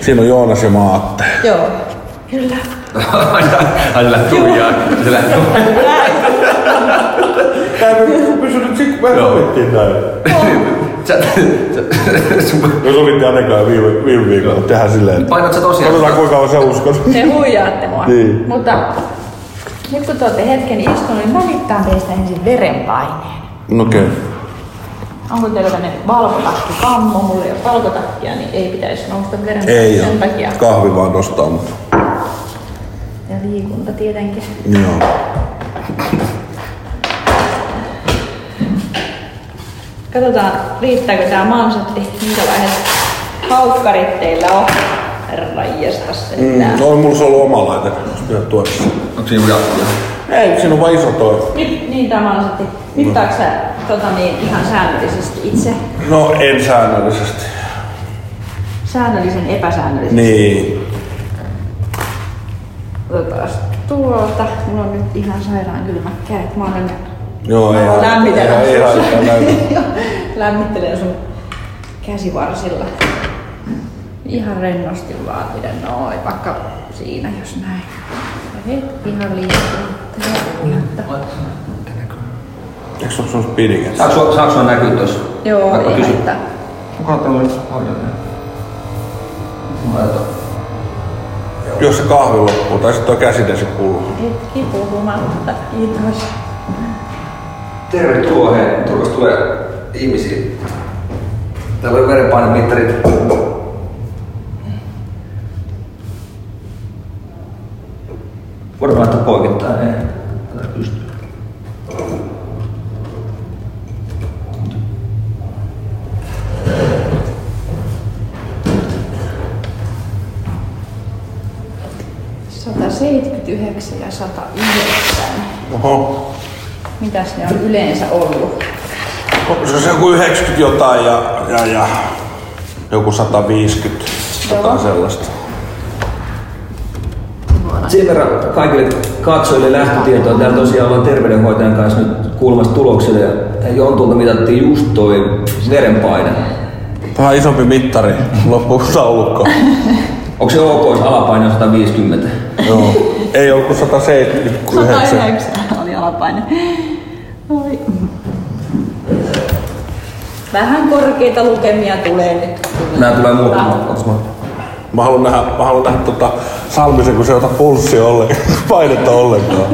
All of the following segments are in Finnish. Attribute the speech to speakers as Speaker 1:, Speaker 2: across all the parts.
Speaker 1: Siinä on Joonas ja Maatte.
Speaker 2: Joo, kyllä.
Speaker 3: Ai se lähti tuijaan. Se lähti
Speaker 1: Tää pysy nyt sit, kun me sovittiin näin. Me sovittiin ainakaan viime viikolla tehdä silleen.
Speaker 3: Painat sä tosiaan?
Speaker 1: Katsotaan kuinka kauan sä uskot.
Speaker 2: Te huijaatte mua.
Speaker 1: Niin.
Speaker 2: Mutta nyt kun te olette hetken istunut, niin mä mittaan teistä ensin verenpaineen.
Speaker 1: Okei.
Speaker 2: Onko teillä tämmönen valkotakkikammo? Mulla ei ole valkotakkia, niin ei pitäisi nousta verenpaineen
Speaker 1: Ei
Speaker 2: sen
Speaker 1: oo.
Speaker 2: takia.
Speaker 1: Kahvi vaan nostaa mut.
Speaker 2: Ja liikunta tietenkin.
Speaker 1: Joo.
Speaker 2: Katsotaan, riittääkö tää mansetti, minkälaiset haukkarit teillä on. Herranjestas sentään.
Speaker 1: No mulla ollut oma laite, jos pitää tuoda sen.
Speaker 3: Onko siinä jatkuja?
Speaker 1: Ei, siinä on vaan iso toi.
Speaker 2: Niin tää mansetti. Mittaatko sä ihan säännöllisesti itse?
Speaker 1: No en säännöllisesti.
Speaker 2: Säännöllisen epäsäännöllisesti?
Speaker 1: Niin.
Speaker 2: Otetaan tuolta. Mulla on nyt ihan sairaan kylmät kädet. Mä olen
Speaker 1: Joo, ei
Speaker 2: lämmittelen sun käsivarsilla. Ihan rennosti vaan pidän noin, vaikka siinä jos näin. Ja hetki ihan liikkuu.
Speaker 1: Eikö sulla semmoset pidiket?
Speaker 3: Saanko sua näkyy tossa?
Speaker 2: Joo, ei haittaa.
Speaker 3: Kuka täällä on hoidon?
Speaker 1: Jos se kahvi loppuu, tai sit toi käsidesipullo.
Speaker 2: Hetki puhumatta, kiitos.
Speaker 3: Tervetuloa, hei. Turvasta tulee ihmisiä. Täällä on verenpainemittarit. Voidaan laittaa poikittain, ei. Tätä pystyy.
Speaker 2: ...179 ja 109.
Speaker 1: Oho.
Speaker 2: Mitäs ne on yleensä ollut?
Speaker 1: Onko se joku 90 jotain ja joku 150, jotain sellaista.
Speaker 3: Sen verran kaikille katsojille lähtötietoa. Täällä tosiaan ollaan terveydenhoitajan kanssa nyt kuulemassa tuloksille. Ja Jontulta mitattiin just toi verenpaine.
Speaker 1: Vähän isompi mittari, loppuun taulukko.
Speaker 3: Onko se ok, jos alapaine on 150?
Speaker 1: Joo. Ei ollut kuin 179.
Speaker 2: 109 oli alapaine. Oi. Vähän korkeita lukemia tulee nyt.
Speaker 3: Nää tulee muuttumaan.
Speaker 1: Mä haluan nähdä Salmisen, kun se ei ota pulssia ollenkaan, painetta ollenkaan.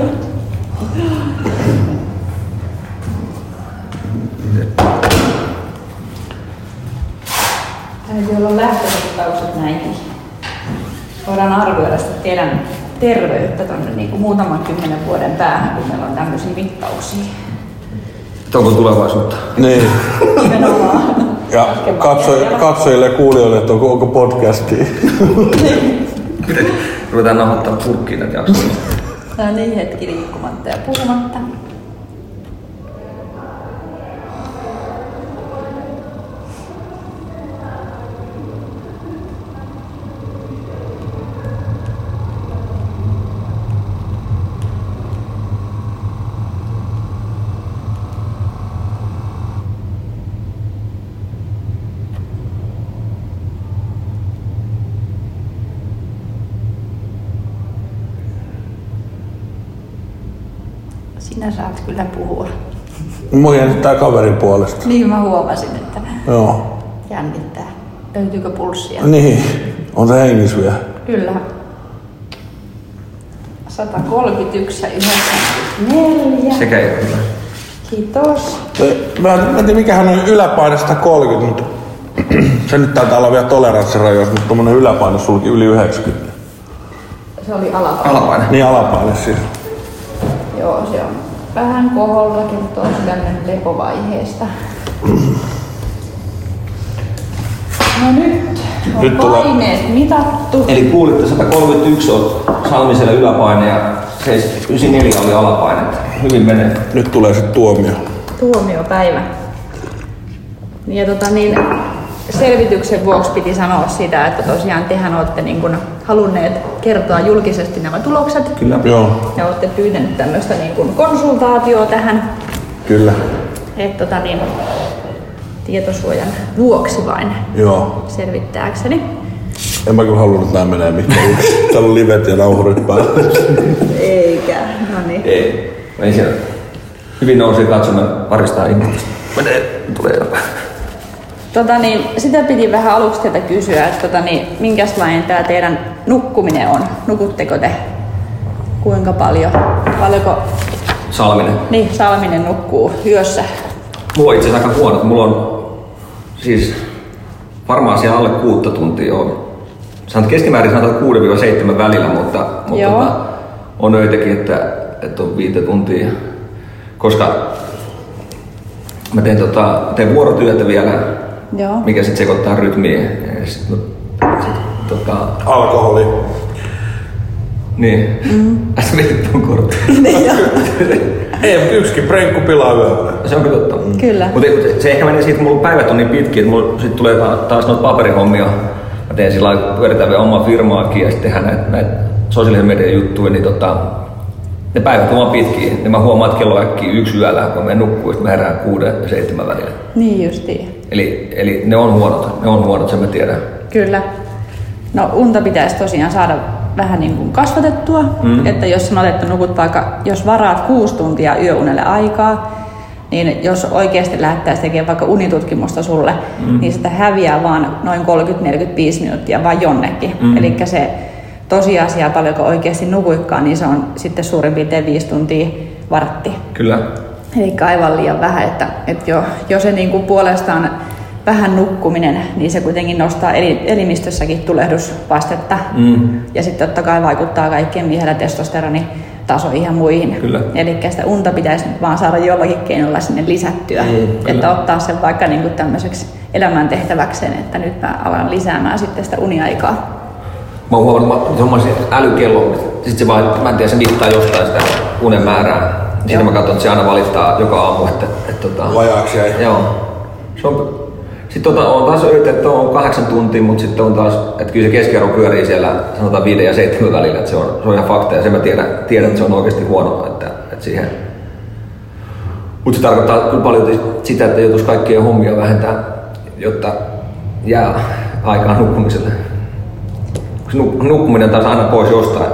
Speaker 2: Täytyy olla lähtökohtaukset näihin. Voidaan arvioida sitä teidän terveyttä tonne niin kuin muutaman 10 vuoden päähän, kun meillä on tämmöisiä mittauksia.
Speaker 3: Onko tulevaisuutta?
Speaker 1: Niin.
Speaker 2: Nimenomaan.
Speaker 1: Ja katsojille ja kuulijoille, että onko podcastia.
Speaker 3: Miten? Ruvetaan nauhoittaa purkkiin näitä jaksoja.
Speaker 2: No niin, hetki liikkumatta ja puhumatta. Sinä saat kyllä puhua.
Speaker 1: Mua jännittää kaverin puolesta.
Speaker 2: Niin mä huomasin, että
Speaker 1: Joo.
Speaker 2: jännittää. Löytyykö pulssia?
Speaker 1: Niin, on se hengissä vielä.
Speaker 2: Kyllä. 131 ja 94.
Speaker 3: Sekä ei ole hyvä.
Speaker 2: Kiitos.
Speaker 1: Mä en tiedä mikähän on yläpaine 130, mutta se nyt taitaa olla vielä toleranssirajoissa, mutta tommonen yläpaine sulki yli 90.
Speaker 2: Se oli alapaine.
Speaker 3: Alapaine.
Speaker 1: Niin alapaine siis.
Speaker 2: Joo, se on vähän koholla, kertoo sydämen lepovaiheesta. No nyt on
Speaker 1: Nyt
Speaker 2: paineet mitattu.
Speaker 3: Eli kuulitte 131 on Salmisella yläpaine ja 94 oli alapaine. Hyvin menee.
Speaker 1: Nyt tulee se tuomio.
Speaker 2: Tuomiopäivä. Ja selvityksen vuoksi piti sanoa sitä, että tosiaan tehän olette niin kuin halunneet kertoa julkisesti nämä tulokset.
Speaker 3: Kyllä.
Speaker 1: Joo.
Speaker 2: Ja olette pyytäneet tämmöistä niin kuin konsultaatioa tähän.
Speaker 1: Kyllä.
Speaker 2: Että tietosuojan vuoksi vain
Speaker 1: Joo.
Speaker 2: selvittääkseni.
Speaker 1: En mä kyllä halunnut, että nää menee mihinkään. Täällä on livet ja nauhurit päällä.
Speaker 2: Eikä, no niin.
Speaker 3: Ei siellä. Hyvin nousee katsomaan paristaa ihmistä. Tulee jotain.
Speaker 2: Sitä piti vähän aluksi teiltä kysyä, että minkälainen tää teidän nukkuminen on? Nukutteko te? Kuinka paljon? Paljonko?
Speaker 3: Salminen.
Speaker 2: Niin, Salminen nukkuu yössä.
Speaker 3: Mulla on itse asiassa aika huono. Mulla on siis varmaan siellä alle 6 tuntia on. Keskimäärin sanotaan 6-7 välillä, mutta on öitäkin, että on 5 tuntia. Koska mä teen vuorotyötä vielä, mikä sitten sekoittaa rytmiä.
Speaker 1: Alkoholi.
Speaker 3: Niin. Äsken mietit tuon kortin.
Speaker 1: Ei, yksikin prenkku pilaa yöllä.
Speaker 3: Se on kyllä totta.
Speaker 2: Kyllä.
Speaker 3: Mutta se ehkä menee siitä, että mulla päivät on niin pitkiä, että mulla sit tulee taas noita paperihommia. Mä teen sillä lailla, pyöritään vielä omaa firmaakin ja sitten tehdään näitä sosiaalisen median juttuja, niin ne päivät on vaan pitkiä. Ja mä huomaan, että kello on äkkiä 1 yöllä, kun mä nukkuu, että mä herään 6 ja 7 välillä.
Speaker 2: Niin justiin.
Speaker 3: Eli ne on huonot, sen mä tiedän.
Speaker 2: Kyllä. No unta pitäisi tosiaan saada vähän niin kuin kasvatettua, että jos sanoit, että nukut vaikka, jos varaat 6 tuntia yöunelle aikaa, niin jos oikeasti lähdettäisiin tekemään vaikka unitutkimusta sulle, niin sitä häviää vaan noin 30-45 minuuttia vaan jonnekin. Eli se tosiasia, paljonko oikeasti nukuikkaan, niin se on sitten suurin piirtein 5 tuntia vartti.
Speaker 3: Kyllä.
Speaker 2: Eli aivan liian vähän, että jo se niin kuin puolestaan vähän nukkuminen, niin se kuitenkin nostaa elimistössäkin tulehduspastetta. Ja sitten totta kai vaikuttaa kaikkien miehellä testosteronitasoihin ja muihin. Eli sitä unta pitäisi nyt vaan saada jollakin keinolla sinne lisättyä. Että ottaa sen vaikka niin kuin tämmöiseksi elämäntehtäväkseen, että nyt mä alan lisäämään sitten sitä uniaikaa.
Speaker 3: Mä oon huomannut, että mä oon älykello, sit se vaan, mä en tiedä, se mittaa jostain sitä unen määrää. Sitten mä katson, että se aina valittaa joka aamu, että
Speaker 1: vajaaksi jäi.
Speaker 3: Joo. Sitten on taas öitä, että on 8 tuntia, mutta sitten on taas, että kyllä se keskiarvo pyörii siellä sanotaan 5 ja 7 välillä, että se on ihan fakta ja sen mä tiedän, että se on oikeasti huono, että siihen. Mutta se tarkoittaa kyllä paljon sitä, että joutuisi kaikkia hommia vähentää, jotta jää aikaa nukkumiselle. Nukkuminen taas aina pois jostain.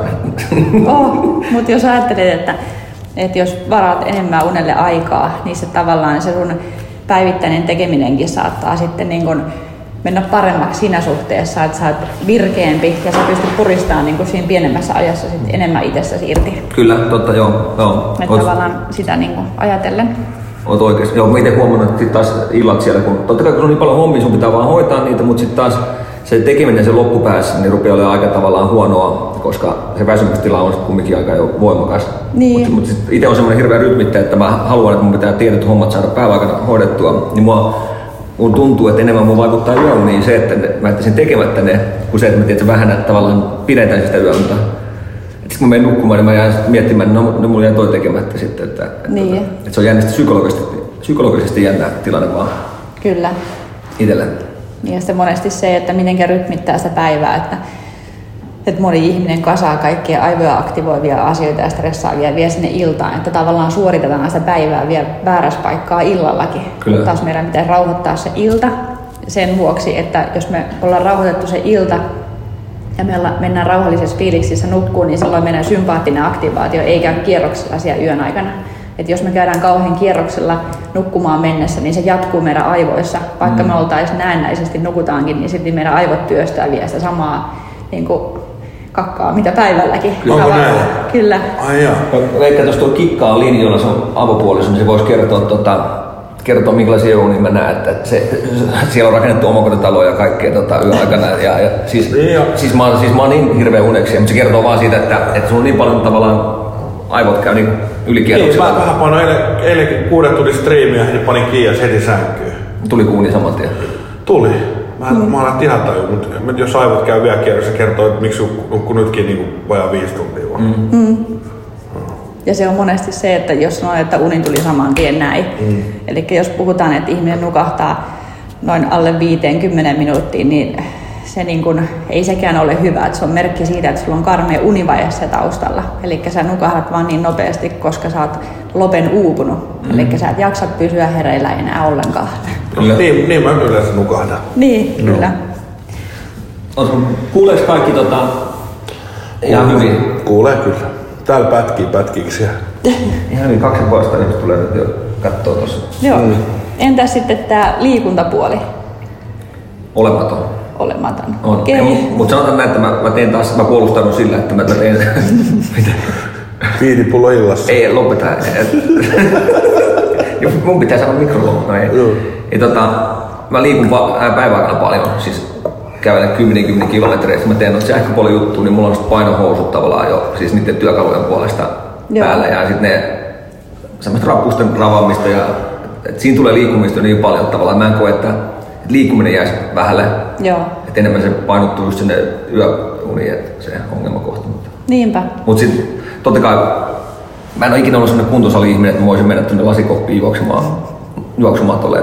Speaker 2: Mutta jos ajattelet, että jos varaat enemmän unelle aikaa, niin se tavallaan se sun päivittäinen tekeminenkin saattaa sitten niin kun mennä paremmaksi siinä suhteessa, että sä oot virkeämpi ja sä pystyt puristamaan niin kun siinä pienemmässä ajassa sit enemmän itsestäsi irti.
Speaker 3: Kyllä, totta, joo.
Speaker 2: Että tavallaan sitä niin kun ajatellen.
Speaker 3: Oot oikeesti. Joo, mä ite huomannut, että taas illat siellä, kun totta kai kun on niin paljon hommia, sun pitää vaan hoitaa niitä, mutta sitten taas se tekeminen sen loppupäässä niin rupeaa olemaan aika tavallaan huonoa, koska se väsymystila on kumminkin aika jo voimakas. Niin. Mutta itse on semmoinen hirveä rytmittäjä, että mä haluan, että mun pitää tietyt hommat saada päiväaikana hoidettua. Niin mun tuntuu, että enemmän mun vaikuttaa yöuniin se, että mä jättäisin tekemättä ne, kuin se, että mä vähän tavallaan pidetään sitä yöunta. Sitten kun mä menen nukkumaan, niin mä jään miettimään, että no mulla jää toi tekemättä sitten. Että se on jännästi psykologisesti jännä tilanne vaan.
Speaker 2: Kyllä.
Speaker 3: Itselleen.
Speaker 2: Ja sitten monesti se, että mitenkä rytmittää sitä päivää, että moni ihminen kasaa kaikkia aivoja aktivoivia asioita ja stressaavia vie sinne iltaan, että tavallaan suoritetaan sitä päivää vielä väärässä paikkaa illallakin. Kyllä. Taas meidän pitää rauhoittaa se ilta sen vuoksi, että jos me ollaan rauhoitettu se ilta ja me mennään rauhallisessa fiiliksissä nukkuun, niin silloin meidän sympaattinen aktivaatio ei käy kierroksella siellä yön aikana. Että jos me käydään kauhean kierroksella nukkumaan mennessä, niin se jatkuu meidän aivoissa. Vaikka me oltaisiin näennäisesti nukutaankin, niin sitten meidän aivot työstää vielä sitä samaa niin kuin kakkaa, mitä päivälläkin.
Speaker 1: Onko näin?
Speaker 2: Kyllä.
Speaker 1: Ai jaa.
Speaker 3: Veikkaan, että jos tuo kikkaa linjoilla se on avopuoliso, niin se voisi kertoa minkälaisia unia mä näen. Että siellä on rakennettu omakotitaloa ja kaikkea yön aikana. Siis mä oon niin hirveä uneksija, mutta se kertoo vaan siitä, että sulla on niin paljon tavallaan aivot käy niin ylikierroksella.
Speaker 1: Niin, mä vähän painoin eilenkin 6 tunnin striimiä ja panin kiinni heti sänkyyn.
Speaker 3: Tuli kuuni saman tien?
Speaker 1: Tuli. Mä alan ihan tajua, mutta jos aivot käy vielä kierrossa, se kertoo, että miksi nukkuu nytkin niin vajaa 5 tuntia vaan.
Speaker 2: Ja se on monesti se, että jos sanoo, että uni tuli saman tien näin. Eli jos puhutaan, että ihminen nukahtaa noin alle 50 minuuttiin, niin se niin kun, ei sekään ole hyvä. Että se on merkki siitä, että sulla on karmea univaihe taustalla. Eli sä nukahdat vaan niin nopeasti, koska sä oot lopen uupunut. Eli sä et jaksa pysyä hereillä enää ollenkaan.
Speaker 1: Niin mä yleensä nukahdan.
Speaker 2: Niin, kyllä.
Speaker 3: Kuuleeko kaikki ihan hyvin?
Speaker 1: Kuulee kyllä. Täällä pätkiksi.
Speaker 3: Ihan hyvin 2 vuotta ihmiset tulee nyt jo kattoo tossa.
Speaker 2: Joo. Entäs sitten tää liikuntapuoli? Olematon.
Speaker 3: Okei. Mutta sanotaan näin, että mä teen taas, mä puolustaudun sillä, että mä teen...
Speaker 1: Viinipullo illassa.
Speaker 3: Ei, lopeta. Mun pitää saada mikroluokka. No ei. Mä liikun päiväaikana paljon, siis kävelen 10 kilometriä, mä teen noita sähköpuolijuttuja, niin mulla on painohousut tavallaan jo, siis niiden työkalujen puolesta päällä. Ja sitten ne semmoista rappusten ravaamista ja siinä tulee liikkumista niin paljon tavallaan. Mä en koe, että liikkuminen jäisi vähälle. Joo. Että enemmän se painottuu just sinne yöuniin, että se ongelmakohta.
Speaker 2: Niinpä.
Speaker 3: Mut sit totta kai mä en ole ikinä ollut sellainen kuntosali-ihminen, että mä voisin mennä tuonne lasikoppiin juoksumaan tolle.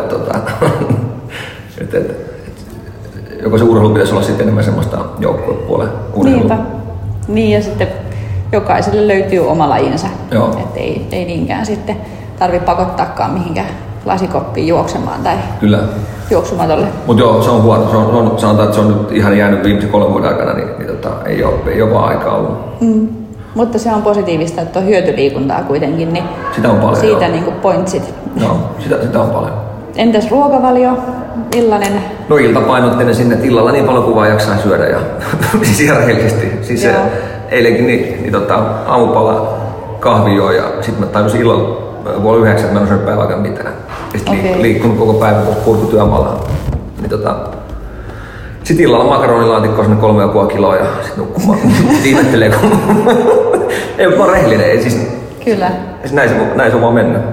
Speaker 3: Joko se urheilu pitäisi olla sitten enemmän semmoista joukkuepuolen urheilua.
Speaker 2: Niinpä. Niin ja sitten jokaiselle löytyy oma lajinsa. Että ei niinkään sitten tarvitse pakottaakaan mihinkään lasikoppiin juoksemaan tai juoksumatolle.
Speaker 3: Mutta joo, se on huono. Sanotaan, että se on nyt ihan jäänyt viimeisen 3 vuoden aikana, niin ei ole vaan aikaa ollut.
Speaker 2: Mutta se on positiivista, että on hyötyliikuntaa kuitenkin, niin
Speaker 3: sitä on paljon,
Speaker 2: siitä niinku pointsit.
Speaker 3: Joo, sitä on paljon.
Speaker 2: Entäs ruokavalio? Illainen?
Speaker 3: No iltapainotteinen sinne, että illalla niin paljon kuin vaan jaksaa syödä ja siis ihan rehellisesti. Siis eilenkin niin aamupala kahvi joo ja sitten mä tajusin illalla 8:30, että mä en syönyt päivääkään mitään. Ja sitten liikkunut koko päivän tuossa purkutyömaalla. Niin sitten illalla makaronilaatikkoa sinne 3,5 kiloa ja sitten nukkumaan. Ihmettelee kun... Ei, mä oon rehellinen. Ei, siis,
Speaker 2: kyllä.
Speaker 3: Näin se on vaan mennyt.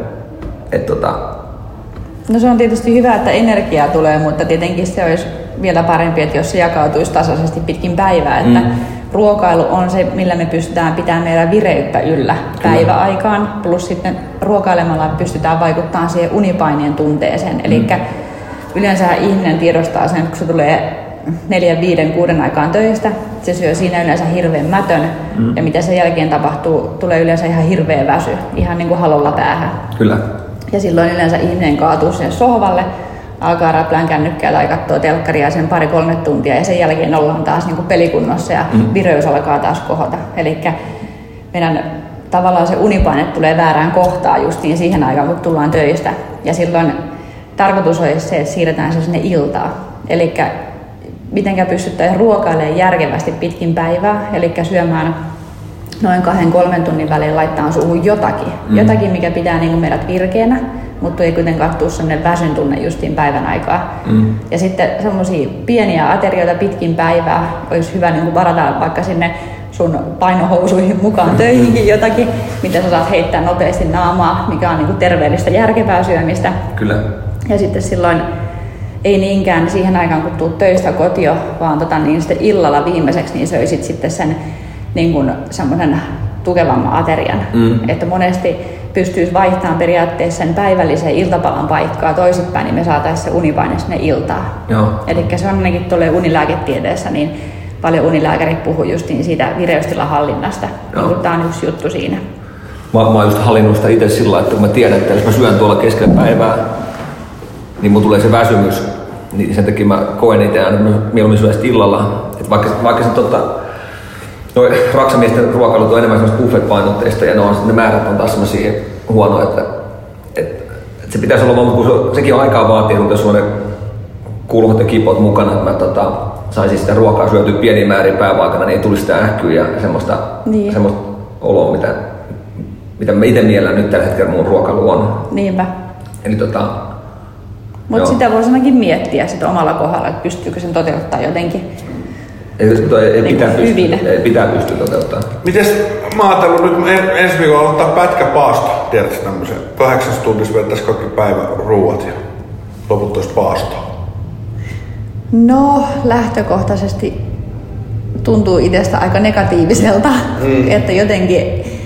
Speaker 2: No se on tietysti hyvä, että energiaa tulee, mutta tietenkin se olisi vielä parempi, että jos se jakautuisi tasaisesti pitkin päivää. Että ruokailu on se, millä me pystytään pitämään meidän vireyttä yllä päiväaikaan. Plus sitten ruokailemalla pystytään vaikuttamaan siihen unipainien tunteeseen. Eli yleensä ihminen tiedostaa sen, kun se tulee 4, 5, 6 aikaan töistä. Se syö siinä yleensä hirveän mätön. Ja mitä sen jälkeen tapahtuu, tulee yleensä ihan hirveä väsy. Ihan niin kuin halolla päähän.
Speaker 3: Kyllä.
Speaker 2: Ja silloin yleensä ihminen kaatuu sinne sohvalle, alkaa räplään kännykkää tai katsoo telkkaria sen 2-3 tuntia ja sen jälkeen ollaan taas niin kuin pelikunnossa ja vireys alkaa taas kohota. Eli meidän tavallaan se unipaine tulee väärään kohtaan justiin siihen aikaan, kun tullaan töistä. Ja silloin tarkoitus olisi se, että siirretään se sinne iltaan. Eli mitenkä pystyttäisiin ruokailemaan järkevästi pitkin päivää, eli syömään noin 2-3 tunnin välein laittaa suuhun jotakin, mikä pitää niin kuin meidät virkeänä, mutta ei kuitenkaan tule sellainen väsyn tunne justiin päivän aikaa. Ja sitten semmoisia pieniä aterioita pitkin päivää olisi hyvä niin kuin varata vaikka sinne sun painohousuihin mukaan töihinkin jotakin, mitä sä saat heittää nopeasti naamaa, mikä on niin kuin terveellistä järkevää syömistä.
Speaker 3: Kyllä.
Speaker 2: Ja sitten silloin ei niinkään siihen aikaan, kun tuut töistä kotiin, vaan niin sitten illalla viimeiseksi niin söisit sitten sen niin kuin semmoisen tukevamman aterian. Että monesti pystyisi vaihtamaan periaatteessa sen päivällisen iltapalan paikkaa toisinpäin, niin me saataisiin se unipaine sinne iltaan. Eli se on ainakin tuolle unilääketieteessä, niin paljon unilääkärit puhuu justiin siitä vireystilan hallinnasta. Niin tämä on yksi juttu siinä.
Speaker 3: Mä oon just hallinnut sitä itse sillä lailla, että kun mä tiedän, että jos mä syön tuolla keskellä päivää, niin mun tulee se väsymys. Niin sen takia mä koen itse aina mieluummin syö illalla. Et vaikka se raksamiesten ruokailut on enemmän semmoista buffet-painotteista ja ne määrät on taas semmosia huonoja, että se pitäisi olla vaan, kun sekin on aikaa vaatii, mutta jos on ne kulhot ja kipot mukana, että mä saisin sitä ruokaa syötyä pieniä määrin päiväaikana, niin ei tulisi sitä ähkyä ja semmoista oloa, mitä mä itse miellän nyt tällä hetkellä mun ruokailu on.
Speaker 2: Niinpä.
Speaker 3: Eli
Speaker 2: mutta sitä voisi ainakin miettiä sit omalla kohdalla, että pystyykö sen toteuttaa jotenkin.
Speaker 3: Ei pitää pystyä toteuttamaan.
Speaker 1: Mites mä ajatellut nyt ensi viikolla ottaa pätkäpaasto, tiedätkö tämmösen? 8 tunnissa vettäisi kaikki päivän ruuat ja loput olisi paastoa.
Speaker 2: No lähtökohtaisesti tuntuu itsestä aika negatiiviselta, että jotenkin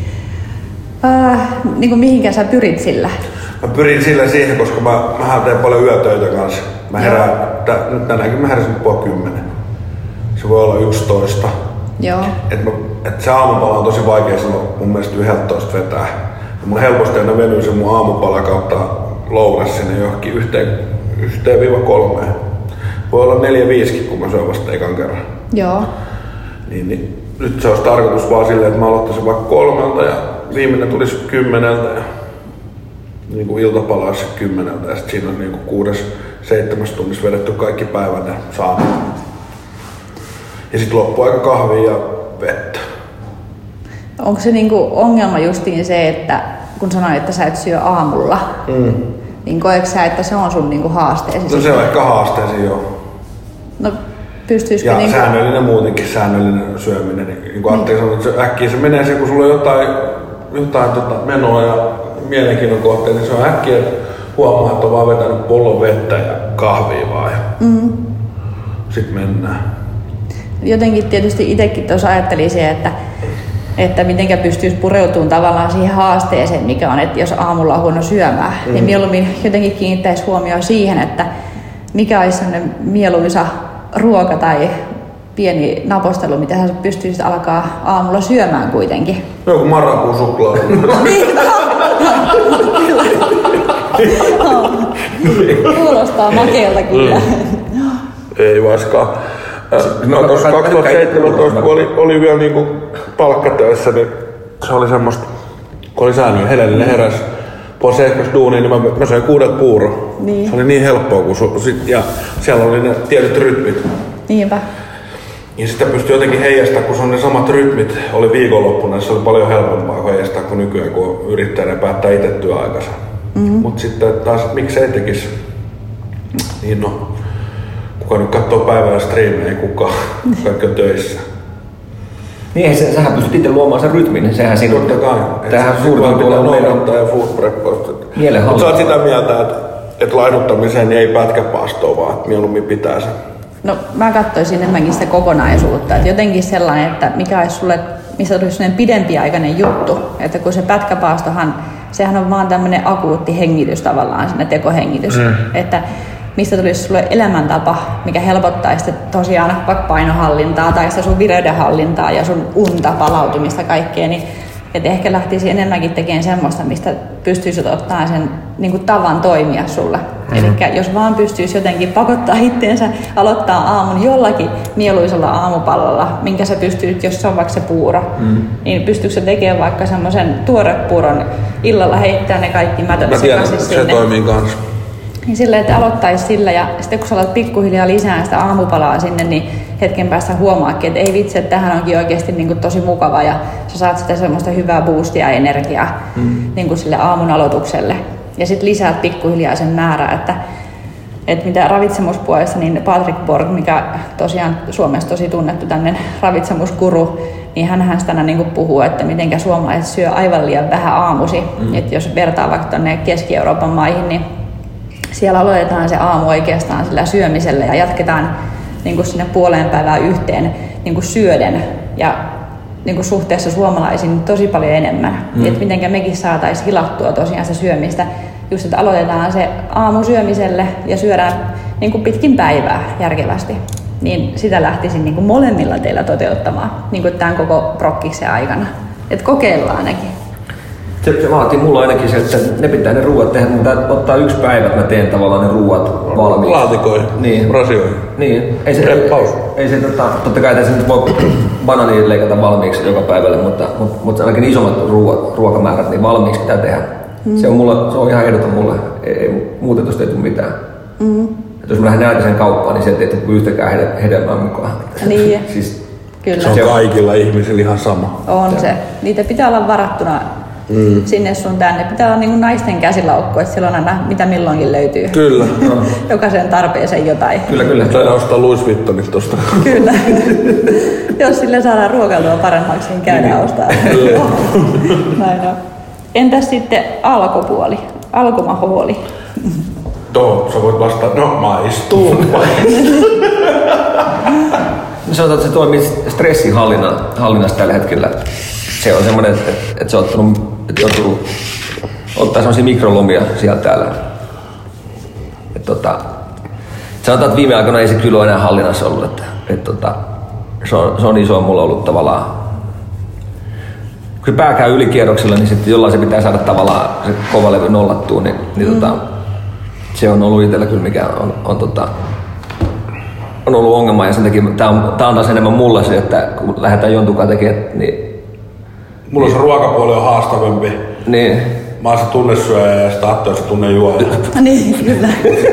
Speaker 2: niin kuin mihinkä sä pyrit sillä?
Speaker 1: Mä pyrin sillä siihen, koska mä teen paljon yötöitä kanssa. Mä herään, nyt tänäänkin mä heräsin 9:30. Se voi olla 11.
Speaker 2: Joo.
Speaker 1: Et se aamupala on tosi vaikea silloin mun mielestä 11 vetää. Ja mun helposti aina venyy se mun aamupala kautta lounas sinne johonkin 1-3. Voi olla 4-5, kun mä syön vasta ekan kerran.
Speaker 2: Joo.
Speaker 1: Niin, nyt se olisi tarkoitus vaan silleen, että mä aloittaisin vaikka 3 ja viimeinen tulisi 10 ja niin kuin iltapala olisi 10 ja sitten siinä on niin kuin 6-7 tunnissa vedetty kaikki päivän ja saanut. Ja sitten loppuaika kahvia ja vettä.
Speaker 2: Onko se niinku ongelma justiin se, että kun sanoit, että sä et syö aamulla, niin koetko sä, että se on sun niinku haasteesi?
Speaker 1: No se on ehkä haasteesi, joo.
Speaker 2: No pystyisikö
Speaker 1: ja
Speaker 2: niinku...
Speaker 1: muutenkin säännöllinen syöminen. Niin kuin Antti sanoi, että äkkiä se menee se, kun sulla on jotain menoa ja mielenkiinnon kohteita, niin se on äkkiä, että huomaa, että on vaan vetänyt pullon vettä ja kahvia vaan ja sitten mennään. Jotenkin
Speaker 2: tietysti itsekin tuossa ajattelin se, että mitenkä pystyisi pureutumaan tavallaan siihen haasteeseen, mikä on, että jos aamulla on huono syömään, niin mieluummin jotenkin kiinnittäisi huomioon siihen, että mikä olisi sellainen mieluisa ruoka tai pieni napostelu, mitä sä pystyisit alkaa aamulla syömään kuitenkin.
Speaker 1: Joku marrakuun suklaa.
Speaker 2: Kuulostaa makealta kyllä.
Speaker 1: Ei vaskaan. No tuossa 2017, kun oli vielä niinku palkkatöissä, niin se oli semmoista, kun oli säännöllä Helellinen heräsi pois 7 duuniin, niin mä söin 6 puuroa. Niin. Se oli niin helppoa, ja siellä oli ne tietyt rytmit.
Speaker 2: Niinpä.
Speaker 1: Ja sitä pystyi jotenkin heijastamaan, kun se on ne samat rytmit oli viikonloppuna, se oli paljon helpompaa kuin heijastaa kuin nykyään, kun yrittäjänä päättää itse työaikansa. Mutta sitten taas, että miksei tekisi, niin no, kuka nyt katsoo päivällä striimejä, ei kukaan, kaikki on töissä.
Speaker 3: Niin, sähän pystyt itse luomaan sen rytmin, sehän siinä on.
Speaker 1: Totta kai.
Speaker 3: Tähän suurtaan
Speaker 1: pitää noudattaa ja food preppausta.
Speaker 3: Mutta
Speaker 1: sä oot sitä mieltä, että laihduttamiseen ei pätkäpaastoa, vaan että mieluummin pitää se.
Speaker 2: No mä katsoisin enemmänkin sitä kokonaisuutta, että jotenkin sellainen, että mikä olisi sulle, missä olisi sellainen pidempiaikainen juttu, että kun se pätkäpaastohan, sehän on vaan tämmöinen akuutti hengitys tavallaan, sinne tekohengitys, että mistä tulisi sulle elämäntapa, mikä helpottaisi tosiaan vaikka painohallintaa tai sitä sun vireydenhallintaa ja sun unta, palautumista kaikkea, niin että ehkä lähtisi enemmänkin tekemään semmoista, mistä pystyisit ottaa sen niin kuin tavan toimia sulle. Eli jos vaan pystyisi jotenkin pakottaa itteensä, aloittaa aamun jollakin mieluisella aamupallolla, minkä sä pystyt, jos se on vaikka se puuro, niin pystyykö sä tekemään vaikka semmoisen tuorepuuron illalla, heittää ne kaikki mätöt sekaisin sinne.
Speaker 1: Se toimii kanssa.
Speaker 2: Niin sillä, että aloittaisi sillä ja sitten kun sä alat pikkuhiljaa lisää sitä aamupalaa sinne, niin hetken päästä huomaakin, että ei vitsi, että tähän onkin oikeasti niin kuin tosi mukava ja sä saat sitä semmoista hyvää boostia ja energiaa niin kuin sille aamun aloitukselle. Ja sitten lisäät pikkuhiljaa sen määrää, että mitä ravitsemuspuolesta, niin Patrick Borg, mikä tosiaan Suomessa tosi tunnettu tämmöinen ravitsemuskuru, niin hänhän sitä niin kuin puhuu, että mitenkä suomalaiset syö aivan liian vähän aamusi. Että jos vertaa vaikka tuonne Keski-Euroopan maihin, niin siellä aloitetaan se aamu oikeastaan sillä syömisellä ja jatketaan niin kuin sinne puoleen päivään yhteen niin kuin syöden ja niin kuin suhteessa suomalaisiin tosi paljon enemmän. Että mitenkä mekin saataisiin hilattua tosiaan se syömistä, just että aloitetaan se aamu syömiselle ja syödään niin kuin pitkin päivää järkevästi. Niin sitä lähtisin niin kuin molemmilla teillä toteuttamaan niin kuin tämän koko prokkiksen aikana. Että kokeillaan nekin.
Speaker 3: Se vaatii mulla ainakin se, että ne pitää ne ruuat tehdä, mutta ottaa 1 päivä, että mä teen tavallaan ne ruuat valmiiksi.
Speaker 1: Laatikoihin,
Speaker 3: niin.
Speaker 1: rasioihin.
Speaker 3: Niin, ei se totta kai tässä nyt voi banaania leikata valmiiksi joka päivälle, mutta ainakin isommat ruokamäärät niin valmiiksi pitää tehdä. Se on ihan ehdoton mulle, ei muuten tosta ei tule mitään. Et jos mä lähden nälkäisen kauppaan, niin sieltä ei tule yhtäkään hedelmää mukaan.
Speaker 2: Niin.
Speaker 3: Siis,
Speaker 2: kyllä.
Speaker 1: Se on kaikilla ihmisillä ihan sama.
Speaker 2: On se. Niitä pitää olla varattuna sinne sun tänne. Pitää olla niin naisten käsilaukku, että siellä on aina mitä milloinkin löytyy.
Speaker 1: Kyllä.
Speaker 2: Jokaisen tarpeeseen jotain.
Speaker 3: Kyllä.
Speaker 1: Pitää ostaa Louis Vuittonista tosta.
Speaker 2: Kyllä. Jos sille saadaan ruokailua paremmaksi, niin käydään ostaa. Näin on. Entäs sitten alkupuoli? Alkumahuoli?
Speaker 1: Sä voit vastata, no maistuu.
Speaker 3: Sanotaan, että se toimii stressinhallinnassa tällä hetkellä. Se on semmoinen, että se on joutunut ottaa semmoisia mikrolomia siellä täällä. Sanotaan, että viime aikoina ei se kyllä ole enää hallinnassa ollut. Se on iso mulla ollut tavallaan. Kun pää käy ylikierroksella, niin sitten jollain se pitää saada tavallaan se kova levy nollattua. Se on ollut itsellä kyllä mikä on on ollut ongelma ja sen takia tää on taas enemmän mulle se, että kun lähdetään jontukaan tekemään, niin...
Speaker 1: Mulla se ruokapuoli on haastavampi.
Speaker 3: Niin.
Speaker 1: Mä oon se tunnesyöjä ja sitä Atte on se tunnejuoja.
Speaker 2: Niin, kyllä.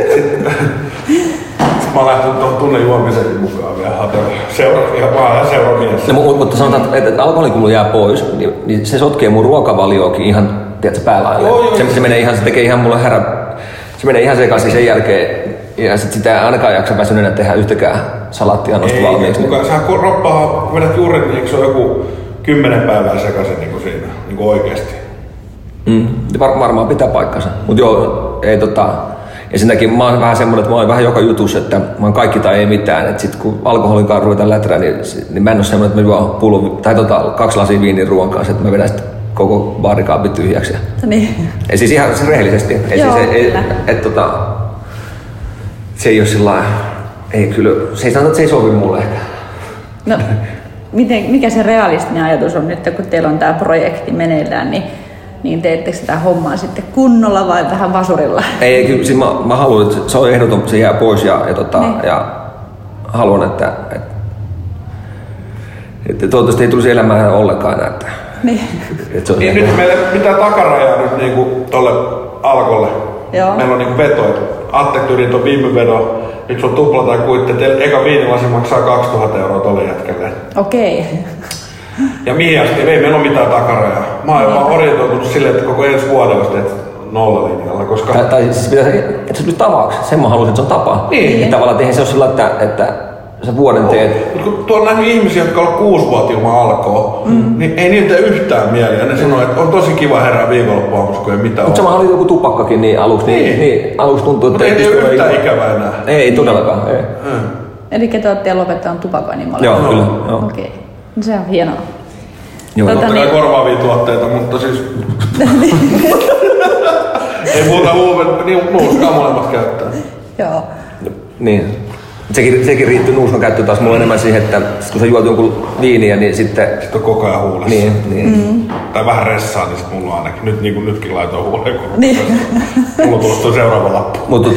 Speaker 1: Mä oon lähtenyt tuohon tunnejuomisenkin mukaan vielä. Mä oon ihan seuramies.
Speaker 3: No, mutta sanotaan, että alkoholi kun jää pois, niin se sotkee mun ruokavalioakin ihan, tiedätkö, päälaille. Se menee ihan, se tekee ihan mulle se menee ihan sekaisin sen jälkeen. Ja sit sitä ei ainakaan jaksa väsyneenä tehdä yhtäkään salaattiannosta valmiiksi.
Speaker 1: Ei, sähän roppaa, vedät juuri, niin se on joku 10 päivää sekaisin niin kuin siinä, niin kuin oikeesti.
Speaker 3: Varmaan pitää paikkansa. Mut joo, ei ja sen takia mä oon vähän semmonen, että mä oon vähän joka jutussa, että mä oon kaikki tai ei mitään. Et sit kun alkoholin kanssa ruvetaan läträä, niin mä en oo semmonen, että mä juon pullon, tai 2 lasia viinin ruoan kanssa, että mä vedän sit koko baarikaapin tyhjäksi.
Speaker 2: Niin.
Speaker 3: Ja siis ihan siis rehellisesti.
Speaker 2: Joo,
Speaker 3: se ei oo sillai, ei kyllä, se ei sanota, että se ei sovi mulle ehkä.
Speaker 2: No, mikä se realistinen ajatus on nyt, kun teillä on tää projekti meneillään, niin teettekö sitä hommaa sitten kunnolla vai vähän vasurilla?
Speaker 3: Ei, kyllä siis mä haluan, että se on ehdoton, se jää pois ja haluan, että toivottavasti ei tulisi elämään ollenkaan enää.
Speaker 2: Niin.
Speaker 1: Niin nyt meillä ei mitään takarajaa nyt niinku tolle Alkolle.
Speaker 2: Joo.
Speaker 1: Meillä on niinku veto, että Atte tyrit on viime vedo, nyt sun tuplataan kuitte, eka viinilasi maksaa 2000 € tolle jätkelle.
Speaker 2: Okei.
Speaker 1: Ja mihin asti? Ei meillä ole mitään takarajaa. Mä oon jopa orientoitunut silleen, että koko ensi vuodella teet nollalinjalla, koska...
Speaker 3: Tai siis pitäisi, että se tulisi tavaksi. Sen mä haluaisin, että se on tapa.
Speaker 1: Niin.
Speaker 3: Että tavallaan eihän se ole sillä, että sä vuoden teet...
Speaker 1: Mutta kun tuolla on nähnyt ihmisiä, jotka on 6 vuotta ilman alkoa, niin ei niiltä yhtään mieliä. Ne sanoo, että on tosi kiva herää viikonloppuaamussa, kun ei mitään ole.
Speaker 3: Mutta sama oli joku tupakkakin niin aluksi. Niin aluksi tuntuu, että...
Speaker 1: Mutta ei ole yhtään ikävää enää.
Speaker 3: Ei todellakaan. Ei.
Speaker 2: Eli te olette lopettanut tupakoinnin molemmat?
Speaker 3: Joo, kyllä.
Speaker 2: Okei. No se on hienoa.
Speaker 3: Joo.
Speaker 1: Totta kai korvaavia tuotteita, mutta siis... ei muuta nuuskaa molemmat käyttää.
Speaker 2: Joo.
Speaker 3: Niin. Sekin riittyy nuuskan käyttöön taas mulla enemmän siihen, että kun sä juot jonkun viiniä, niin sitten...
Speaker 1: Sitten on koko ajan huulessa.
Speaker 3: Niin.
Speaker 1: Tai vähän ressaa, niin sit mulla on ainakin. Nyt niin kuin nytkin laitoin huuleen, kun
Speaker 2: Niin.
Speaker 1: mulla on tullut tuo seuraava lappu.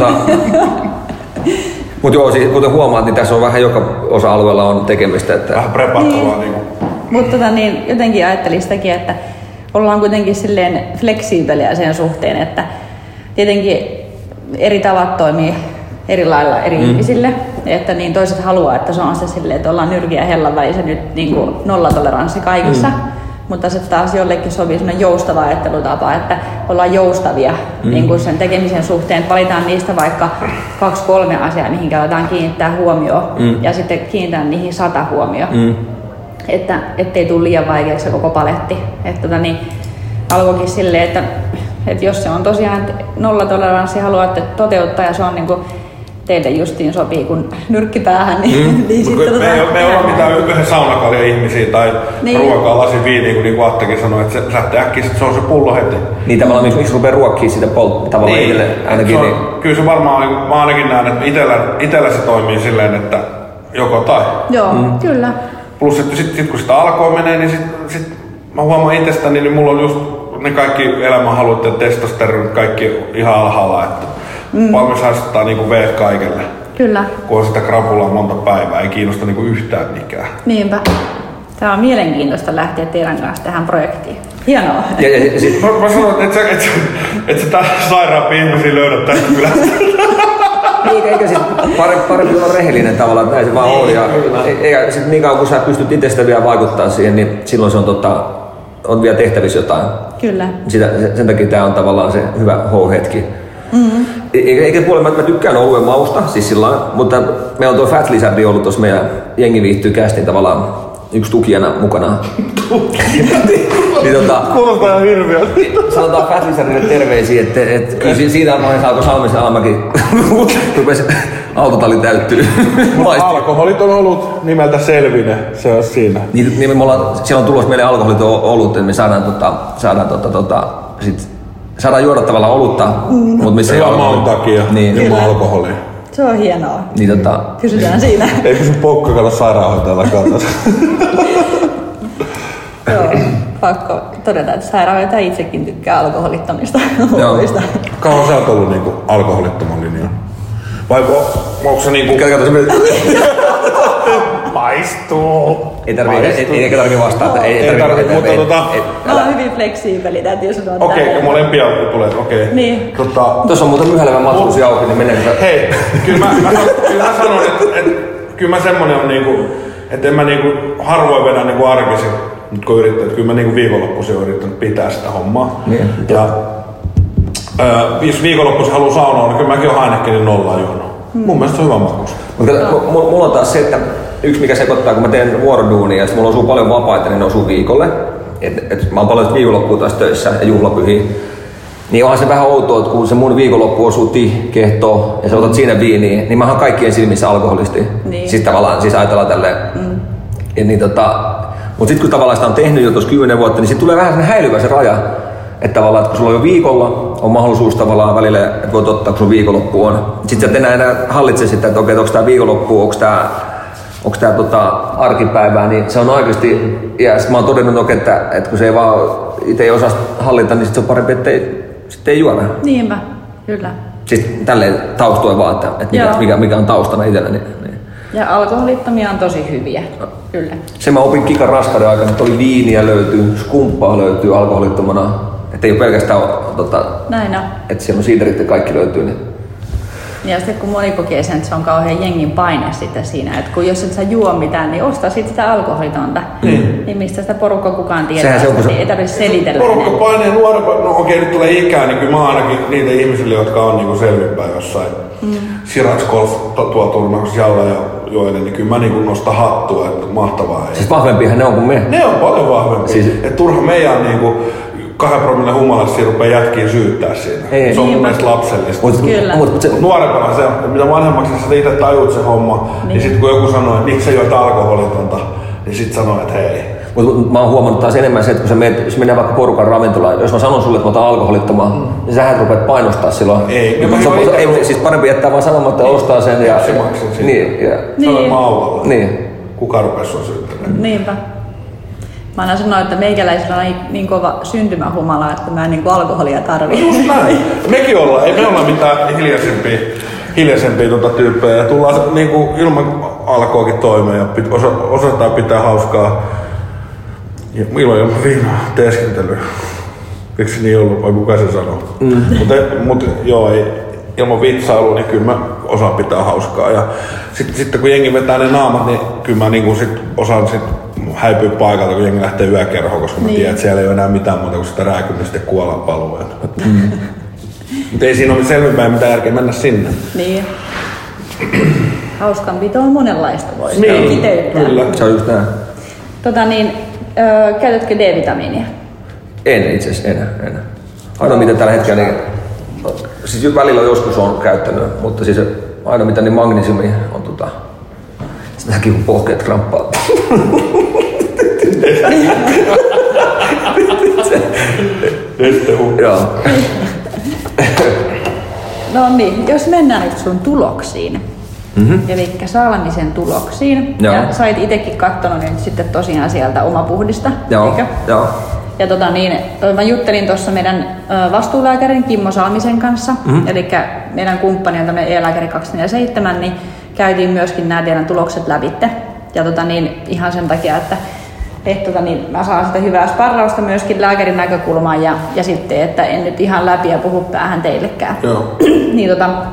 Speaker 3: Mut joo, siis, kuten huomaat, niin tässä on vähän joka osa-alueella on tekemistä. Että...
Speaker 1: Vähän prepattavaa niin.
Speaker 2: Mutta jotenkin ajattelin sitäkin, että ollaan kuitenkin silleen fleksiibeliä sen suhteen, että tietenkin eri tavat toimii eri lailla eri ihmisille. Että niin toiset haluaa, että se on se silleen, että ollaan nyrkin ja hellan välissä nyt niin kuin nollatoleranssi kaikissa. Mutta se taas jollekin sopii sellainen joustava ajattelutapa, että ollaan joustavia niin kuin sen tekemisen suhteen, että valitaan niistä vaikka 2-3 asiaa, mihin aletaan kiinnittää huomioon ja sitten kiinnitetään niihin 100 huomioon. Että ettei tule liian vaikeaksi se koko paletti. Että alkoikin silleen, että jos se on tosiaan nollatoleranssi haluatte toteuttaa ja se on niin kuin teille justiin sopii kun nyrkkipäähän, niin sitten...
Speaker 1: Me ei ole mitään yhden saunakalja ihmisiä tai ruokaa lasi viiniä, kun niin Attekin sanoi, että se lähtee äkkiä, se on se pullo heti.
Speaker 3: Niin tavallaan miksi rupeaa ruokkimaan sitä tavallaan itselle ainakin?
Speaker 1: Niin. Kyllä se varmaan, mä ainakin näen, että itellä se toimii silleen, että joko tai.
Speaker 2: Joo, kyllä.
Speaker 1: Plus, että sit kun sitä alkoi menee, niin sit mä huomaan itsestäni, niin mulla on just ne kaikki elämänhalut ja testosteronit kaikki ihan alhaalla, että valmis haistaa niinku veet kaikelle.
Speaker 2: Kyllä.
Speaker 1: Kun on sitä krapulaa monta päivää, ei kiinnosta niinku yhtään mikään.
Speaker 2: Niinpä. Tämä on mielenkiintoista lähteä teidän kanssa tähän projektiin. Hienoa.
Speaker 1: Mä sanon, että et sä sairaampi ihmisiä löydät tästä kylästä.
Speaker 3: Eikä sit parempi olla rehellinen tavallaan, että näin se vaan on. Ja sit niin kauan kun sä pystyt itsestä vielä vaikuttaa siihen, niin silloin se on vielä tehtävissä jotain.
Speaker 2: Kyllä.
Speaker 3: Sen takia tää on tavallaan se hyvä hetki. Eikä puolella mä tykkään oluen mausta, siis sillain, mutta meillä on tuo Fat Lizard ollut tuossa meidän Jengi viihtyy -kästin tavallaan yksi tukijana mukana.
Speaker 1: Kuulostaa ihan hirveältä.
Speaker 3: Sanotaan Fat Lizardille terveisiä, että kyllä siinä vaiheessa alkoi Salmisen Almakin rupesi autotalli täyttyy.
Speaker 1: Alkoholit on ollut nimeltä Selvine, se on siinä.
Speaker 3: Niin siellä on tulossa meille alkoholit ollut, että me saadaan juoda tavallaan olutta, mutta missä ei
Speaker 1: ole maun takia, ilman alkoholia.
Speaker 2: Se on hienoa.
Speaker 3: Niin,
Speaker 2: kysytään siinä.
Speaker 1: Ei kysy Pokka, kato sairaanhoitajalla kanssa.
Speaker 2: Joo, pakko todeta, että sairaanhoitaja itsekin tykkää alkoholittomista oluista.
Speaker 1: Kauan sä oot ollut niinku alkoholittoman linjalla? Vai onko se niinku... Maistuu!
Speaker 3: Ei tarvii vastata.
Speaker 1: Ei tarvii, mutta
Speaker 2: Mä oon hyvin fleksiibeli, täytyy sanoa.
Speaker 1: Okei, molempia tulee, okei.
Speaker 2: Niin.
Speaker 3: Tuossa on muuten myhälevä matkusi auki, niin menee.
Speaker 1: Hei, kyllä mä sanon, että kyllä mä semmonen on niinku, että en mä niinku harvoin vedä niinku arkisin, nyt kun yrittää, että kyllä mä niinku viikonloppuisin olen yrittänyt pitää sitä hommaa.
Speaker 3: Niin.
Speaker 1: Ja jos viikonloppuisin haluaa saunoa, niin kyllä mäkin oon Heinekenin nollaa juonut. Mun mielestä se on hyvä makusta.
Speaker 3: Mulla on taas se, että yksi mikä sekoittaa, kun mä teen vuoroduunia ja mulla osuu paljon vapaita, niin ne osuu viikolle. Mä oon paljon viikonloppua taas töissä ja juhlapyhiä. Niin onhan se vähän outoa, että kun se mun viikonloppu osuu kehtoon ja sä otat siinä viiniä, niin mä oon kaikkien silmissä alkoholisti. Niin. Siis tavallaan, siis ajatellaan tälleen. Niin mut sit kun tavallaan sitä on tehnyt jo tuossa 10 vuotta, niin sit tulee vähän sellainen häilyvä se raja. Että tavallaan, että kun sulla on jo viikolla, on mahdollisuus tavallaan välillä, että voit ottaa, kun sun viikonloppu on. Sitten sä et enää hallitse sitä, että okei, onko tää viikonloppu, onko tää arkipäivää, niin se on oikeasti, ja sit mä oon todennut, että kun se ei vaan itse ei osaa hallita, niin sit se on parempi, että ei juoda.
Speaker 2: Niinpä, kyllä.
Speaker 3: Siis tälleen taustuen vaan, että mikä on taustana itselläni. Niin.
Speaker 2: Ja alkoholittomia on tosi hyviä, kyllä.
Speaker 3: Se mä opin Kikan raskauden aikana, että oli viiniä löytyy, skumppaa löytyy alkoholittomana. Että ei ole pelkästään,
Speaker 2: näin on.
Speaker 3: Että siellä on siiderit ja kaikki löytyy. Niin.
Speaker 2: Ja sitten kun moni kokee sen, että se on kauhean jengin paine sitten siinä, että kun jos et sä juo mitään, niin osta sitten sitä alkoholitonta. Niin mistä sitä porukka kukaan tietää, niin ei tarvitse selitellä.
Speaker 1: Porukka painee nuorempaa, no okei nyt tulee ikää, niin kyllä mä ainakin niitä ihmisille, jotka on niinku selvinpäin jossain Sirats Golf tuolla turnauksessa Jalla ja Joinen, niin kyllä mä niinku nostan hattua, että mahtavaa.
Speaker 3: Siis vahvempiahan ne on kuin me.
Speaker 1: Ne on paljon vahvempia. Siis... Että turha meidän niinku 2 promille humalassa rupeaa jätkiä syyttää siinä. Se on mun mielestä lapsellista. Nuorempana se, mitä vanhemmaksi sä itse tajuut se homma, niin sit kun joku sanoo, että miksi sä juot alkoholitonta, niin sit sanoo, että hei.
Speaker 3: Mutta mä oon huomannut taas enemmän se, että kun jos menee vaikka porukan ravintolaan, jos mä sanon sulle, että mä otan alkoholittomaa, niin sähän rupeat painostaa silloin. Ei, siis parempi jättää vaan sanomatta ja ostaa sen. Ja,
Speaker 1: niin. Sanoit mä auvalla.
Speaker 3: Niin.
Speaker 1: Kuka rupes sua syyttämään?
Speaker 2: Niinpä. Mä aina sanoin, että meikäläisillä on niin kova syntymähumala, että mä en niin alkoholia tarvitse.
Speaker 1: Just näin. Mekin ollaan, ei me olla mitään hiljaisempia tyyppejä ja tullaan niin kuin ilman alkoakin toimeen ja osataan pitää hauskaa ilman viinaa teeskentelyä. Eikö se niin ollut vai kuka se sanoo? Mutta joo, ilman vitsailua, niin kyllä mä osaan pitää hauskaa. Ja sitten kun jengi vetää ne naamat, niin kyllä mä niin sit osaan häipyä paikalta, kun jengi lähtee yökerhoon, koska mä tiedän, että siellä ei ole enää mitään muuta kuin sitä rääkymistä ja kuolanpalua. Mutta ei siinä ole selvinpäin mitään järkeä mennä sinne.
Speaker 2: Niin. Hauskanpito on monenlaista, voi kiteyttää.
Speaker 1: Kyllä.
Speaker 3: Se on just näin.
Speaker 2: Käytätkö D-vitamiinia?
Speaker 3: En itse asiassa enää. Ainoa mitä tällä hetkellä, niin, siis välillä joskus on käyttänyt, mutta siis ainoa mitä niin magnesiumi on sitäkin kun pohkeet kramppaa. Joo.
Speaker 2: No niin, jos mennään nyt sun tuloksiin. Eli Salmisen tuloksiin.
Speaker 3: Joo.
Speaker 2: Ja sait itsekin katsonut nyt sitten tosiaan sieltä Omapuhdista.
Speaker 3: Joo.
Speaker 2: Ja mä juttelin tuossa meidän vastuulääkärin Kimmo Salmisen kanssa, eli meidän kumppani on tämmöinen E-lääkäri 247, niin käytiin myöskin nämä teidän tulokset lävitte. Ja ihan sen takia, että mä saan sitä hyvää sparrausta myöskin lääkärin näkökulmaan ja sitten, että en nyt ihan läpi ja puhu päähän teillekään.
Speaker 1: Joo.
Speaker 2: Niin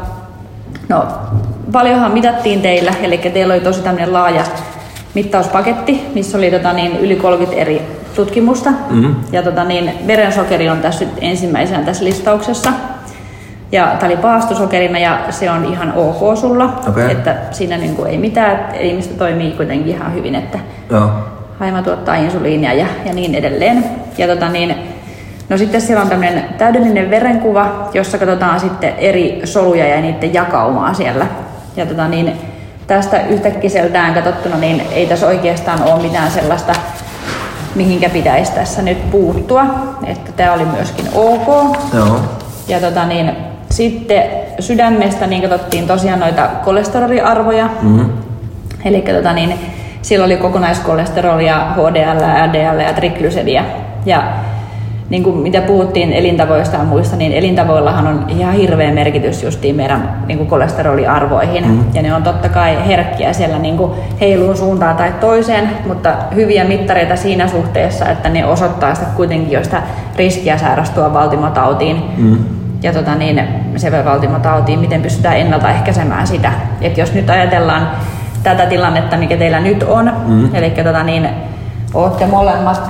Speaker 2: paljonhan mitattiin teillä, eli teillä oli tosi tämmöinen laaja mittauspaketti, missä oli yli 30 eri tutkimusta. Ja verensokeri on tässä nyt ensimmäisenä tässä listauksessa. Ja tää oli paastosokerina ja se on ihan ok sulla.
Speaker 3: Okay.
Speaker 2: Että siinä ei mitään, että elimistö toimii kuitenkin ihan hyvin, että haima tuottaa insuliinia ja niin edelleen. Ja no sitten siellä on tämmöinen täydellinen verenkuva, jossa katsotaan sitten eri soluja ja niiden jakaumaa siellä. Ja tästä yhtäkkiseltään katsottuna niin ei tässä oikeastaan ole mitään sellaista, mihinkä pitäisi tässä nyt puuttua. Että tämä oli myöskin ok.
Speaker 3: Joo. Ja
Speaker 2: sitten sydämestä niin katsottiin tosiaan noita kolesteroliarvoja. Eli siellä oli kokonaiskolesterolia, HDL, LDL ja triglyceridia. Ja niin kuin mitä puhuttiin elintavoista ja muista, niin elintavoillahan on ihan hirveä merkitys justiin meidän niin kuin kolesteroliarvoihin. Ja ne on totta kai herkkiä siellä niin kuin heiluun suuntaan tai toiseen, mutta hyviä mittareita siinä suhteessa, että ne osoittaa sitä kuitenkin jo sitä riskiä sairastua valtimotautiin. Ja valtimotautiin, miten pystytään ennaltaehkäisemään sitä. Et jos nyt ajatellaan tätä tilannetta, mikä teillä nyt on, eli ootte molemmat,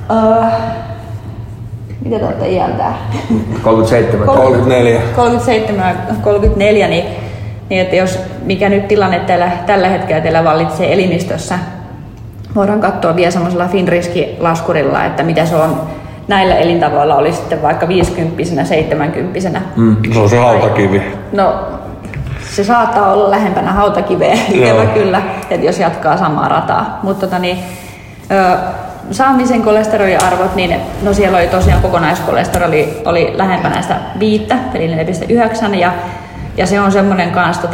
Speaker 2: mitä te olette iältään?
Speaker 3: 37.
Speaker 2: 34, niin että jos mikä nyt tilanne tällä hetkellä teillä vallitsee elimistössä, voidaan katsoa vielä semmoisella FinRiski-laskurilla, että mitä se on näillä elintavoilla oli sitten vaikka 50-vuotiaana, 70-vuotiaana.
Speaker 1: Se on se hautakivi.
Speaker 2: No, se saattaa olla lähempänä hautakiveä, ikävä kyllä, että jos jatkaa samaa rataa. Mutta saamisen kolesteroliarvot, niin no siellä oli tosiaan kokonaiskolesteroli oli lähempänä sitä 5, eli 4,9, ja se on semmoinen kanssa,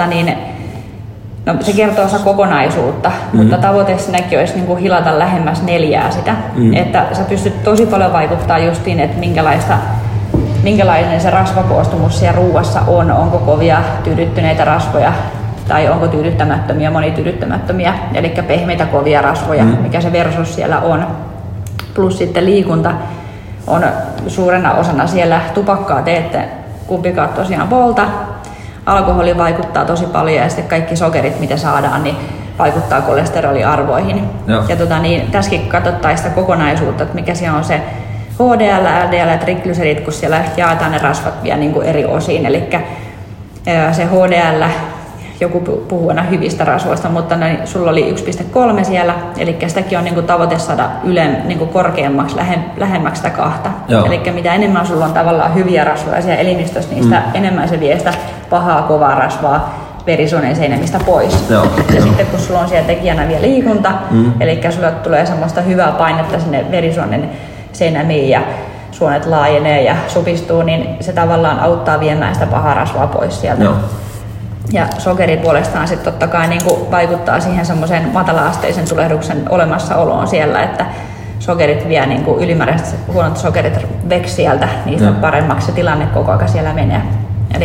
Speaker 2: no se kertoo osa kokonaisuutta, mutta tavoite sinäkin olisi niin kuin hilata lähemmäs 4 sitä, että sä pystyt tosi paljon vaikuttaa justiin, että minkälainen se rasvakoostumus siellä ruuassa on, onko kovia tyydyttyneitä rasvoja tai onko tyydyttämättömiä, monityydyttämättömiä, eli pehmeitä kovia rasvoja, mikä se versus siellä on. Plus sitten liikunta on suurena osana siellä, tupakkaa teette kumpikaan tosiaan polta, alkoholi vaikuttaa tosi paljon ja sitten kaikki sokerit, mitä saadaan, niin vaikuttaa kolesteroliarvoihin.
Speaker 3: Joo. Ja
Speaker 2: tässäkin katsotaan sitä kokonaisuutta, että mikä siellä on se HDL, LDL ja triglyceridit, kun siellä jaetaan ne rasvat vielä niin kuin eri osiin. Eli se HDL, joku puhuu aina hyvistä rasvoista, mutta sulla oli 1,3 siellä, eli sitäkin on niin kuin tavoite saada niin kuin korkeammaksi, lähemmäksi sitä 2. Eli mitä enemmän sulla on tavallaan hyviä rasvoja siellä elimistössä, niin sitä enemmän se vie sitä pahaa, kovaa rasvaa verisuonen seinämistä pois. Ja sitten kun sulla on siellä tekijänä vielä liikunta, eli sulle tulee semmoista hyvää painetta sinne verisuonen seinämiin ja suonet laajenee ja supistuu, niin se tavallaan auttaa viemään sitä pahaa rasvaa pois sieltä. Ja sokeri puolestaan sitten totta kai niin kuin vaikuttaa siihen semmoisen matala-asteisen tulehduksen olemassaoloon siellä, että sokerit vie niin kuin ylimääräiset huonot sokerit veksi sieltä, niistä paremmaksi se tilanne koko ajan siellä menee. Eli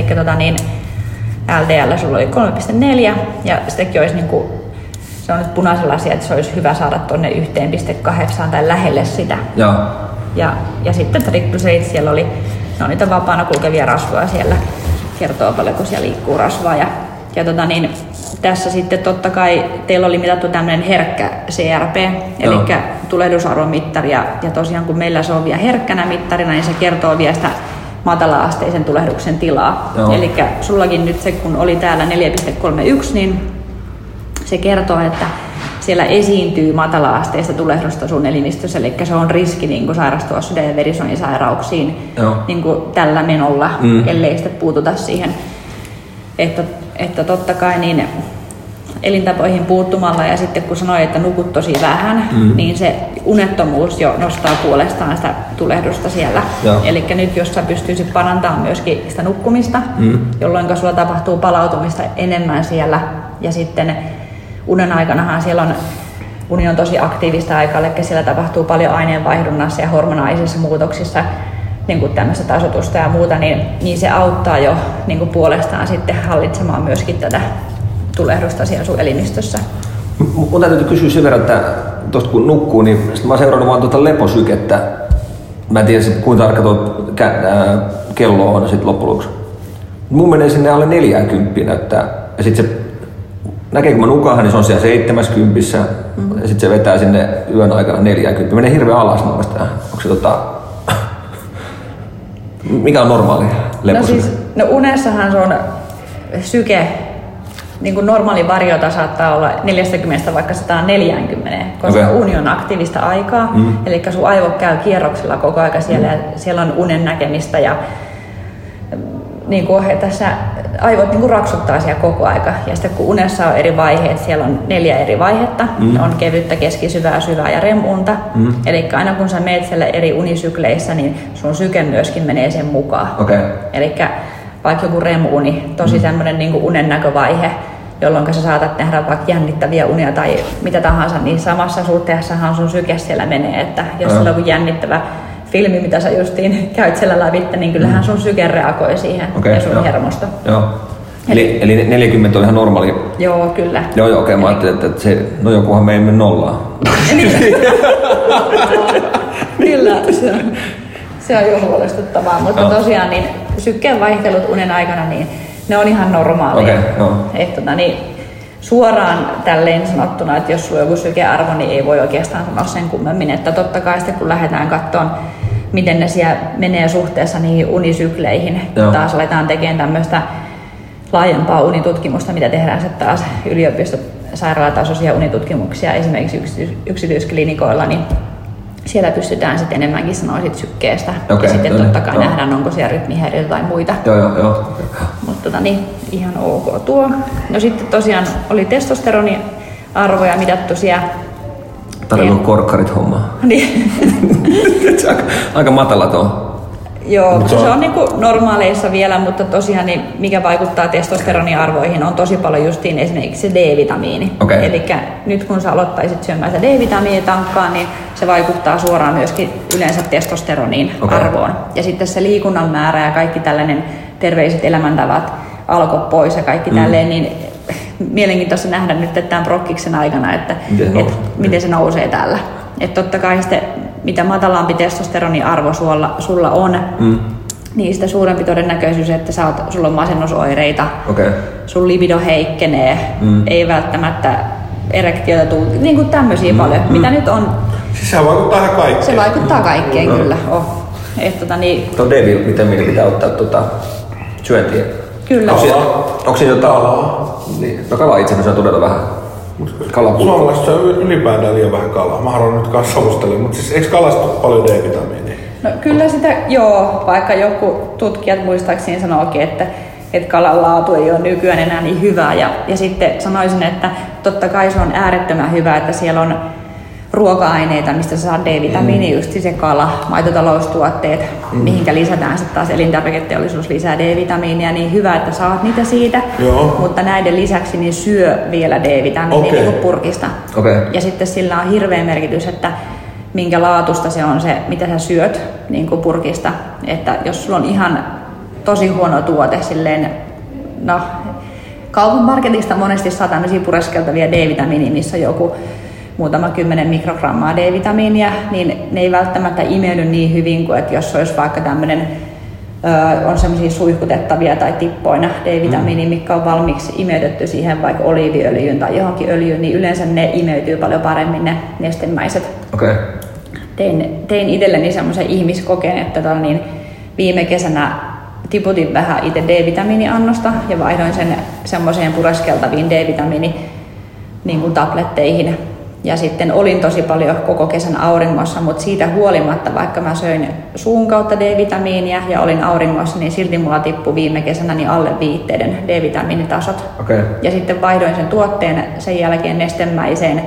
Speaker 2: LDL sulla oli 3,4 ja sitäkin olisi niin kuin, se on nyt punaisella asia, että se olisi hyvä saada tuonne 1,8 tai lähelle sitä. Ja sitten triglyceridit siellä oli, ne on niitä vapaana kulkevia rasvoja siellä, kertoo paljon kun siellä liikkuu rasvaa. Ja tässä sitten totta kai teillä oli mitattu tämmöinen herkkä CRP, eli tulehdusarvomittari ja tosiaan kun meillä se on vielä herkkänä mittarina, niin se kertoo vielä sitä matala-asteisen tulehduksen tilaa. Eli sullakin nyt se kun oli täällä 4,31, niin se kertoo, että siellä esiintyy matala-asteista tulehdusta sun elimistössä, eli se on riski niin kuin sairastua sydän- ja verisuonisairauksiin niin kuin tällä menolla, ellei sitten puututa siihen. Että totta kai niin elintapoihin puuttumalla ja sitten kun sanoin, että nukut tosi vähän, niin se unettomuus jo nostaa puolestaan sitä tulehdusta siellä. Eli nyt jos sä pystyisit parantamaan myöskin sitä nukkumista, jolloin sulla tapahtuu palautumista enemmän siellä ja sitten unen aikanahan siellä uni on tosi aktiivista aikaa, eli siellä tapahtuu paljon aineenvaihdunnassa ja hormonaalisissa muutoksissa, niin kuin tämmöistä tasoitusta ja muuta, niin se auttaa jo niin kuin puolestaan sitten hallitsemaan myöskin tätä tulehdusta siellä sun elimistössä.
Speaker 3: Mun täytyy kysyä sen verran, että tuosta kun nukkuu, niin mä oon seurannut vaan tuota leposykettä. Mä en tiedä kuinka tarkka tuo kello on sitten loppujen lopuksi. Mun menee sinne alle 40 näyttää. Ja sit se näkee, kun mä nukahan, niin se on siellä 70 ja sitten se vetää sinne yön aikana 40. Menee hirveän alas noista. Onko se mikä on normaali leposyke?
Speaker 2: No unessahan se on syke, niin kuin normaali variota saattaa olla 40 vaikka 140, koska uni on aktiivista aikaa. Eli sun aivot käy kierroksilla koko ajan siellä ja siellä on unen näkemistä ja niin kuin tässä aivot niin kuin raksuttaa siellä koko aika. Ja sitten kun unessa on eri vaiheet, siellä on 4 eri vaihetta. On kevyttä, keskisyvää, syvää ja REM-unta. Eli aina kun sä meet siellä eri unisykleissä, niin sun syke myöskin menee sen mukaan. Eli vaikka joku REM-uni, tosi semmoinen niin kuin unen näkövaihe, jolloin sä saatat nähdä vaikka jännittäviä unia tai mitä tahansa, niin samassa suhteessahan sun syke siellä menee. Että jos sulla on joku jännittävä filmi, mitä sä justiin käyt siellä lävittä, niin kyllähän sun syke reagoi siihen ja sun hermosto.
Speaker 3: Joo. Eli 40 on ihan normaali.
Speaker 2: Joo, kyllä.
Speaker 3: Joo, okei. Mä ajattelin, että se, no jokuhan me emme nollaa.
Speaker 2: Kyllä, se on jo huolestuttavaa, mutta tosiaan niin sykkeen vaihtelut unen aikana, niin ne on ihan normaalia. Niin, suoraan tälleen sanottuna, että jos sulla on joku sykearvo, niin ei voi oikeastaan sanoa sen kummemmin. Että totta kai sitten kun lähdetään katsomaan, miten ne siellä menee suhteessa niihin unisykleihin, taas aletaan tekemään tämmöistä laajempaa unitutkimusta, mitä tehdään sitten taas yliopistosairaalatasoisia unitutkimuksia esimerkiksi yksityisklinikoilla, niin siellä pystytään sitten enemmänkin sanoa sit sykkeestä. Ja sitten totta kai nähdään, onko siellä rytmihäiriöitä tai muita.
Speaker 3: Joo.
Speaker 2: Mutta niin, ihan ok tuo. No sitten tosiaan oli testosteroniarvoja mitattu siellä.
Speaker 3: Tämä oli korkkarit hommaa.
Speaker 2: Niin.
Speaker 3: Aika matala tuo.
Speaker 2: Joo, se on niinku normaaleissa vielä, mutta tosiaan niin mikä vaikuttaa testosteroniarvoihin on tosi paljon justiin esimerkiksi se D-vitamiini. Eli nyt kun sä aloittaisit syömään sitä D-vitamiinitankkaa, niin se vaikuttaa suoraan myöskin yleensä testosteroniin arvoon. Ja sitten se liikunnan määrä ja kaikki tällainen terveiset elämäntavat, alko pois ja kaikki tälleen, niin mielenkiintoista nähdä nyt tämän prokkiksen aikana, että miten se nousee täällä. Että totta kai sitten mitä matalampi testosteroniarvo sulla on, niin sitä suurempi todennäköisyys, että sulla on masennusoireita, sun libido heikkenee, ei välttämättä erektioita tule, niin kuin tämmöisiä paljon, mitä nyt on.
Speaker 1: Siis se vaikuttaa ihan kaikkeen.
Speaker 2: Se vaikuttaa kaikkeen, kyllä.
Speaker 3: Tuo D-vitamiini pitää ottaa syöntiä.
Speaker 2: Kyllä.
Speaker 3: Onko se jotain? Niin. No kalaa itse asiassa on todella vähän.
Speaker 1: Suomalaiset syö ylipäätään liian vähän kalaa. Mä haluan nyt kanssa savustella, mutta siis eikö kalasta ole paljon D-vitamiinia?
Speaker 2: No kyllä sitä, vaikka joku tutkijat muistaakseni sanookin, että kalan laatu ei ole nykyään enää niin hyvää. Ja sitten sanoisin, että totta kai se on äärettömän hyvä, että siellä on ruoka-aineita, mistä saa D-vitamiini, just se kala, maitotaloustuotteet, mihinkä lisätään sitten taas elintarviketeollisuus lisää D-vitamiinia, niin hyvä, että saat niitä siitä. Mutta näiden lisäksi niin syö vielä D-vitamiinia niin kuin purkista. Ja sitten sillä on hirveä merkitys, että minkä laatusta se on se, mitä sä syöt niin kuin purkista. Että jos sulla on ihan tosi huono tuote, silleen, no kaupan marketista monesti saa tämmöisiä pureskeltavia D-vitamiinia, missä on joku muutama 10 mikrogrammaa D-vitamiinia, niin ne ei välttämättä imeydy niin hyvin kuin että jos olisi vaikka tämmöinen, on semmoisia suihkutettavia tai tippoina D-vitamiinia, mitkä on valmiiksi imeytetty siihen vaikka oliiviöljyyn tai johonkin öljyyn, niin yleensä ne imeytyy paljon paremmin ne nestemäiset. Tein itselleni semmoisen ihmiskokeen, että niin viime kesänä tiputin vähän itse D-vitamiiniannosta ja vaihdoin sen semmoiseen pureskeltaviin D-vitamiini niin kuin tabletteihin. Ja sitten olin tosi paljon koko kesän auringossa, mutta siitä huolimatta, vaikka mä söin suun kautta D-vitamiinia ja olin auringossa, niin silti mulla tippui viime kesänä niin alle 5 D-vitamiinitasot. Ja sitten vaihdoin sen tuotteen sen jälkeen nestemäiseen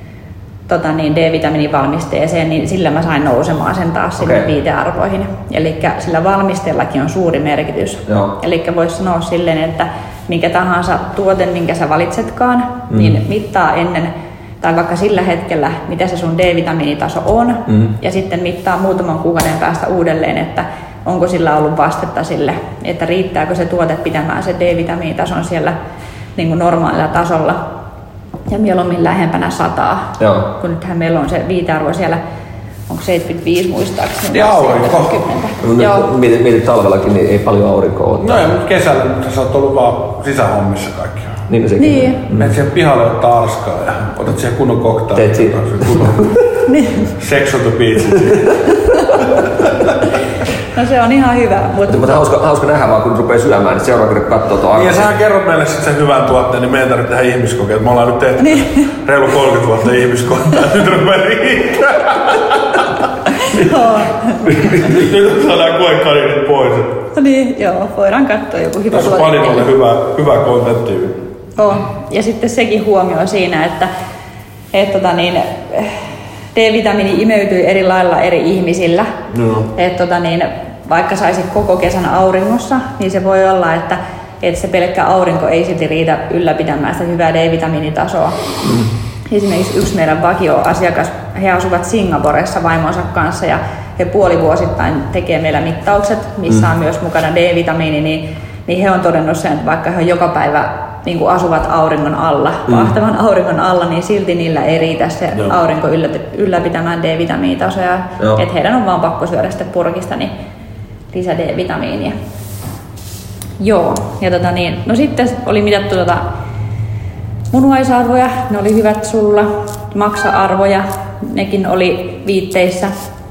Speaker 2: D-vitamiinivalmisteeseen, niin sillä mä sain nousemaan sen taas sinne viitearvoihin. Eli sillä valmisteellakin on suuri merkitys. Eli voisi sanoa silleen, että minkä tahansa tuote, minkä sä valitsetkaan, niin mittaa ennen tai vaikka sillä hetkellä, mitä se sun D-vitamiinitaso on, ja sitten mittaa muutaman kuukauden päästä uudelleen, että onko sillä ollut vastetta sille, että riittääkö se tuote pitämään se D-vitamiinitason siellä niin kuin normaalilla tasolla, ja mieluummin lähempänä 100, kun nythän meillä on se viitearvo siellä, onko 75 muistaakseni?
Speaker 1: Ja aurinko.
Speaker 3: Mietit talvellakin, niin ei paljon aurinkoa ole.
Speaker 1: No ei, mutta kesällä sä oot ollut vaan sisähommissa kaikki.
Speaker 2: Niin.
Speaker 1: Menet siihen pihalle ottaa arskaa ja otat siihen kunnon koktailin.
Speaker 3: Teet
Speaker 1: kunnon sex on the beach.
Speaker 2: No se on ihan hyvä.
Speaker 3: Mutta hauska nähdä vaan, kun rupeaa syömään, niin seuraava kerran katsoo tuon
Speaker 1: ja sähän kerrot meille sitten sen hyvän tuotteen, niin meidän tarvitsee tehdä ihmiskokeet. Me ollaan nyt tehty reilu 30 vuotta ihmiskokeita, ja nyt rupeaa riittää. Nyt saadaan koekaniinit pois.
Speaker 2: Niin, voidaan katsoa joku hyvä
Speaker 1: tuote. Tässä on Paninolle hyvä kontentti.
Speaker 2: Ja sitten sekin huomio siinä, että D-vitamiini imeytyy eri lailla eri ihmisillä. Vaikka saisit koko kesän auringossa, niin se voi olla, että se pelkkä aurinko ei silti riitä ylläpitämään sitä hyvää D-vitamiinitasoa. Esimerkiksi yksi meidän vakioasiakas, he asuvat Singaporessa vaimonsa kanssa ja he puolivuosittain tekee meillä mittaukset, missä on myös mukana D-vitamiini, niin he on todennut sen, että vaikka he on joka päivä niin kuin asuvat auringon alla, pahtavan auringon alla, niin silti niillä ei riitä se aurinko ylläpitämään D-vitamiinitasoja. Että heidän on vaan pakko syödä sitten purkista niin lisä D-vitamiinia. Joo, ja no sitten oli mitattu munuaisarvoja, ne oli hyvät sulla, maksa-arvoja, nekin oli viitteissä.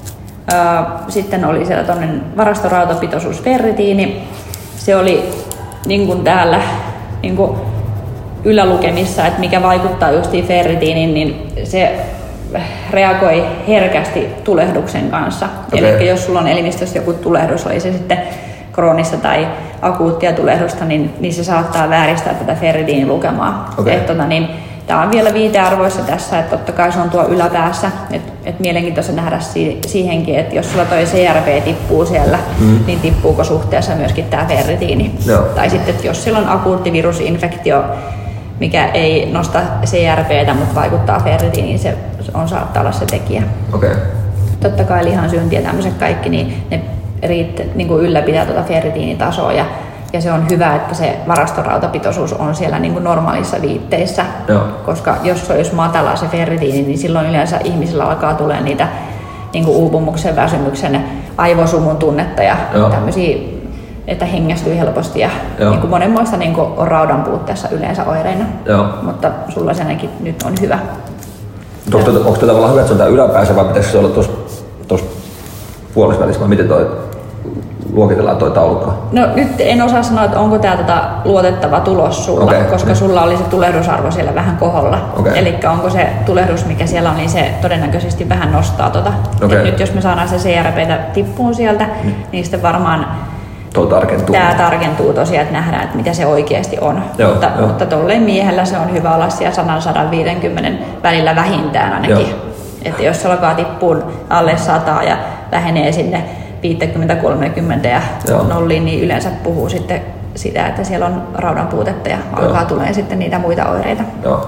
Speaker 2: Sitten oli siellä toinen varastorautapitoisuus ferritiini, se oli niin kuin täällä niin kuin ylälukemissa, että mikä vaikuttaa justiin ferritiiniin, niin se reagoi herkästi tulehduksen kanssa.
Speaker 3: Okay.
Speaker 2: Eli jos sulla on elimistössä joku tulehdus, oli se sitten kroonista tai akuuttia tulehdusta, niin se saattaa vääristää tätä ferritiinilukemaa.
Speaker 3: Okay.
Speaker 2: Tämä on vielä viitearvoissa tässä, että totta kai se on tuo yläpäässä. Et mielenkiintoista nähdä siihenkin, että jos sulla toi CRP tippuu siellä, niin tippuuko suhteessa myöskin tämä ferritiini.
Speaker 3: Joo.
Speaker 2: Tai sitten, että jos sillä on akuutti virusinfektio, mikä ei nosta CRPtä, mutta vaikuttaa ferritiiniin, se saattaa olla se tekijä.
Speaker 3: Okay.
Speaker 2: Totta kai lihansyönti ja tämmöiset kaikki, niin ne niin kuin ylläpitää tuota ferritiinitasoa ja se on hyvä, että se varastorautapitoisuus on siellä niin kuin normaalissa viitteissä, koska jos se olisi matala se ferritiini, niin silloin yleensä ihmisillä alkaa tulee niitä niin kuin uupumuksen, väsymyksen, aivosumun tunnetta ja tämmöisiä, että hengästyy helposti ja niin kuin monenmoista niin kuin on raudan puutteessa yleensä oireina, mutta sulla se ainakin nyt on hyvä.
Speaker 3: Onko tavallaan hyvä, että se on tää yläpäässä vai pitäisikö se olla tuossa puolisvälissä vai miten luokitellaan toi taulukko? No
Speaker 2: nyt en osaa sanoa, että onko tämä luotettava tulos sulla, koska sulla oli se tulehdusarvo siellä vähän koholla. Eli onko se tulehdus, mikä siellä on, niin se todennäköisesti vähän nostaa Nyt jos me saadaan se CRPtä tippuun sieltä, niin sitten varmaan tämä tarkentuu tosiaan, että nähdään, että mitä se oikeasti on. Mutta tolleen miehellä se on hyvä olla siellä 100-150 välillä vähintään ainakin. Että jos se alkaa tippuun alle 100 ja lähenee sinne 50-30 ja nolliin, niin yleensä puhuu sitten sitä, että siellä on raudan puutetta ja alkaa tulee sitten niitä muita oireita.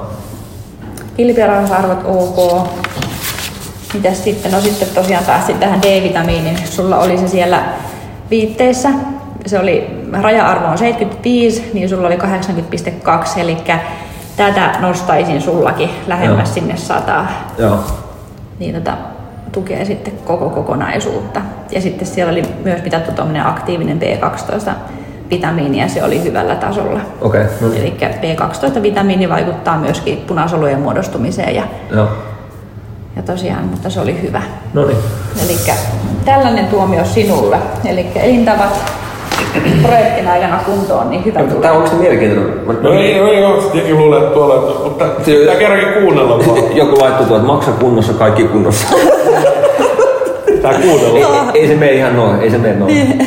Speaker 2: Kilpirauhasarvot ok. Mitäs sitten? No sitten tosiaan päästiin tähän D-vitamiiniin. Sulla oli se siellä viitteissä. Se oli, raja-arvo on 75, niin sulla oli 80,2, eli tätä nostaisin sullakin lähemmäs sinne 100. Niin tukee sitten koko kokonaisuutta. Ja sitten siellä oli myös mitattu tuommoinen aktiivinen B12-vitamiini ja se oli hyvällä tasolla. Eli B12-vitamiini vaikuttaa myöskin punasolujen muodostumiseen ja tosiaan, mutta se oli hyvä. Eli tällainen tuomio sinulle. Eli elintavat projektin aikana kuntoon, niin hyvä tulee.
Speaker 3: Tämä on oikeasti mielenkiintoinen.
Speaker 1: Ei ole, tietenkin luulee tuolla, mutta pitää kerrankin kuunnella vaan.
Speaker 3: Joku laittoi tuon, että maksa kunnossa, kaikki kunnossa.
Speaker 1: Pitää kuunnella.
Speaker 3: Ei se mene ihan noin, ei se mene noin.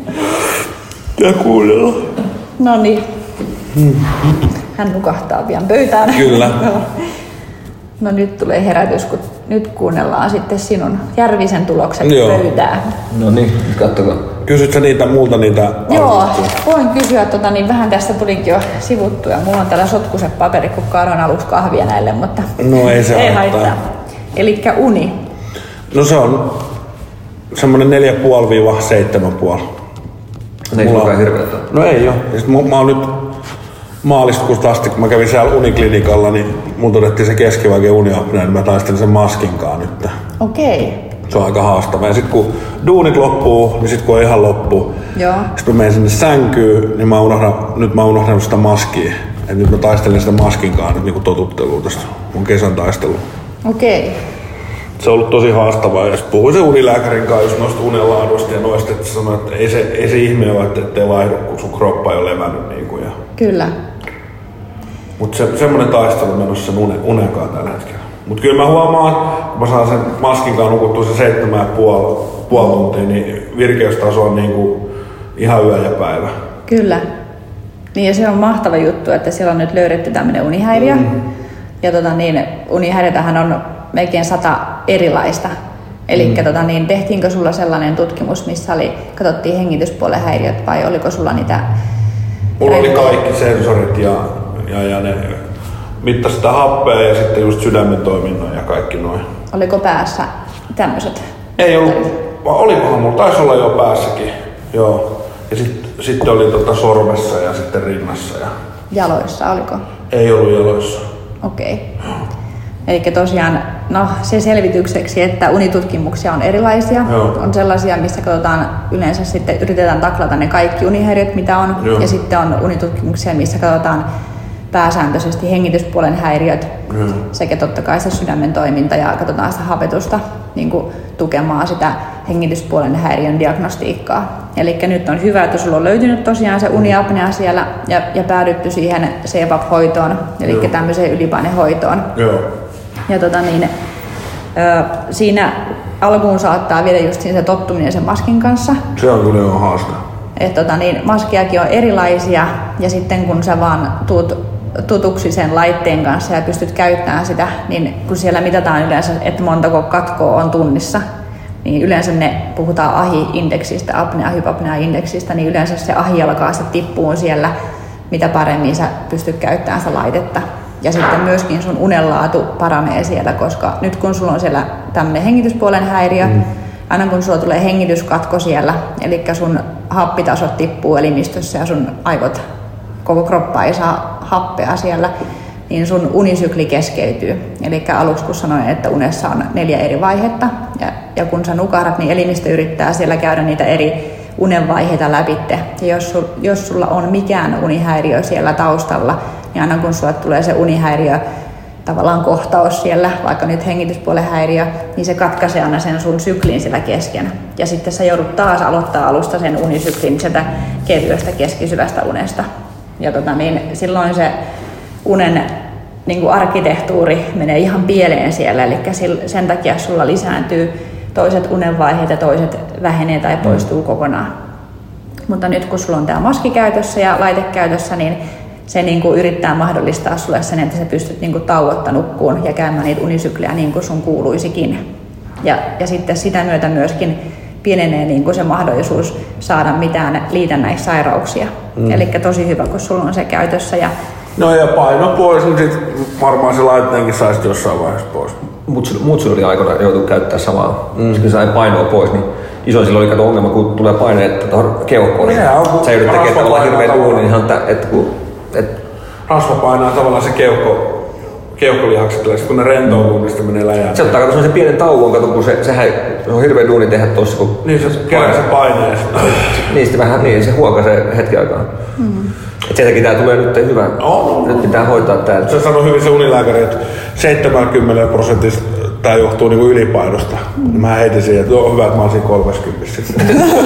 Speaker 1: Pitää kuunnella.
Speaker 2: No niin. Hän nukahtaa pian pöytään.
Speaker 1: Kyllä.
Speaker 2: No nyt tulee herätys, kun nyt kuunnellaan sitten sinun Järvisen tulokset pöytään.
Speaker 3: No niin, katsokaa.
Speaker 1: Kysytkö multa niitä
Speaker 2: Joo, voin kysyä, niin vähän tästä tulinkin jo sivuttua. Mulla on täällä sotkuset paperit, kun kaadoin aluksi kahvia näille, mutta
Speaker 1: no ei se
Speaker 2: haittaa. Elikkä uni.
Speaker 1: No se on semmonen 4,5–7,5.
Speaker 3: Ei sulla ole hirveätä.
Speaker 1: No ei oo. Mä oon nyt maaliskuusta asti, kun mä kävin siellä uniklinikalla, niin mun todettiin se keskivaikea uniapnea, niin mä taistelin sen maskinkaan nyt. Se on aika haastavaa. Ja sit kun duunit loppuu, niin sit kun on ihan loppu, sit mä menen sinne sänkyyn, niin mä unohdan sitä maskia. Et nyt mä taistelin sitä maskinkaan nyt niinku totuttelua tästä mun kesän taisteluun. Se on ollut tosi haastavaa. Ja sit puhuin sen unilääkärin kanssa just noista unenlaaduista ja noista, että sanoi, että ei se ihme ole, että ettei laihdu, kun sun kroppa ei ole levännyt. Niinku,
Speaker 2: Kyllä.
Speaker 1: Mutta semmonen taistelu menossa sen unenkaan tällä hetkellä. Mutta kyllä mä huomaan, kun mä saan sen maskinkaan nukuttua se 7,5 tuntia, niin virkeystaso on niinku ihan yö ja päivä.
Speaker 2: Kyllä. Niin ja se on mahtava juttu, että siellä on nyt löydetty tämmöinen unihäiriö. Ja unihäiriötähän on melkein 100 erilaista. Eli tehtiinkö sulla sellainen tutkimus, missä katsottiin hengityspuolen häiriöt vai oliko sulla niitä?
Speaker 1: Mulla oli kaikki sensorit ja ne mittasi sitä happea ja sitten just sydämen toiminnan ja kaikki noin.
Speaker 2: Oliko päässä tämmöiset?
Speaker 1: Ei ollut. olikohan mulla, taisi olla jo päässäkin, joo. Ja sitten oli sormessa ja sitten rinnassa. Ja...
Speaker 2: Jaloissa oliko?
Speaker 1: Ei ollut jaloissa.
Speaker 2: Okei. Eli tosiaan, se selvitykseksi, että unitutkimuksia on erilaisia. Joo. On sellaisia, missä katsotaan yleensä sitten, yritetään taklata ne kaikki unihäiriöt, mitä on. Joo. Ja sitten on unitutkimuksia, missä katsotaan pääsääntöisesti hengityspuolen häiriöt sekä totta kai se sydämen toiminta ja katsotaan sitä hapetusta niin kuin tukemaan sitä hengityspuolen häiriön diagnostiikkaa. Eli nyt on hyvä, että sulla on löytynyt tosiaan se uniapnea siellä ja päädytty siihen CPAP-hoitoon, eli tämmöiseen ylipainehoitoon.
Speaker 1: Joo.
Speaker 2: Ja siinä alkuun saattaa viedä just se tottuminen sen maskin kanssa.
Speaker 1: Se on kyllä haaste.
Speaker 2: Maskejakin on erilaisia ja sitten kun sä vaan tuut tutuksi sen laitteen kanssa ja pystyt käyttämään sitä, niin kun siellä mitataan yleensä, että montako katkoa on tunnissa, niin yleensä puhutaan AHI-indeksistä, apnea-hypapnea-indeksistä, niin yleensä se AHI alkaa sitten tippuun siellä, mitä paremmin sä pystyt käyttämään sitä laitetta. Ja sitten myöskin sun unenlaatu paranee siellä, koska nyt kun sulla on siellä tämmöinen hengityspuolen häiriö, aina kun sulla tulee hengityskatko siellä, eli sun happitasot tippuu elimistössä ja sun aivot, koko kroppa ei saa happea siellä, niin sun unisykli keskeytyy. Eli aluksi kun sanoin, että unessa on 4 eri vaihetta, ja kun sä nukahdat, niin elimistö yrittää siellä käydä niitä eri unenvaiheita läpitte. Ja jos sulla on mikään unihäiriö siellä taustalla, niin aina kun sulla tulee se unihäiriö, tavallaan kohtaus siellä, vaikka nyt hengityspuolen häiriö, niin se katkaisee aina sen sun syklin siellä kesken. Ja sitten sä joudut taas aloittaa alusta sen unisyklin sieltä kevyestä keskisyvästä unesta. Ja silloin se unen niin kuin arkkitehtuuri menee ihan pieleen siellä, eli sen takia sulla lisääntyy toiset unenvaiheet ja toiset vähenee tai poistuu kokonaan. Mutta nyt kun sulla on tämä maski käytössä ja laite käytössä, niin se niin kuin yrittää mahdollistaa sulle sen, että sä pystyt niin kuin tauotta nukkuun ja käymään niitä unisyklejä niin kuin sun kuuluisikin. Ja sitten sitä myötä myöskin pienenee niin kuin se mahdollisuus saada mitään liitännäissairauksia. Eli tosi hyvä, kun sulla on se käytössä.
Speaker 1: No ja paino pois, niin sit varmaan se laitteenkin saisi jossain vaiheessa pois.
Speaker 3: Mutsu oli aikoina joutunut käyttää samaa. Kun sai painoa pois, niin isoin silloin oli ongelma, kun tulee paineet tuohon keuhkoon. Niin sä joudut tekemään tavallaan hirveä duuni, niin
Speaker 1: rasva painaa tavallaan se keuhkolihakset, kun ne rentoutuu, niin sitten menee läjään.
Speaker 3: Se ottaa semmoisen pienen tauon, kun sehän on hirveä duuni tehdä tossa.
Speaker 1: Niin se kerää se painee.
Speaker 3: Niin sitten vähän se huokaisee hetken aikaa. Et senkin tää tulee nyt hyvä. Nyt pitää hoitaa tää.
Speaker 1: Se sanoi hyvin se unilääkäri, että 70% tää johtuu niinku ylipainosta. Mä heitin siihen, että hyvä, että mä olisin 30 sitten.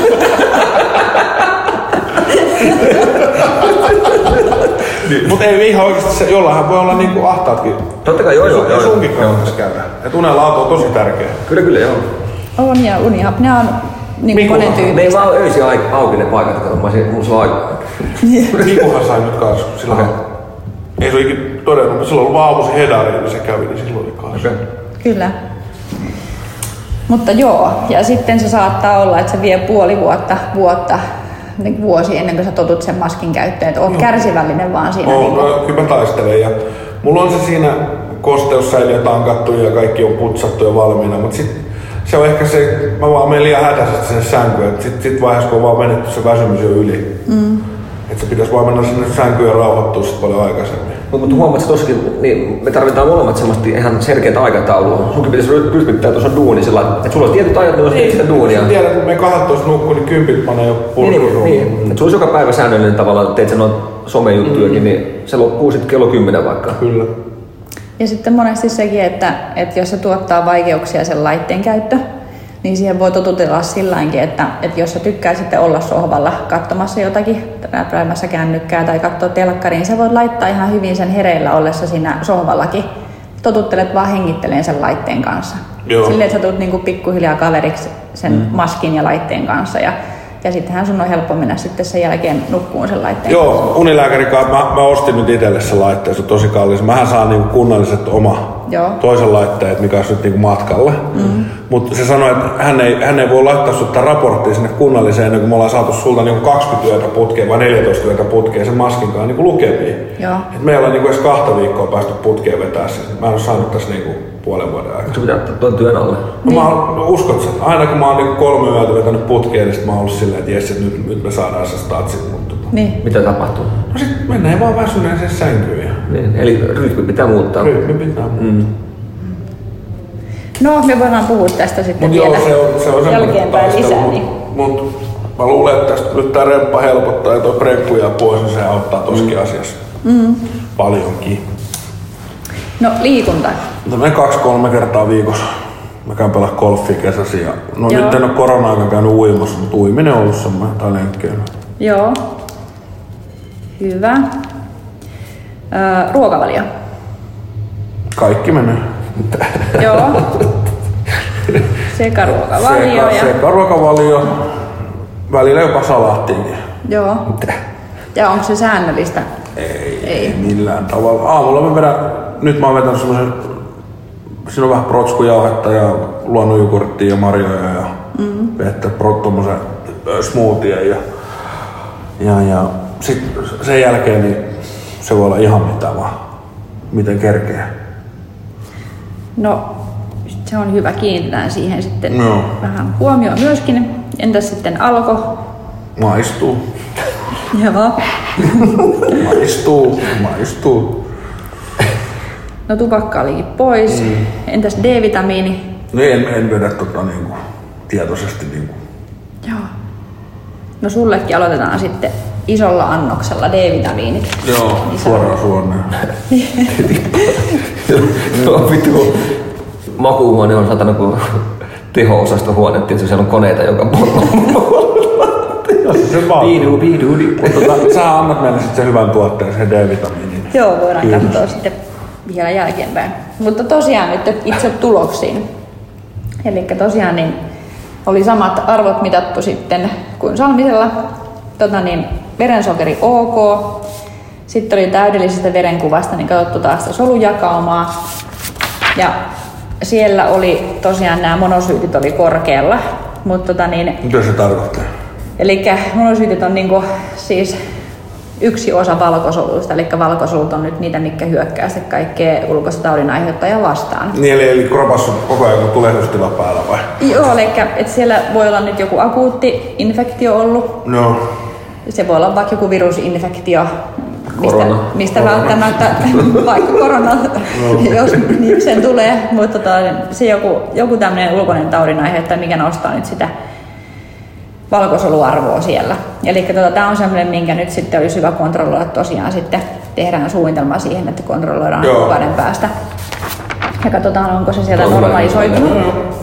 Speaker 1: Mutta ei ihan oikeesti, jollainhan voi olla niinku ahtaatkin.
Speaker 3: Totta kai joo.
Speaker 1: Sunkin kannattaa käydä. Et unenlaatu on tosi tärkeä.
Speaker 3: Kyllä joo.
Speaker 2: On ja uniapnea on niin monen tyyppistä.
Speaker 3: Ne ei vaan öisin auki ne paikat, kato, mulla se on aikaa.
Speaker 1: Mikuhan sai nyt kanssa. Ei se ole ikinä todennut, mutta silloin oli vaan aamuisin hedari, niin se kävi, niin silloin oli kanssa. Okay.
Speaker 2: Kyllä. Mutta joo, ja sitten se saattaa olla, että se vie puoli vuotta vuosi ennen kuin sä totut sen maskin käyttöön, että oot kärsivällinen vaan siinä.
Speaker 1: Kyllä mä taistelen ja mulla on se siinä kosteussäiliö tankattu ja kaikki on putsattu ja valmiina, mutta sit se on ehkä se, mä vaan menen liian hätäisesti sinne sänkyyn, että sit vaiheessa kun on vaan menetty se väsymys jo yli. Että se pitäisi vaan mennä sinne sänkyyn ja rauhoittua sit paljon aikaisemmin.
Speaker 3: Mutta huomaat, että tossakin niin me tarvitaan molemmat semmoista ihan selkeät aikataulua. Sunkin pitäisi rytmittää tuossa duuni sillä että sulla olisi tietyt ajat, niin sitä duunia.
Speaker 1: Sä tiedät, kun me 12 nukkuu, niin 10 panee jo purkuun.
Speaker 3: Niin. Että sulla olisi joka päivä säännöllinen tavallaan, että teet sen noin somejuttujakin, niin se loppuu sitten kello 10 vaikka.
Speaker 1: Kyllä.
Speaker 2: Ja sitten monesti sekin, että jos se tuottaa vaikeuksia sen laitteen käyttö, niin siihen voi totutella silläkin, että jos sä tykkää sitten olla sohvalla katsomassa jotakin, räpläämässä kännykkää tai katsoa telkkariin, niin sä voit laittaa ihan hyvin sen hereillä ollessa siinä sohvallakin. Totuttelet vaan hengitteleen sen laitteen kanssa. Joo. Silleen, että sä tulet niinku pikkuhiljaa kaveriksi sen maskin ja laitteen kanssa. Ja sittenhän sun on helppo mennä sitten sen jälkeen nukkuun sen laitteen kanssa.
Speaker 1: Unilääkärin kanssa mä ostin nyt itselle sen laitteen, se on tosi kallis. Mähän saan niinku kunnalliset toisen laitteen, mikä on nyt niinku matkalla. Mutta se sanoi, että hän ei voi laittaa sut raporttia sinne kunnalliseen ennen kuin me ollaan saatu sulta niinku 20 yötä putkeen vai 14 yötä putkeen sen maskinkaan niinku lukemiin. Et me ei ole niinku edes 2 viikkoa päästy putkeen vetää sen. Mä en ole saanut tässä niinku puolen vuoden aikana.
Speaker 3: Onko se pitää ottaa tuon työn alle?
Speaker 1: No uskot sen. Aina kun mä oon niinku 3 yötä vetänyt putkeen, niin sit mä oon ollut silleen, että jes, että nyt me saadaan se statsit.
Speaker 2: Niin.
Speaker 3: Mitä tapahtuu?
Speaker 1: No sit menee vaan väsyneeseen sänkyyn.
Speaker 3: Niin, eli rytmi pitää muuttaa.
Speaker 1: Rytmi pitää muuttaa.
Speaker 2: No, me voidaan puhua tästä sitten vielä
Speaker 1: se on
Speaker 2: jälkeenpäin lisää. Niin.
Speaker 1: Mut mä luulen, että tästä nyt tää remppa helpottaa ja toi preppu jää pois, niin se auttaa toskin asiassa. Paljonkin.
Speaker 2: No, liikunta.
Speaker 1: Me 2-3 kertaa viikossa. Mä käyn pelaa golfia kesäsi. No nyt en oo korona-aikaan käynyt uimassa, mutta uiminen on ollut semmoinen tai lenkkeily.
Speaker 2: Joo. Hyvä. Ruokavalio.
Speaker 1: Kaikki menee.
Speaker 2: Joo. Sekaruokavalio.
Speaker 1: Sekaruokavalio. Välillä jopa salaattiinkin.
Speaker 2: Joo. Ja onko se säännöllistä?
Speaker 1: Ei millään tavalla. Aamulla mä vedän, nyt mä oon vetänyt semmosen, siinä on vähän protskujauhetta ja luonnonjogurttia ja marjoja ja vettä, tommosen smoothien ja sit sen jälkeen niin se voi olla ihan mitä vaan, miten kerkeä.
Speaker 2: No, se on hyvä, kiinnitetään siihen sitten vähän huomioon myöskin. Entäs sitten alko?
Speaker 1: Maistuu.
Speaker 2: Joo.
Speaker 1: Maistuu.
Speaker 2: No tupakka olikin pois. Entäs D-vitamiini?
Speaker 1: No en vedä niinku tietoisesti niinku.
Speaker 2: Joo. No sullekin aloitetaan sitten isolla annoksella D-vitamiinit.
Speaker 1: Joo, suoraan suoneen.
Speaker 3: Joo, vittu. Makuuhuone on satana kuin teho-osastohuone, tietysti siellä on koneita joka puolella. Biidu.
Speaker 1: Sä annat meille sitten sen hyvän tuotteen, sen D-vitamiinin.
Speaker 2: Joo, voidaan katsoa sitten vielä jälkeenpäin. Mutta tosiaan nyt itse tuloksiin. Eli tosiaan niin oli samat arvot mitattu sitten kuin Salmisella. Verensokeri ok. Sitten oli täydellisestä verenkuvasta niin katsottu taas sitä solujakaumaa. Ja siellä oli tosiaan nämä monosyytit oli korkealla. Mutta
Speaker 1: mitä se tarkoittaa?
Speaker 2: Eli monosyytit on niinku siis yksi osa valkosoluista, eli valkosolut on nyt niitä, mitkä hyökkää sitten kaikkea ulkoista taudin aiheuttajaa vastaan.
Speaker 1: Niin, eli kropassa on koko ajan tulehdustila päällä vai?
Speaker 2: Joo, eli siellä voi olla nyt joku akuutti infektio ollut.
Speaker 1: No.
Speaker 2: Se voi olla vaikka joku virusinfektio, mistä välttämättä vaikka korona, jos niin sen tulee, mutta se joku tämmöinen ulkoinen taudin aiheuttaja, mikä nostaa nyt sitä valkosoluarvoa siellä. Eli tämä on semmoinen, minkä nyt sitten olisi hyvä kontrolloida. Tosiaan sitten tehdään suunnitelma siihen, että kontrolloidaan kuukauden päästä. Ja katsotaan, onko se siellä normalisoitunut.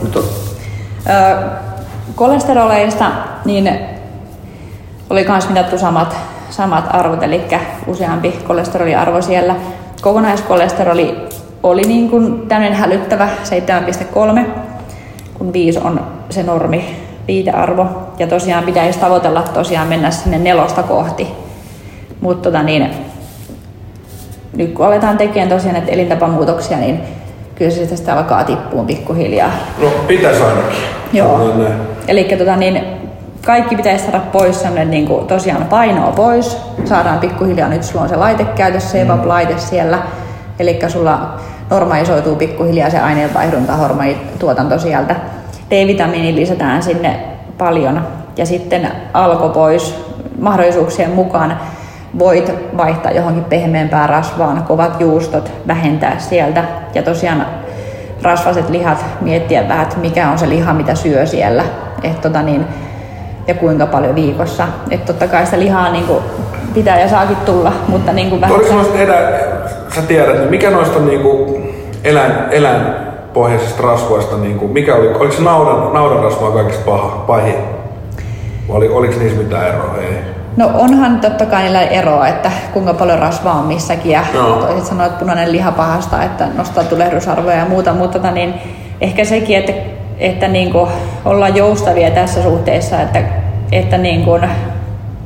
Speaker 2: Kolesteroleista niin oli myös mitattu samat arvot, eli useampi kolesteroliarvo siellä. Kokonaiskolesteroli oli niin kuin tämmöinen hälyttävä 7,3, kun 5 on se normi viitearvo. Ja tosiaan pitäisi tavoitella mennä sinne 4 kohti. Mutta nyt kun aletaan tekemään tosiaan näitä elintapamuutoksia, niin kyllä se tästä alkaa tippuun pikkuhiljaa.
Speaker 1: No pitäisi ainakin.
Speaker 2: Joo. Eli kaikki pitäisi saada pois niin kuin tosiaan painoa pois. Saadaan pikkuhiljaa, nyt sulla on se laite käytössä, CPAP-laite siellä. Eli sulla normalisoituu pikkuhiljaa se aineenvaihdunta, hormonituotanto sieltä. D-vitamiini lisätään sinne paljon ja sitten alko pois. Mahdollisuuksien mukaan voit vaihtaa johonkin pehmeämpään rasvaan, kovat juustot vähentää sieltä ja tosiaan rasvaset lihat miettiä vähän, että mikä on se liha, mitä syö siellä ja kuinka paljon viikossa. Että totta kai sitä lihaa niin kuin pitää ja saakin tulla, mutta niin kuin vähän...
Speaker 1: Sä tiedät, niin mikä noista niin kuin eläinpohjaisista rasvoista, niin kuin, oliko se naudanrasvaa kaikista pahin? Oliko niissä mitään eroa? Ei.
Speaker 2: No onhan totta kai niillä eroa, että kuinka paljon rasvaa on missäkin ja toiset sanoo, että punainen liha pahasta, että nostaa tulehdusarvoja ja muuta, mutta ehkä sekin, että niin kuin ollaan joustavia tässä suhteessa, että niin kuin,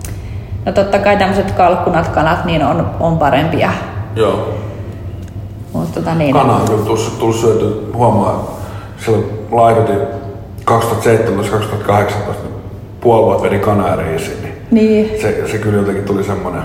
Speaker 2: no totta kai tämmöiset kalkkunat, kanat niin on parempia.
Speaker 1: Joo. Kana on kyllä tullut syöty, huomaa, silloin laihdutin 2017-2018, puoli vuotta vedin kanaa ja riisiä, niin. Se kyllä jotenkin tuli semmoinen.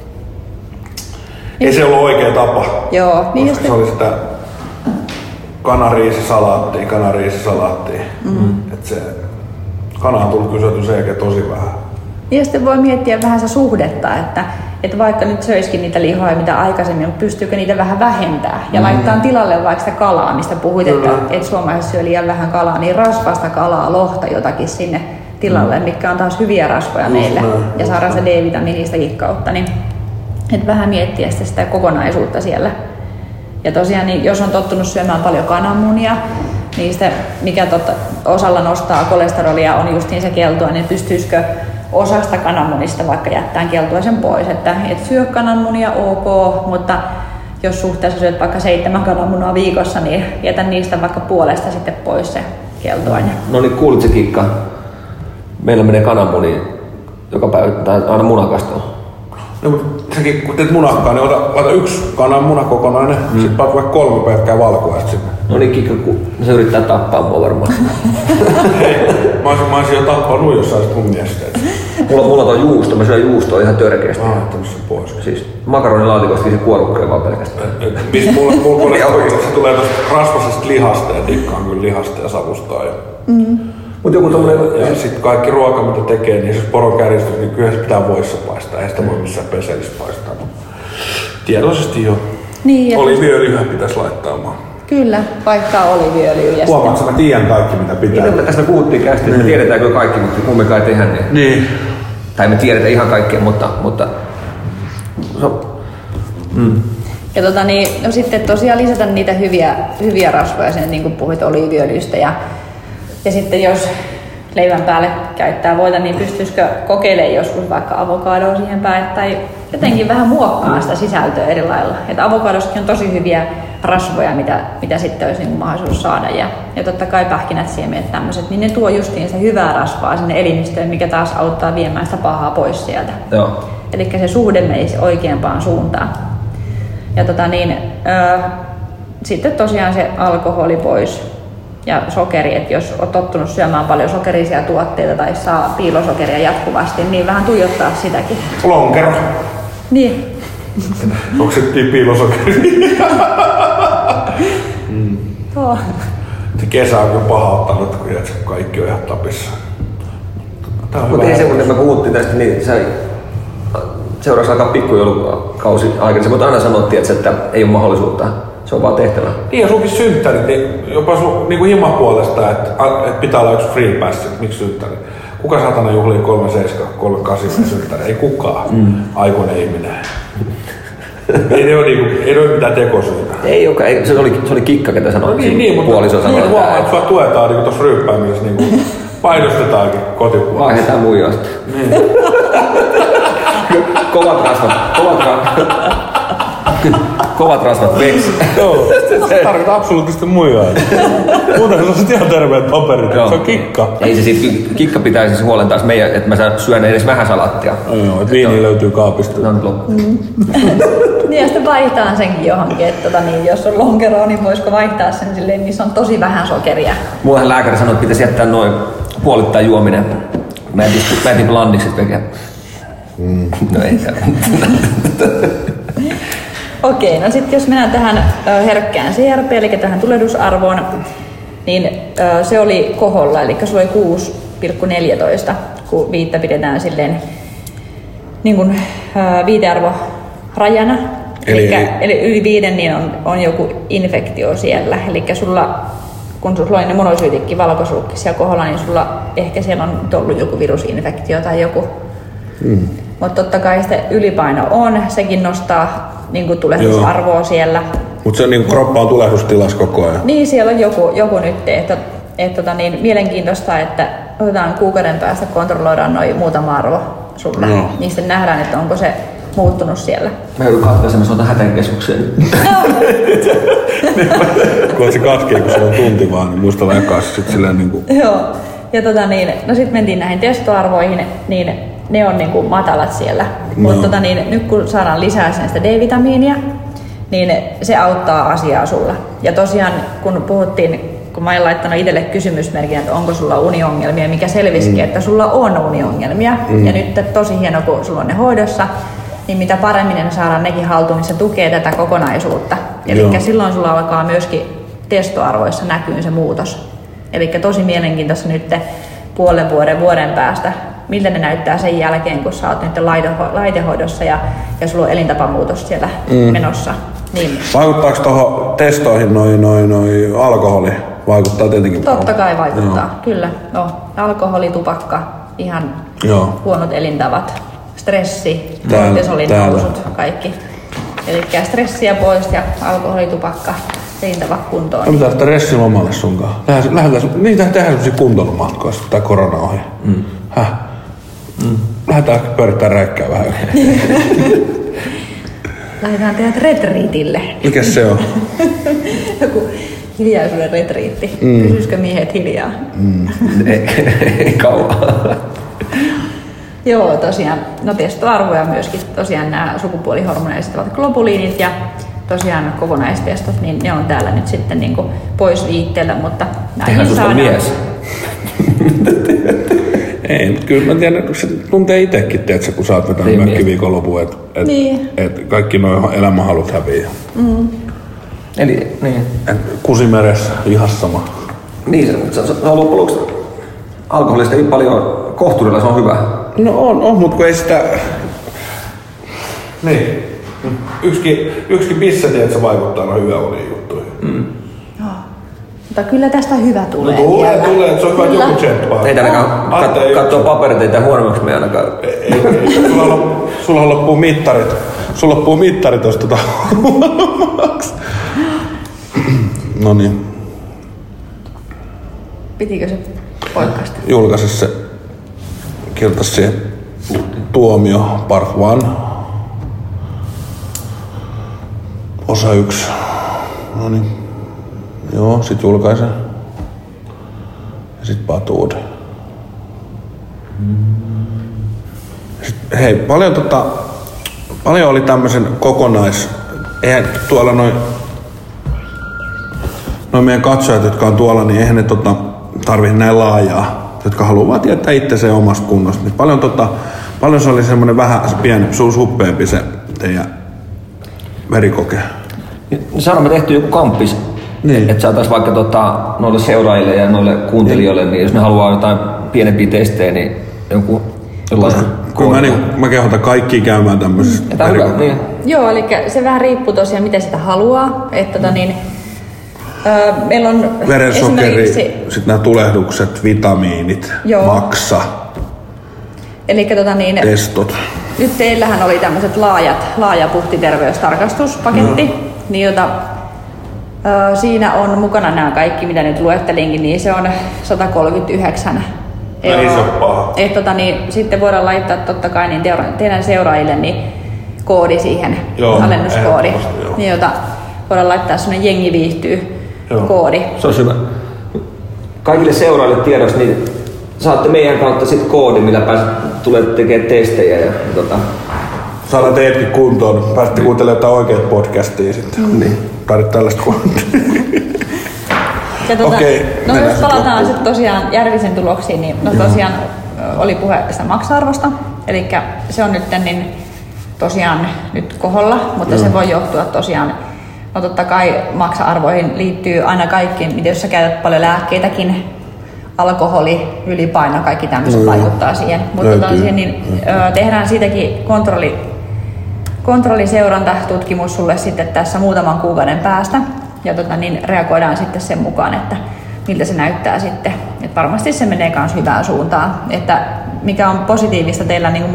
Speaker 1: Ei se ollut oikea tapa,
Speaker 2: joo, niin
Speaker 1: koska se oli sitä kanariisisalaattia. Että se kana on tullut kyllä syöty sen jälkeen tosi vähän.
Speaker 2: Ja sitten voi miettiä vähän sitä suhdetta, että vaikka nyt söisikin niitä lihoja mitä aikaisemmin, mutta pystyykö niitä vähän vähentämään ja laittaa tilalle vaikka sitä kalaa, mistä puhuit, että suomalaiset syö liian vähän kalaa, niin rasvasta kalaa, lohta jotakin sinne tilalle, mikä on taas hyviä rasvoja meille ja saadaan se D-vitamiinistakin kautta, niin että vähän miettiä sitä kokonaisuutta siellä. Ja tosiaan, niin jos on tottunut syömään paljon kananmunia, niin se, mikä osalla nostaa kolesterolia, on justiin se keltua, niin pystyisikö osasta kananmunista vaikka jättämään keltuaisen pois. Että syö kananmunia ok, mutta jos suhteessa syöt vaikka 7 kananmunaa viikossa, niin jätä niistä vaikka puolesta sitten pois se keltuaine.
Speaker 3: No niin, kuulit se Kikka? Meillä menee kananmuni joka päivä, tai aina munakastoon.
Speaker 1: No, mutta säkin, kun teet munakkaa, niin ota 1 kananmuna kokonainen, sitten paat vaikka 3 pelkkää valkuaista sinne.
Speaker 3: No niin, Kikka, se yrittää tappaa mua varmaan.
Speaker 1: Hei, mä olisin jo tappanut, jos saisit mun mielestä.
Speaker 3: Mulla on juusto, mä syön juustoa ihan törkeästi.
Speaker 1: Tämmössä pois.
Speaker 3: Siis makaronilaatikosta se kuorukkeen vaan pelkästään.
Speaker 1: Missä mulla se tulee tosta rasvasesta lihasta ja tikkaan kyllä lihasta ja savustaa.
Speaker 3: Mut joku tommonen...
Speaker 1: Ja sit kaikki ruoka mitä tekee, niin jos poron kärjistys, niin kyllä se pitää voissa paistaa. Ei sitä voi missään peselissä paistaa. Tietoisesti jo. Niin, oliiviöljyä pitäisi laittaa maan.
Speaker 2: Kyllä, vaihtaa oliiviöljyä.
Speaker 1: Huomaatko, että mä tiedän kaikki mitä pitää.
Speaker 3: Niin, tästä puhuttiin kästi, että me tiedetään kyllä kaikki, mutta kumminkaan ei tehdä niin.
Speaker 1: Niin.
Speaker 3: Tai me tiedetään ihan kaikkea, mutta...
Speaker 2: Ja no sitten tosiaan lisätä niitä hyviä rasvoja sinne, niin kuin puhuit oliiviöljystä. Ja sitten jos leivän päälle käyttää voita, niin pystyisikö kokeilemaan joskus vaikka avokadoa siihen päälle tai jotenkin vähän muokkaa sitä sisältöä eri lailla. Että avokadossakin on tosi hyviä rasvoja, mitä sitten olisi niin mahdollisuus saada. Ja totta kai pähkinät, siemenet tämmöiset, niin ne tuo justiin sitä hyvää rasvaa sinne elimistöön, mikä taas auttaa viemään sitä pahaa pois sieltä. Eli se suhde menisi oikeampaan suuntaan. Ja sitten tosiaan se alkoholi pois. Ja sokeri, että jos olet tottunut syömään paljon sokerisia tuotteita tai saa piilosokeria jatkuvasti, niin vähän tuijottaa sitäkin.
Speaker 1: Lonkero.
Speaker 2: Niin.
Speaker 1: Oksettiin piilosokeri. Se kesä on kyllä paha ottanut, kun kaikki on ihan tapissa.
Speaker 3: Mutta ei se, kun me puhuttiin tästä, niin seuraavaksi alkaa pikkujoulukausi aikana. Mutta aina sanottiin, että ei ole mahdollisuutta. Se on vaan tehtävä.
Speaker 1: Niin ja sunkin synttärit, niin jopa sun niin himan puolesta, että pitää olla yksi free pass, miksi synttärit. Kuka saatana juhlii 37, 38 synttärit? Ei kukaan. Aikuinen ihminen. Ei ole mitään tekosyitä.
Speaker 3: Ei olekaan, se oli Kikka, ketä sanoi.
Speaker 1: Niin,
Speaker 3: puoliso sanoi.
Speaker 1: Niin huomaa, että sua tuetaan niin tuossa ryyppäämisessä, niin painostetaankin kotipuolella.
Speaker 3: Vaihdetaan muijasta. Niin. Kovat rasvat veksi.
Speaker 1: Joo, se tarkoittaa absoluuttisesti muijaa. Muuten se on sitten ihan terveet paperit. Se on Kikka.
Speaker 3: Ei se sit, Kikka pitää siis huolen taas meidän, että mä syön edes vähän salattia.
Speaker 1: Joo, että viini löytyy kaapista.
Speaker 3: No nyt loppu.
Speaker 2: Niin ja sitten vaihtaa senkin johonkin, että jos on lonkeroa, niin voisiko vaihtaa sen silleen, missä on tosi vähän sokeria.
Speaker 3: Mullahan lääkäri sanoi, että pitäisi jättää noin puolittain juominen. Mä etin blandikset veke. No ei.
Speaker 2: Okei, no sitten jos mennään tähän herkkään CRP, eli tähän tulehdusarvoon, niin se oli koholla, eli se oli 6,14, kun viittä pidetään silleen niin kuin viitearvorajana. Eli yli 5 niin on joku infektio siellä, eli kun sulla on ne monosyytikki, valkosulkki siellä koholla, niin sulla ehkä siellä on ollut joku virusinfektio tai joku. Mutta totta kai sitten ylipaino on, sekin nostaa niin tulehdusarvoa siellä.
Speaker 1: Mutta se niin kroppa on tulehdustilassa koko ajan.
Speaker 2: Niin, siellä on joku nyt, että mielenkiintoista, että otetaan kuukauden päästä kontrolloidaan noin muutama arvo sulla. No. Niin sitten nähdään, että onko se muuttunut siellä.
Speaker 3: Mä joudun katsomaan, mä soitan hätäkeskukseen.
Speaker 1: Kun se katkee, kun se on tunti vaan, niin muista jakaa se sitten silleen niin kuin...
Speaker 2: Joo. Ja no sitten mentiin näihin testoarvoihin, niin ne on niin kuin matalat siellä. No. Mutta nyt kun saadaan lisää sitä D-vitamiinia, niin se auttaa asiaa sulla. Ja tosiaan kun puhuttiin, kun mä en laittanut itselle kysymysmerkin, että onko sulla uniongelmia, mikä selvisikin, että sulla on uniongelmia. Ja nyt tosi hieno, kun sulla on ne hoidossa, niin mitä paremmin ne saadaan nekin haltuun, niin se tukee tätä kokonaisuutta. Eli silloin sulla alkaa myöskin testoarvoissa näkyy se muutos. Eli tosi mielenkiintoista nyt puolen vuoden päästä, miltä ne näyttää sen jälkeen, kun sä oot nyt laitehoidossa ja sulla on elintapamuutos siellä menossa. Niin.
Speaker 1: Vaikuttaako tuohon testoihin noi alkoholi? Vaikuttaa tietenkin.
Speaker 2: Totta kai vaikuttaa, kyllä. No, alkoholi, tupakka, ihan huonot elintavat, stressi, kortisolin nousut, kaikki. Eli stressiä pois ja alkoholi, tupakka, elintava kuntoon.
Speaker 1: Mitä stressilomalle sunkaan? Niitä tehdään sellaisia kuntolomatkoja tai korona ohi. Lähdetään pyörittää räikkää vähän.
Speaker 2: Lähdetään tehdä retriitille.
Speaker 1: Mikäs se on?
Speaker 2: Joku hiljaisuuden retriitti. Pysyisikö miehet hiljaa?
Speaker 3: Ei kauan.
Speaker 2: Joo, tosiaan. No testoarvoja myöskin. Tosiaan nämä sukupuolihormoneiset globuliinit ja tosiaan kokonaistestot, niin ne on täällä nyt sitten niin kuin pois viitteellä, mutta
Speaker 3: näihin saadaan... mies.
Speaker 1: Ei, mutta kyllä mä tiedän, kun se tuntee itsekin, tiedätkö, kun sä oot vetänyt mökkiviikonlopun, että kaikki nuo elämänhalut häviää.
Speaker 3: Eli niin.
Speaker 1: Kusimeressä, ihan sama.
Speaker 3: Niin, se on loppujen lopuksi alkoholista ei paljon, kohturilla se on hyvä.
Speaker 1: No on, mutta kun ei sitä... Niin. Yksikin pissa, tiedätkö, vaikuttaa noin hyvä uniin juttuihin.
Speaker 2: Mutta kyllä tästä hyvä tulee.
Speaker 1: No tulee, se on hyvä, joku tsemppaa.
Speaker 3: Ei ainakaan katsoa paperit, ei tää huonommaksi me ainakaan.
Speaker 1: Ei. Sulla loppuu mittarit. Sulla loppuu mittarit, jos huonommaksi. Noniin.
Speaker 2: Pitikö se poikkaista?
Speaker 1: Julkaisi se, kirjoittaisi siihen tuomio part 1. Osa 1. Noniin. Joo, sit julkaisen. Ja sit patuuden. Hei, paljon oli tämmösen eihän tuolla noin meidän katsojat, jotka on tuolla, niin eihän ne tarvii näin laajaa, jotka haluaa vaan tietää itse omasta kunnosta. Niin paljon se oli semmonen vähän pieni, suppeempi se teidän verikoke.
Speaker 3: Saadaan me tehty joku kamppis. Niin. Että saataisiin vaikka noille seuraajille ja noille kuuntelijoille, niin jos ne haluaa jotain pienempiä testejä, niin jollain
Speaker 1: mä kehotan kaikkia käymään tämmöisessä.
Speaker 3: Niin.
Speaker 2: Joo, eli se vähän riippuu tosiaan, miten sitä haluaa. Että meillä on
Speaker 1: verensokeri, sitten nämä tulehdukset, vitamiinit, maksa,
Speaker 2: eli
Speaker 1: testot.
Speaker 2: Nyt teillähän oli tämmöiset laaja puhtiterveystarkastuspaketti, niin jota siinä on mukana nämä kaikki, mitä nyt luettelinkin, niin se on 139 €. Että sitten voidaan laittaa totta kai niin teidän seuraajille niin koodi siihen, alennuskoodi, niin jota voidaan laittaa semmoinen jengi viihtyy koodi.
Speaker 3: Se on hyvä. Kaikille seuraajille tiedoksi, niin saatte meidän kautta sit koodi, millä tulee tekemään testejä. Ja
Speaker 1: saadaan teidätkin kuntoon. Pääsitte kuuntelemaan jotain oikeat podcastia sitten. Niin. Tarvitse tällaista kuntoa.
Speaker 2: Jos palataan sitten tosiaan Järvisen tuloksiin, niin tosiaan oli puhe tästä maksa-arvosta. Eli se on nyt niin tosiaan nyt koholla, mutta se voi johtua tosiaan, totta kai maksa-arvoihin liittyy aina kaikki, jos sä käytät paljon lääkkeitäkin, alkoholi, ylipaino, kaikki tämmöiset vaikuttaa siihen. Mutta niin, tehdään siitäkin kontrolliseurantatutkimus sulle sitten tässä muutaman kuukauden päästä. Ja niin reagoidaan sitten sen mukaan, että miltä se näyttää sitten. Et varmasti se menee myös hyvään suuntaan. Että mikä on positiivista teillä niin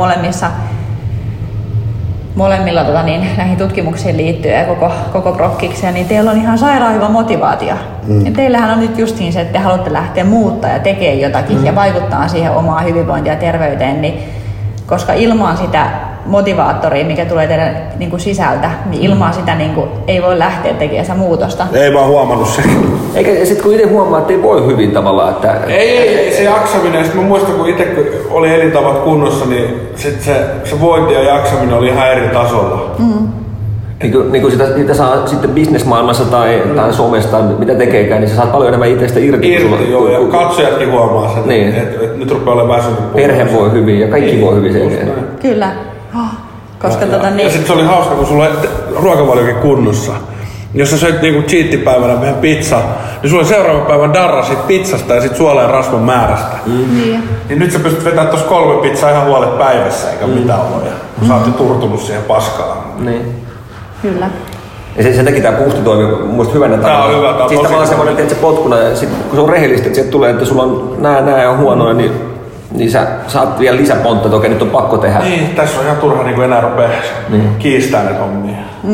Speaker 2: molemmilla näihin tutkimuksiin liittyen ja koko prokkikseen, niin teillä on ihan sairaan hyvä motivaatio. Ja teillähän on nyt justiin se, että te haluatte lähteä muuttaa ja tekemään jotakin ja vaikuttaa siihen omaan hyvinvointiin ja terveyteen, niin koska ilman sitä motivaattoria, mikä tulee teidän niin kuin sisältä, niin ilman sitä niin kuin, ei voi lähteä tekemään sitä muutosta.
Speaker 1: Ei vaan huomannut se.
Speaker 3: Eikä sitten kun itse huomaa, että ei voi hyvin tavallaan. Että...
Speaker 1: Ei se jaksaminen. Sitten mä muistan, kun itse oli elintavat kunnossa, niin sit se vointi ja jaksaminen oli ihan eri tasolla.
Speaker 3: Niin kuin niitä saa sitten bisnesmaailmassa tai somesta tai mitä tekeekään, niin sä saat paljon enemmän itsestä irti.
Speaker 1: Joo, ja katsojatkin huomaa sen,
Speaker 3: niin.
Speaker 1: että nyt rupeaa olemaan väsynyt.
Speaker 3: Perhe voi hyvin ja kaikki voi hyvin sen.
Speaker 2: Kyllä. Koska
Speaker 1: ja sitten se oli hauska, kun sulla oli ruokavaliokin kunnossa. Jos sä söit niinku cheat-päivänä meidän pizza, niin sulla oli seuraavan päivän darra siitä pizzasta ja sit suola ja rasvan määrästä. Niin nyt sä pystyt vetämään tossa 3 pizzaa ihan huolet päivässä eikä mitään oloja. Kun sä oot jo turtunut siihen paskaan.
Speaker 2: Niin. Kyllä.
Speaker 3: Ja sen takia tää boosti toimii mun mielestä hyvänä tavalla.
Speaker 1: Tää on hyvä, tää on
Speaker 3: siis
Speaker 1: tosi
Speaker 3: tavallaan semmoinen, että se potkuna ja sit kun se on rehellistä, että sieltä tulee, että sulla on nää on huonoja, niin sä saat vielä lisäpontta, että okei, nyt on pakko tehdä.
Speaker 1: Niin, tässä on ihan turha niin enää rupea kiistää näitä hommia.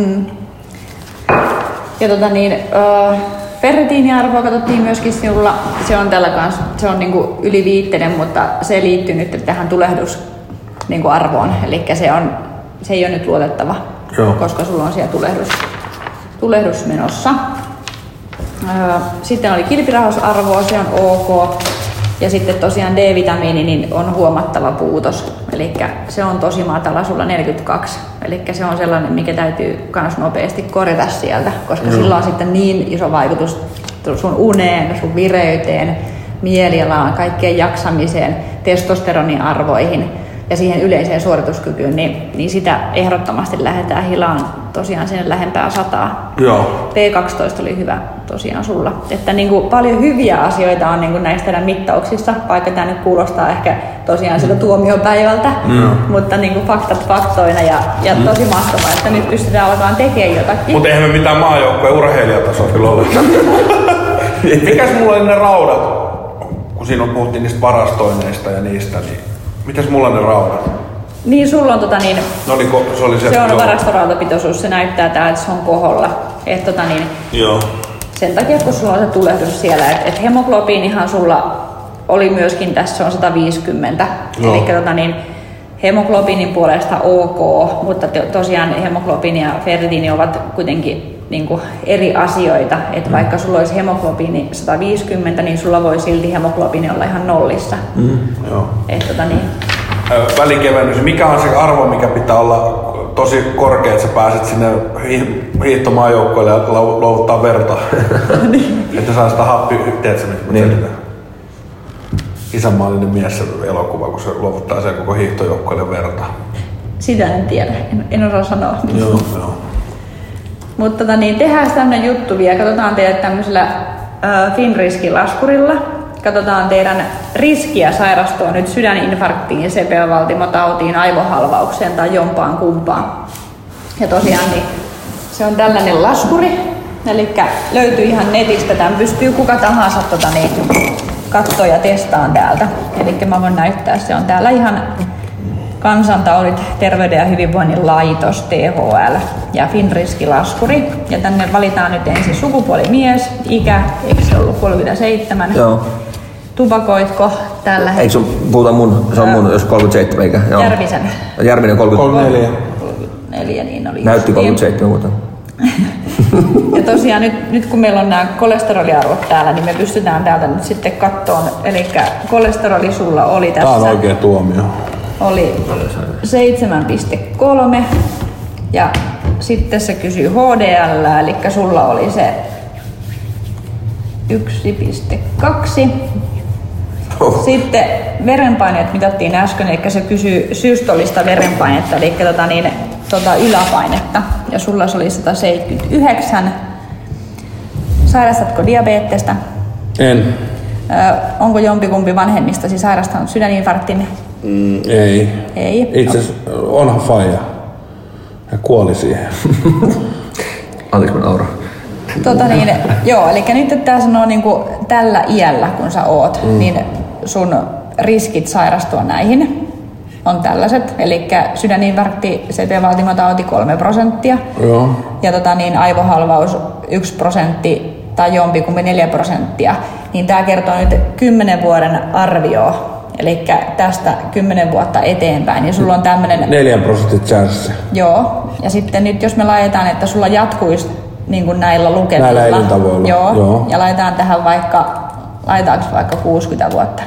Speaker 2: Ja ferritiiniarvoa katsottiin myöskin sinulla. Se on tällä kanssa, se on niinku yli 5, mutta se liittyy nyt tähän tulehdusarvoon. Eli se ei ole nyt luotettava, koska sulla on siellä tulehdus menossa. Sitten oli kilpirauhasarvoa, se on ok. Ja sitten tosiaan D-vitamiini niin on huomattava puutos. Eli se on tosi matala, sulla 42. Eli se on sellainen, mikä täytyy myös nopeasti korjata sieltä, koska sillä on sitten niin iso vaikutus sun uneen, sun vireyteen, mielialaan, kaikkeen jaksamiseen, testosteroniarvoihin ja siihen yleiseen suorituskykyyn, niin sitä ehdottomasti lähdetään hilaan tosiaan sinne lähempää 100.
Speaker 1: Joo.
Speaker 2: P12 oli hyvä tosiaan sulla. Että niin kuin paljon hyviä asioita on niin kuin näistä teidän mittauksissa, vaikka tämä nyt kuulostaa ehkä tosiaan siltä tuomiopäivältä, mutta niin kuin faktat faktoina ja tosi mahtavaa, että nyt pystytään alkaa tekemään jotakin.
Speaker 1: Mutta eihän me mitään maajoukkoja urheilijatasoa kyllä ole. Mikäs mulla oli ne raudat, kun siinä puhuttiin niistä varastoinneista ja niistä, niin mitäs mulla ne raudat?
Speaker 2: Niin sulla on
Speaker 1: se
Speaker 2: on varastorautapitoisuus, se näyttää täällä, että se on koholla.
Speaker 1: Joo.
Speaker 2: Sen takia, kun sulla on se tulehdus siellä, että hemoglobiinihan sulla oli myöskin tässä, se on 150. Eli hemoglobiinin puolesta ok, mutta tosiaan hemoglobiini ja ferritiini ovat kuitenkin niin kuin eri asioita. Että vaikka sulla olisi hemoglobiini 150, niin sulla voi silti hemoglobiini olla ihan nollissa.
Speaker 1: Joo.
Speaker 2: Välikevennys.
Speaker 1: Mikä on se arvo, mikä pitää olla tosi korkea, että sä pääset sinne hiihtomaajoukkoille ja luovuttaa verta? Että saa sitä happia, tiedätkö mitä isänmaallinen mies se elokuva, kun se luovuttaa sen koko hiihtojoukkoille verta.
Speaker 2: Sitä en tiedä, en osaa sanoa.
Speaker 1: Joo.
Speaker 2: Mutta tehdään tämmönen juttu vielä, katsotaan teidät tämmöisellä FinRiski-laskurilla. Katsotaan teidän riskiä sairastua nyt sydäninfarktiin, sepelvaltimotautiin, aivohalvaukseen tai jompaan kumpaan. Ja tosiaan niin se on tällainen laskuri, eli löytyy ihan netistä, tämän pystyy kuka tahansa katsoa ja testaan täältä. Eli mä voin näyttää, se on täällä ihan Kansantaudit, Terveyden ja hyvinvoinnin laitos, THL ja FinRiski-laskuri. Ja tänne valitaan nyt ensin sukupuoli mies, ikä, eikö se ollut 37?
Speaker 3: Joo.
Speaker 2: Tupakoitko tällä hetkellä?
Speaker 3: Eikö se on mun, jos 37 eikä? Joo.
Speaker 2: Järvisen.
Speaker 3: Järvinen
Speaker 1: 34.
Speaker 2: 34, niin oli.
Speaker 3: Näytti 37 muuta.
Speaker 2: Ja tosiaan nyt kun meillä on nämä kolesteroliarvot täällä, niin me pystytään täältä nyt sitten kattoon. Eli kolesteroli sulla oli tässä.
Speaker 1: Tää on oikea tuomio.
Speaker 2: Oli 7,3 ja sitten se kysyy HDL, eli sulla oli se 1,2. Sitten verenpaineet mitattiin äsken, eli se kysyy systolista verenpainetta, eli yläpainetta. Ja sulla se oli 179. Sairastatko diabeettista?
Speaker 1: En.
Speaker 2: Onko jompikumpi vanhemmistasi sairastanut sydäninfarktin?
Speaker 1: Ei.
Speaker 2: Ei.
Speaker 1: Itse asiassa onhan faija. Ja kuoli siihen.
Speaker 3: Anteeksi mun aura.
Speaker 2: Joo, eli nyt tää sanoo niinku tällä iällä, kun sä oot, niin sun riskit sairastua näihin on tällaiset. Eli sydäninfarkti, sepelvaltimotauti 3%.
Speaker 1: Joo.
Speaker 2: Ja aivohalvaus 1% tai jompikumpi 4%. Niin tää kertoo nyt 10 vuoden arvioa. Eli tästä 10 vuotta eteenpäin, niin sulla on tämmönen
Speaker 1: 4% chanssi.
Speaker 2: Joo, ja sitten nyt jos me laitetaan, että sulla jatkuisi niin kuin näillä lukemilla.
Speaker 1: Näillä elintavoilla.
Speaker 2: Joo. Ja laitetaan tähän laitetaanko vaikka 60 vuotta.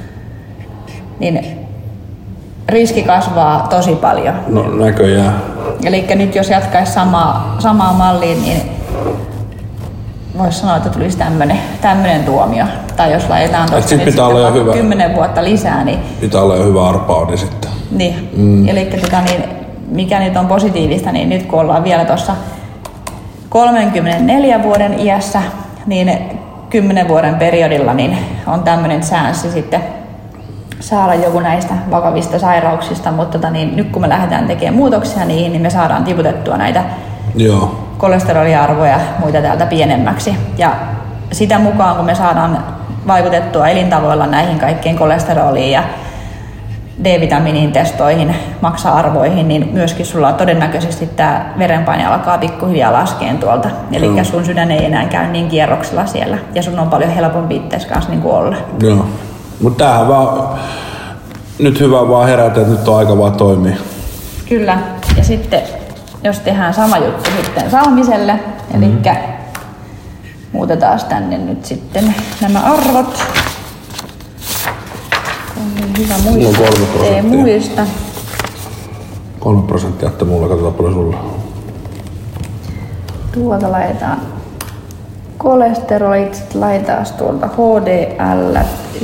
Speaker 2: Niin riski kasvaa tosi paljon.
Speaker 1: No näköjään.
Speaker 2: Eli nyt jos jatkaisi samaa malliin, niin voisi sanoa, että tulisi tämmöinen tuomio. Tai jos laitetaan tuosta nyt sitten 10 vuotta lisää, niin...
Speaker 1: Pitää olla jo hyvä arpaudi sitten.
Speaker 2: Niin, eli mikä nyt on positiivista, niin nyt kun ollaan vielä tuossa 34 vuoden iässä, niin 10 vuoden periodilla niin on tämmöinen chanssi sitten saada joku näistä vakavista sairauksista, mutta nyt kun me lähdetään tekemään muutoksia niihin, niin me saadaan tiputettua näitä kolesteroliarvoja ja muita täältä pienemmäksi. Ja sitä mukaan, kun me saadaan vaikutettua elintavoilla näihin kaikkien kolesteroliin ja D-vitamiinin testoihin, maksa-arvoihin, niin myöskin sulla on todennäköisesti tämä verenpaine alkaa pikkuhiljaa laskeen tuolta. Eli sun sydän ei enää käy niin kierroksella siellä ja sun on paljon helpompi itseäsi kanssa niin kuin olla.
Speaker 1: Joo, mutta tämähän vaan, nyt hyvä vaan herätä, että nyt on aika vaan toimia.
Speaker 2: Kyllä, ja sitten jos tehdään sama juttu sitten Salmiselle, eli muutetaan tänne nyt sitten nämä arvot. On hyvä muistaa, ei muista.
Speaker 1: 3%, että mulla katsotaan paljon sulla.
Speaker 2: Tuolta laitetaan kolesterolit, sitten laitetaan tuolta HDL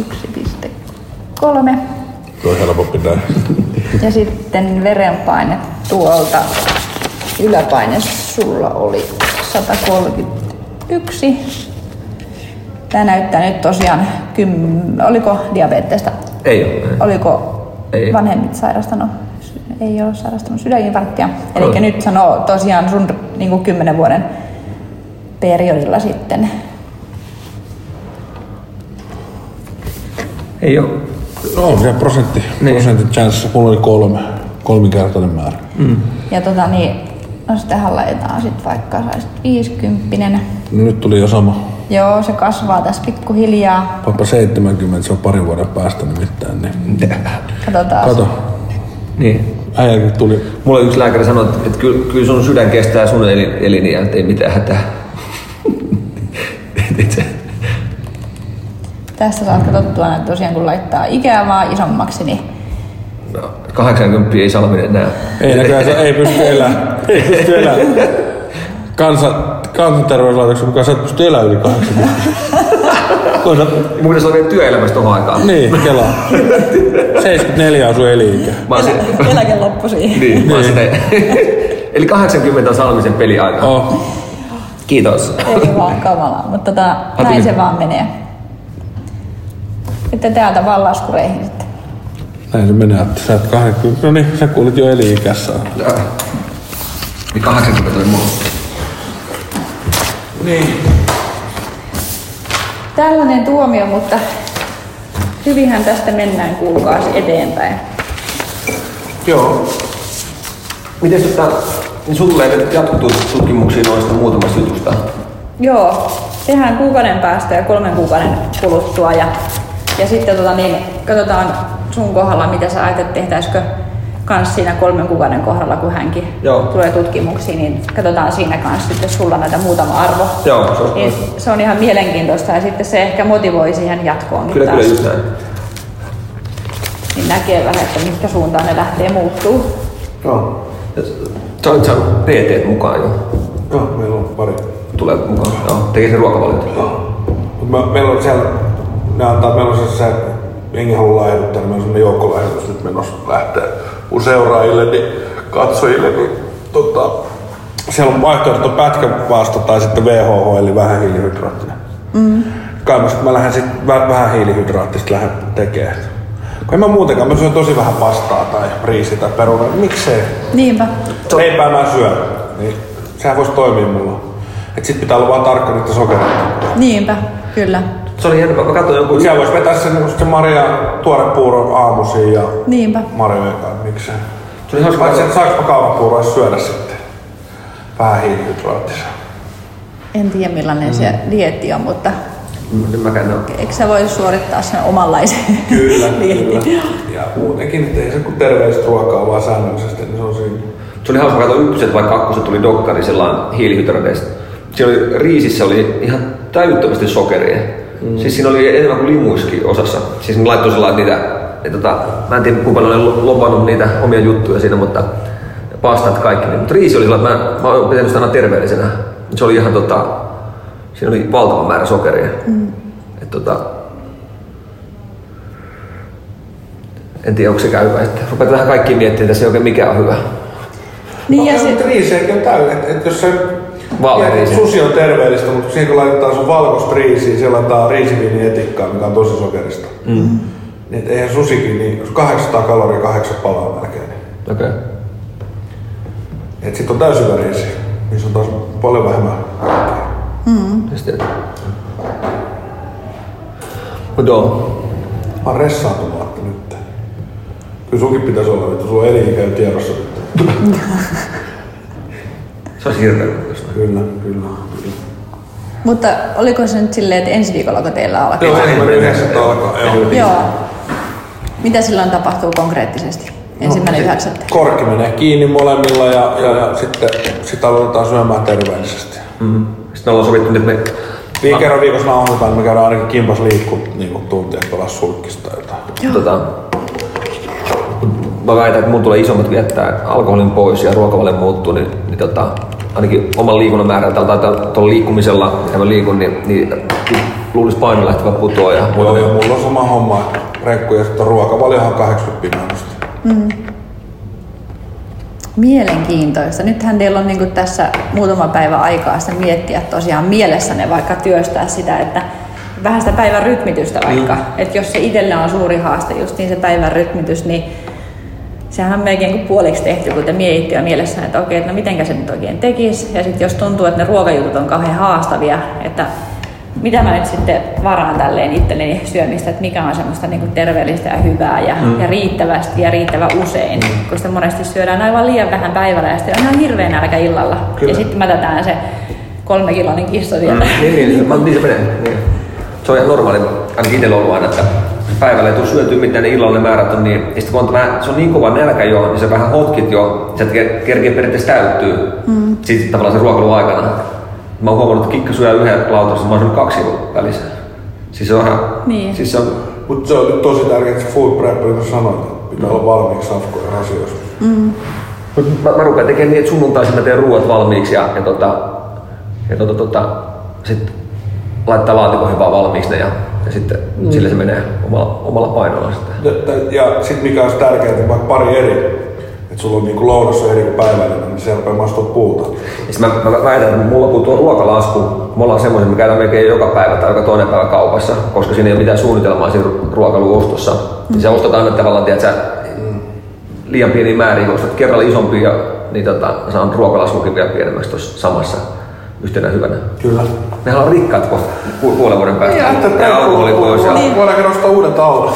Speaker 2: 1,3.
Speaker 1: Tuo helpompi näin.
Speaker 2: Ja sitten verenpaine tuolta. Yläpaine sulla oli 131. Tää näyttää nyt tosiaan, oliko diabetesta?
Speaker 3: Ei ole.
Speaker 2: Oliko vanhemmit sairastanut? Ei ole sairastanut sydäninfarktia. Eli nyt sanoo tosiaan sun niin 10 vuoden periodilla sitten.
Speaker 3: Ei ole.
Speaker 1: No, se prosentin chance, mulla oli 3-kertainen määrä.
Speaker 2: Ja jos tähän laitetaan sit vaikka saisit 50.
Speaker 1: No, nyt tuli jo sama.
Speaker 2: Joo, se kasvaa tässä pikkuhiljaa.
Speaker 1: Vaikka 70, se on parin vuoden päästä nimittäin. Niin.
Speaker 2: Katsotaan.
Speaker 1: Kato.
Speaker 3: Niin.
Speaker 1: Äijäkin tuli.
Speaker 3: Mulle yksi lääkäri sanoi, että kyllä sun sydän kestää sun eliniä, että ei mitään hätää.
Speaker 2: Tässä saat katsottua, että tosiaan kun laittaa ikää vaan isommaksi, niin...
Speaker 3: No, 80 ei Salminen näe.
Speaker 1: Ei näköjään, ei pysty elämään. Ei pysty elämään. Kansanterveyslaitoksen mukaan sä et pysty elämään yli 80.
Speaker 3: Muuten se on vielä työelämässä tohon aikaan.
Speaker 1: Niin, kelaa. 74 on sun eli-ikä.
Speaker 2: Eläke loppu siihen.
Speaker 3: Niin. Eli 80 on Salmisen peliaika. Kiitos.
Speaker 2: Ei vaan kamalaa, mutta näin se vaan menee. Sitten täältä vaan laskureihin sitten.
Speaker 1: Näin se menee, että sä et 80. No niin, sä kuulit jo eli-ikässä.
Speaker 3: Niin 80 oli mulla.
Speaker 1: Niin.
Speaker 2: Tällainen tuomio, mutta hyvinhän tästä mennään kuulkaas eteenpäin.
Speaker 3: Joo. Miten niin sulle ei nyt jatkuu tutkimuksia noista muutamasta jutusta?
Speaker 2: Joo, tehdään kuukauden päästä ja 3 kuukauden kuluttua ja sitten katsotaan sun kohdalla, mitä sä ajattelet, tehtäisikö kans siinä 3 kuukauden kohdalla, kun hänkin tulee tutkimuksiin, niin katsotaan siinä kanssa sitten sulla näitä muutama arvo.
Speaker 3: Joo,
Speaker 2: se on ihan mielenkiintoista ja sitten se ehkä motivoi siihen jatkoonkin
Speaker 3: kyllä,
Speaker 2: taas.
Speaker 3: Kyllä, just näin.
Speaker 2: Niin näkee vähän, että mitkä suuntaan ne lähtee muuttuu.
Speaker 3: Joo. Sä olet saanut PT mukaan jo.
Speaker 1: Joo, meillä on pari.
Speaker 3: Tulee mukaan, joo. Tekee sen ruokavaliot.
Speaker 1: Joo. Meillä on siellä, meillä on se jengi haluaa ehdottaa, niin meillä on sellainen joukkolaihdus nyt menossa lähtee seuraajille, niin katsojille, niin siellä on vaihtoehto pätkävaasto tai sitten VHH, eli vähän hiilihydraattinen. Kai mä lähden sitten vähän hiilihydraattista tekemään. Kun en mä muutenkaan, mä syön tosi vähän pastaa tai riisiä tai perunaa, niin miksei?
Speaker 2: Niinpä.
Speaker 1: Leipää mä syön, niin sehän voisi toimia mulla. Et sit pitää olla vaan tarkka niitä sokereita.
Speaker 2: Niinpä, kyllä.
Speaker 3: Se oli hieno, mä katsoin jonkun...
Speaker 1: Siellä voisi vetää se Maria tuorepuuro aamuisin ja marjoikaan, miksei.
Speaker 3: Se oli hauska.
Speaker 1: Saanko mä kaavapuuroa syödä sitten? Vähän hiilihydraattisia.
Speaker 2: En tiedä millainen se dieetti on, mutta... Eikö sä voi suorittaa sen omanlaisen dieetin?
Speaker 1: Ja muutenkin, että ei se kun terveellistä ruokaa vaan säännöllisesti, niin se on siinä.
Speaker 3: Se oli hauska katsoa ykköset vai kakkoset tuli dokkari sellainen hiilihydraateista. Siellä oli, riisissä oli ihan täyttömästi sokeria. Siis siinä oli enemmän kuin limuiskin osassa. Siis ne laittoi sellainen niitä, mä en tiedä kuinka paljon olen lopannut niitä omia juttuja siinä, mutta pastat kaikki. Mutta riisi oli sellainen, että mä oon pitänyt sitä aina terveellisenä. Se oli ihan siinä oli valtava määrä sokeria. En tiedä, onko se käyvä. Rupeat vähän kaikki miettimään, että se ei oikein mikään on hyvä.
Speaker 2: Niin
Speaker 1: ja riisiäkin on täynnä. Jos se susi on terveellistä, mutta siinä kun laitetaan sun valkoista riisiä, siellä laitetaan riisiviinietikkaa, mikä on tosi sokerista. Niin eihän susikin, niin 800 kaloria 8 palaa melkein.
Speaker 3: Okei.
Speaker 1: Et sit on täysin hyvä riisi, missä on taas paljon vähemmän kaikkea. Mä oon ressaantunut nyt. Kyllä sunkin pitäisi olla, että sulla on elinikä jo tiedossa nyt.
Speaker 3: Se olisi hirveä.
Speaker 1: Kyllä.
Speaker 2: Mutta oliko se nyt silleen, että ensi viikolla teillä alkaa?
Speaker 1: Joo, 1.9. alkaa.
Speaker 2: Joo. Mitä silloin tapahtuu konkreettisesti? 1.9.
Speaker 1: Korkki menee kiinni molemmilla ja sitten aloitetaan syömään terveellisesti.
Speaker 3: Sitten ollaan sovittu, että me
Speaker 1: kerran viikossa nauhoitetaan, me käydään ainakin kimpas liikkua niin tuntia, pelaa sulkkista jotain.
Speaker 3: Mä väitän, että mun tulee isommat viettää alkoholin pois ja ruokavalio muuttuu, niin ainakin oman liikunnan määrältä tai tuolla liikkumisella, ja mä liikun, niin luulisi paino lähtevä putoa. Ja
Speaker 1: mulla on sama homma, renkku ja sitten ruokavaliohan 80 minuutista.
Speaker 2: Mielenkiintoista. Nythän teillä on niin tässä muutama päivä aikaa sitä miettiä tosiaan mielessänne vaikka työstää sitä, että vähän sitä päivän rytmitystä vaikka. Että jos se itselle on suuri haaste, just niin se päivän rytmitys, niin sehän on melkein kuin puoliksi tehty, kun te mietitte jo mielessään, että okei, että no mitenkä se nyt oikein tekisi. Ja sitten jos tuntuu, että ne ruokajutut on kauhean haastavia, että mitä mä nyt sitten varaan tälleen itselleni syömistä, että mikä on semmoista niin kuin terveellistä ja hyvää ja riittävästi ja riittävän usein. Kun sitä monesti syödään aivan liian vähän päivällä ja sitten on ihan hirveä nälkä illalla. Kyllä. Ja sitten mätätään se 3 kiloinen kissa sieltä.
Speaker 3: Niin se menee. Niin. Se on ihan normaali, ainakin itsellä ollut aina, että päivällä ei tule syötyä mitään, ne illalla ne määrät on niin. Ja sitten kun se on niin kova nälkä jo, niin se vähän hotkit jo, se kerkee periaatteessa täyttyy. Sitten tavallaan se ruokailun aikana. Mä oon huomannut, että Kikka syö yhden lautasen, mä oon syönyt 2 välissä. Siis se on ihan...
Speaker 2: Niin.
Speaker 1: Siis mutta se on nyt tosi tärkeää, että se food prep, niin kuin sanoit, että pitää olla valmiiksi safkoja asioissa.
Speaker 3: Mä rupean tekemään niin, että sunnuntaisin mä teen ruuat valmiiksi ja sit laittaa laatikon vaan valmiiksi ne ja sitten sillä se menee omalla painolla sitten.
Speaker 1: Ja sit mikä on tärkeää, että vaikka pari eri, että sulla on niinku lounassa eri kuin päivällinen, niin se rupeaa maistua puuta.
Speaker 3: Ja mä väitän, että mulla puuttuu ruokalasku. Me ollaan semmoisia, että me käydään melkein joka päivä tai joka toinen päivä kaupassa, koska siinä ei ole mitään suunnitelmaa siinä ruokaluostossa. Niin sä ostat aina tavallaan, tiedät, liian pieniä määriä, kun ostat kerralla isompia, niin saan ruokalaskukin vielä pienemmäksi tuossa samassa yhtenä hyvänä.
Speaker 1: Kyllä.
Speaker 3: Mehän on rikkaat kohta puolen vuoden päästä.
Speaker 1: Ja alkoholi pois. Niin. Voidaanko nostaa uuden talon?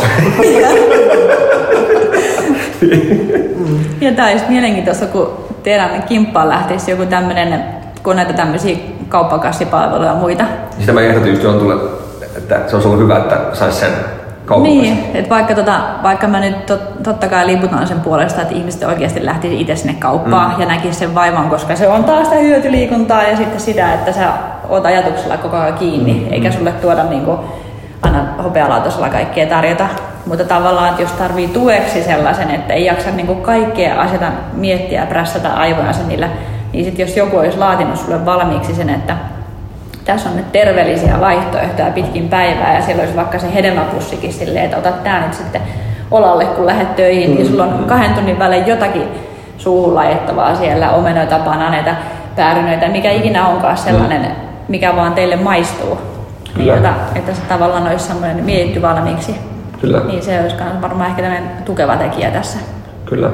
Speaker 2: Ja tää olisi mielenkiintoista, kun teidän kimppaan lähtisi joku tämmönen, kun näitä tämmöisiä kauppakassipalveluja ja muita.
Speaker 3: Sitä mä ehdotin just Jontulle, että se olisi ollut hyvä, että saisi sen kauppakassin.
Speaker 2: Niin, että vaikka mä nyt totta kai liputan sen puolesta, että ihmiset oikeasti lähtisi itse sinne kauppaan ja näkisi sen vaivan, koska se on taas sitä hyötyliikuntaa ja sitten sitä, että sä oot ajatuksella koko ajan kiinni, eikä sulle tuoda niinku aina hopealautasella kaikkea tarjota. Mutta tavallaan, että jos tarvii tueksi sellaisen, että ei jaksa niinku kaikkea asioita miettiä ja prässätä aivojansa niillä, niin sitten jos joku olisi laatinut sulle valmiiksi sen, että tässä on nyt terveellisiä vaihtoehtoja pitkin päivää ja siellä olisi vaikka se hedelmäpussikin silleen, että otat tää nyt sitten olalle kun lähdet töihin, niin sulla on 2 tunnin välein jotakin suuhun laitettavaa siellä, omenoita, bananeita, päärynöitä, mikä ikinä onkaan sellainen, mikä vaan teille maistuu. Niin, että se tavallaan olisi semmoinen mietitty valmiiksi.
Speaker 3: Kyllä.
Speaker 2: Niin se olisi varmaan ehkä tämmöinen tukeva tekijä tässä.
Speaker 3: Kyllä.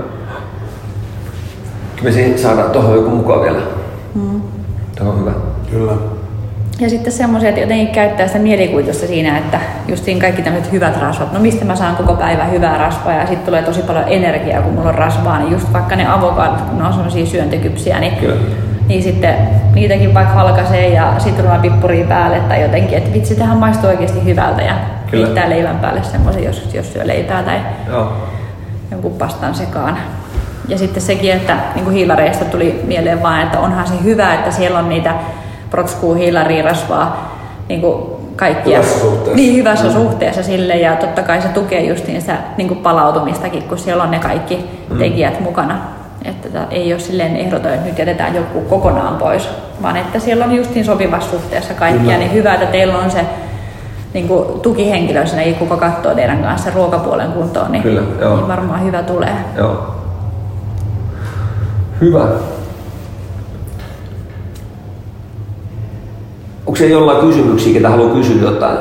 Speaker 3: Me saadaan tuohon joku mukaan vielä. Tämä on hyvä.
Speaker 1: Kyllä.
Speaker 2: Ja sitten semmoisia, että jotenkin käyttää sitä mielikuvitusta siinä, että just siinä kaikki tämmöiset hyvät rasvat. No mistä mä saan koko päivän hyvää rasvaa ja sitten tulee tosi paljon energiaa, kun mulla on rasvaa. Niin just vaikka ne avokadot, kun ne on semmoisia syöntökypsiä, niin sitten niitäkin vaikka halkaisee ja sitruunapippuria päälle tai jotenkin, että vitsi, tähän maistuu oikeasti hyvältä ja heittää leivän päälle semmoisen, jos syö leipää tai jonkun pastan sekaan. Ja sitten sekin, että niin kuin hiilareista tuli mieleen vaan, että onhan se hyvä, että siellä on niitä protskuu, hiilaria, rasvaa, niin kuin kaikkia.
Speaker 1: Hyvässä suhteessa.
Speaker 2: Niin, hyvässä suhteessa sille ja totta kai se tukee justiin sitä niin kuin palautumistakin, kun siellä on ne kaikki tekijät mukana. Että ei ole silleen ehdoton, että nyt jätetään joku kokonaan pois, vaan että siellä on justiin sopivassa suhteessa kaikkia, niin hyvä, että teillä on se niin kuin tukihenkilö siinä, kuka katsoo teidän kanssa ruokapuolen kuntoon, niin,
Speaker 3: Kyllä,
Speaker 2: niin varmaan hyvä tulee.
Speaker 3: Joo. Hyvä. Onko se jollain kysymyksiä, ketä haluaa kysyä jotain?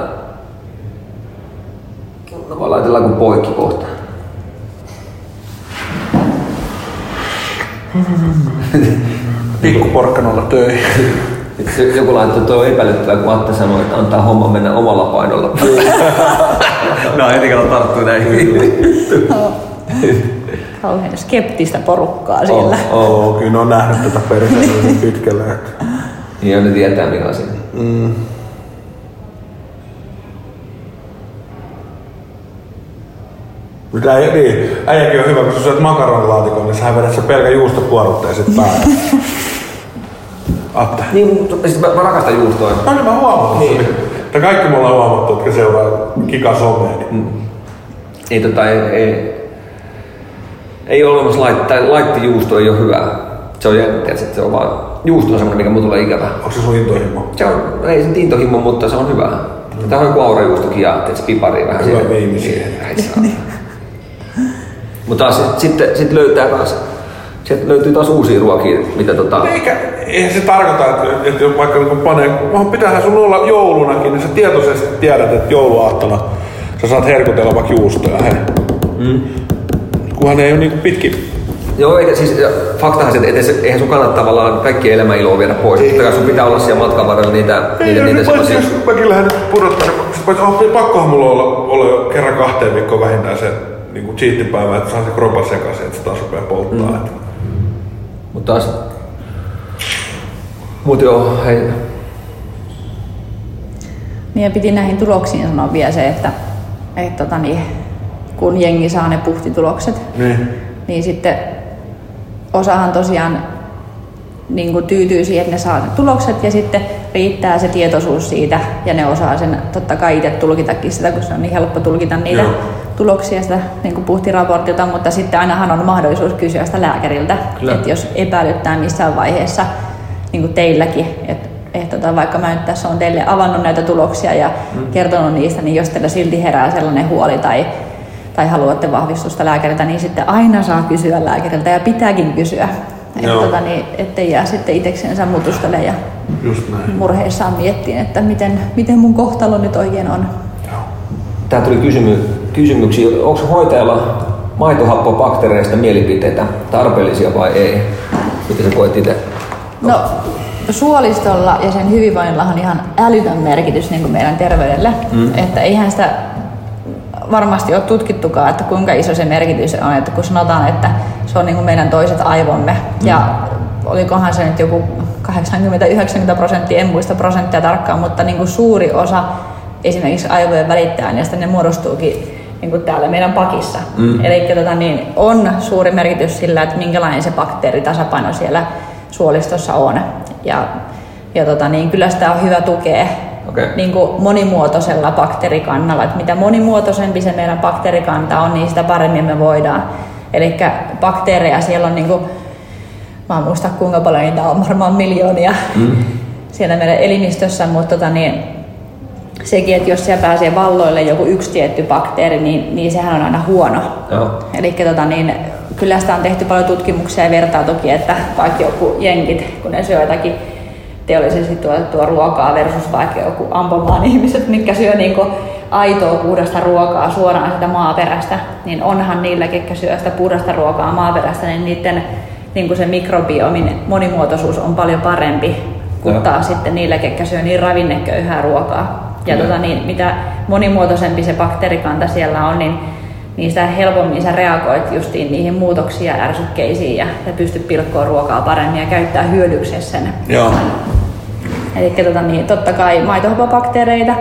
Speaker 3: No, laitellaan kuin poikki kohta.
Speaker 1: Pikkuporkkanolla töihin.
Speaker 3: Joku laittoi, tuo epäilyttävää, kun Atte sanoi, että antaa homma mennä omalla painolla. No, heti kato tarttuu näihin.
Speaker 2: Kauhean skeptistä porukkaa siellä.
Speaker 1: Kyllä ne on nähnyt tätä perseellä niin pitkälle. Että...
Speaker 3: Niin, ne tietää mikä asia.
Speaker 1: Äijäkin on hyvä, kun sä syöt makaronilaatikon, niin sähän vedät se pelkä juustopuorutteen sit päälle. Atte.
Speaker 3: Niin, mä rakastan juustoa.
Speaker 1: Mä huomattu. Niin. Kaikki me ollaan huomattu, jotka seuraa Kika somea.
Speaker 3: Ei ole olemassa laittijuusto, ei ole hyvää. Se on jännä, että se on vaan juusto on semmoinen, mikä mulla tulee ikävä.
Speaker 1: Onko se sun intohimo?
Speaker 3: Se on, ei se intohimo, mutta se on hyvää. Tämä on joku aurajuustokin ja se pipari vähän
Speaker 1: hyvä viimi siihen.
Speaker 3: Mutta sitten löytää taas. Sieltä löytyy taas uusia ruokia, mitä
Speaker 1: Eihän se tarkoita, että jos vaikka pitäähän sun olla joulunakin, niin sä tietoisesti tiedät, että jouluaattona sä saat herkutella vaikka juustoja. Kunhan ei ole niinku pitkin.
Speaker 3: Joo, eikä siis faktahan se, että eihän sun kannata tavallaan kaikkia elämäniloa viedä pois. Totta kai sun pitää olla siellä matkan varrella niitä sellaisia.
Speaker 1: Jos mäkin lähden pudottaa, niin pakkohan mulla olla jo kerran 2 viikkoa vähintään se niinku cheat-päivä, että saa se kropan sekaisin, että se taas rupeaa polttaa.
Speaker 3: Mut joo, hei.
Speaker 2: Niin ja piti näihin tuloksiin sanoa vielä se, että kun jengi saa ne puhtitulokset, niin sitten osahan tosiaan niin tyytyy siihen, että ne saa ne tulokset ja sitten riittää se tietoisuus siitä ja ne osaa sen totta kai itse tulkitakin sitä, kun se on niin helppo tulkita niitä tuloksia sitä niin puhtiraportilta, mutta sitten ainahan on mahdollisuus kysyä sitä lääkäriltä, että jos epäilyttää missään vaiheessa niin teilläkin, että vaikka mä nyt tässä on teille avannut näitä tuloksia ja kertonut niistä, niin jos teillä silti herää sellainen huoli tai haluatte vahvistusta lääkäriltä, niin sitten aina saa kysyä lääkäriltä ja pitääkin kysyä. Ettei jää sitten itseksensä mutustele ja murheissaan miettiin, että miten mun kohtalo nyt oikein on.
Speaker 3: Tää tuli kysymyksiä. Onko hoitajalla maitohappobakteereista mielipiteitä tarpeellisia vai ei? Miten sä koet itse?
Speaker 2: No, suolistolla ja sen hyvinvoinnilla on ihan älytön merkitys niin kuin meidän terveydelle. Että eihän sitä varmasti ole tutkittukaan, että kuinka iso se merkitys on, että kun sanotaan, että se on niin kuin meidän toiset aivomme ja olikohan se nyt joku 80-90%, en muista prosenttia tarkkaan, mutta niin kuin suuri osa esimerkiksi aivojen välittäjäaineista ne muodostuukin niin kuin täällä meidän pakissa. Eli on suuri merkitys sillä, että minkälainen se bakteeritasapaino siellä suolistossa on. Ja kyllä sitä on hyvä tukea niin kuin monimuotoisella bakteerikannalla. Että mitä monimuotoisempi se meidän bakteerikanta on, niin sitä paremmin me voidaan. Eli bakteereja siellä on, niin kuin, mä en muista kuinka paljon niitä on, varmaan miljoonia siellä meidän elimistössä, mutta sekin, että jos siellä pääsee valloille joku yksi tietty bakteeri, niin sehän on aina huono. Eli kyllä sitä on tehty paljon tutkimuksia ja vertailtukin, että vaikka joku jenkit, kun ne syö jotakin teollisesti tuotettua ruokaa versus vaikka joku Ampomaan ihmiset, mitkä syö niinku aitoa puhdasta ruokaa suoraan sitä maaperästä, niin onhan niillä, ketkä syö sitä puhdasta ruokaa maaperästä, niin niiden niinku se mikrobiomin monimuotoisuus on paljon parempi kuin taas sitten niillä, ketkä syö niin ravinneköyhää ruokaa. Ja mitä monimuotoisempi se bakteerikanta siellä on, niin sitä helpommin sä reagoit justiin niihin muutoksiin ja ärsykkeisiin ja pystyt pilkkoa ruokaa paremmin ja käyttää hyödyksessä sen. Eli totta kai maitohapobakteereita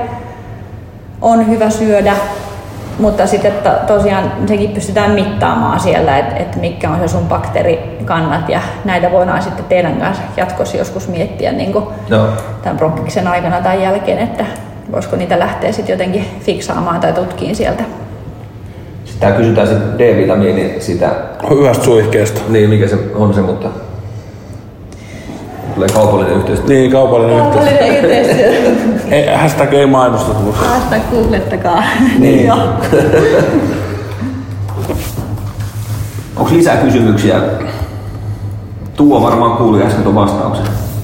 Speaker 2: on hyvä syödä, mutta sitten tosiaan sekin pystytään mittaamaan siellä, että mitkä on se sun bakteerikannat ja näitä voidaan sitten teidän kanssa jatkossa joskus miettiä niin tämän prokkiksen aikana tai jälkeen, että voisiko niitä lähteä sitten jotenkin fiksaamaan tai tutkiin sieltä.
Speaker 3: Tää kysytään sitten D-vitamiini sitä.
Speaker 1: Hyvästä suihkeesta.
Speaker 3: Niin, mikä se on se, mutta tulee kaupallinen yhteistyö.
Speaker 1: Niin, kaupallinen
Speaker 2: yhteistyö.
Speaker 1: Hashtag ei mainostettu, mutta...
Speaker 2: Hashtag googlettakaa.
Speaker 3: Niin. Onko lisää kysymyksiä? Tuo varmaan kuuli äsken tuon vastauksen.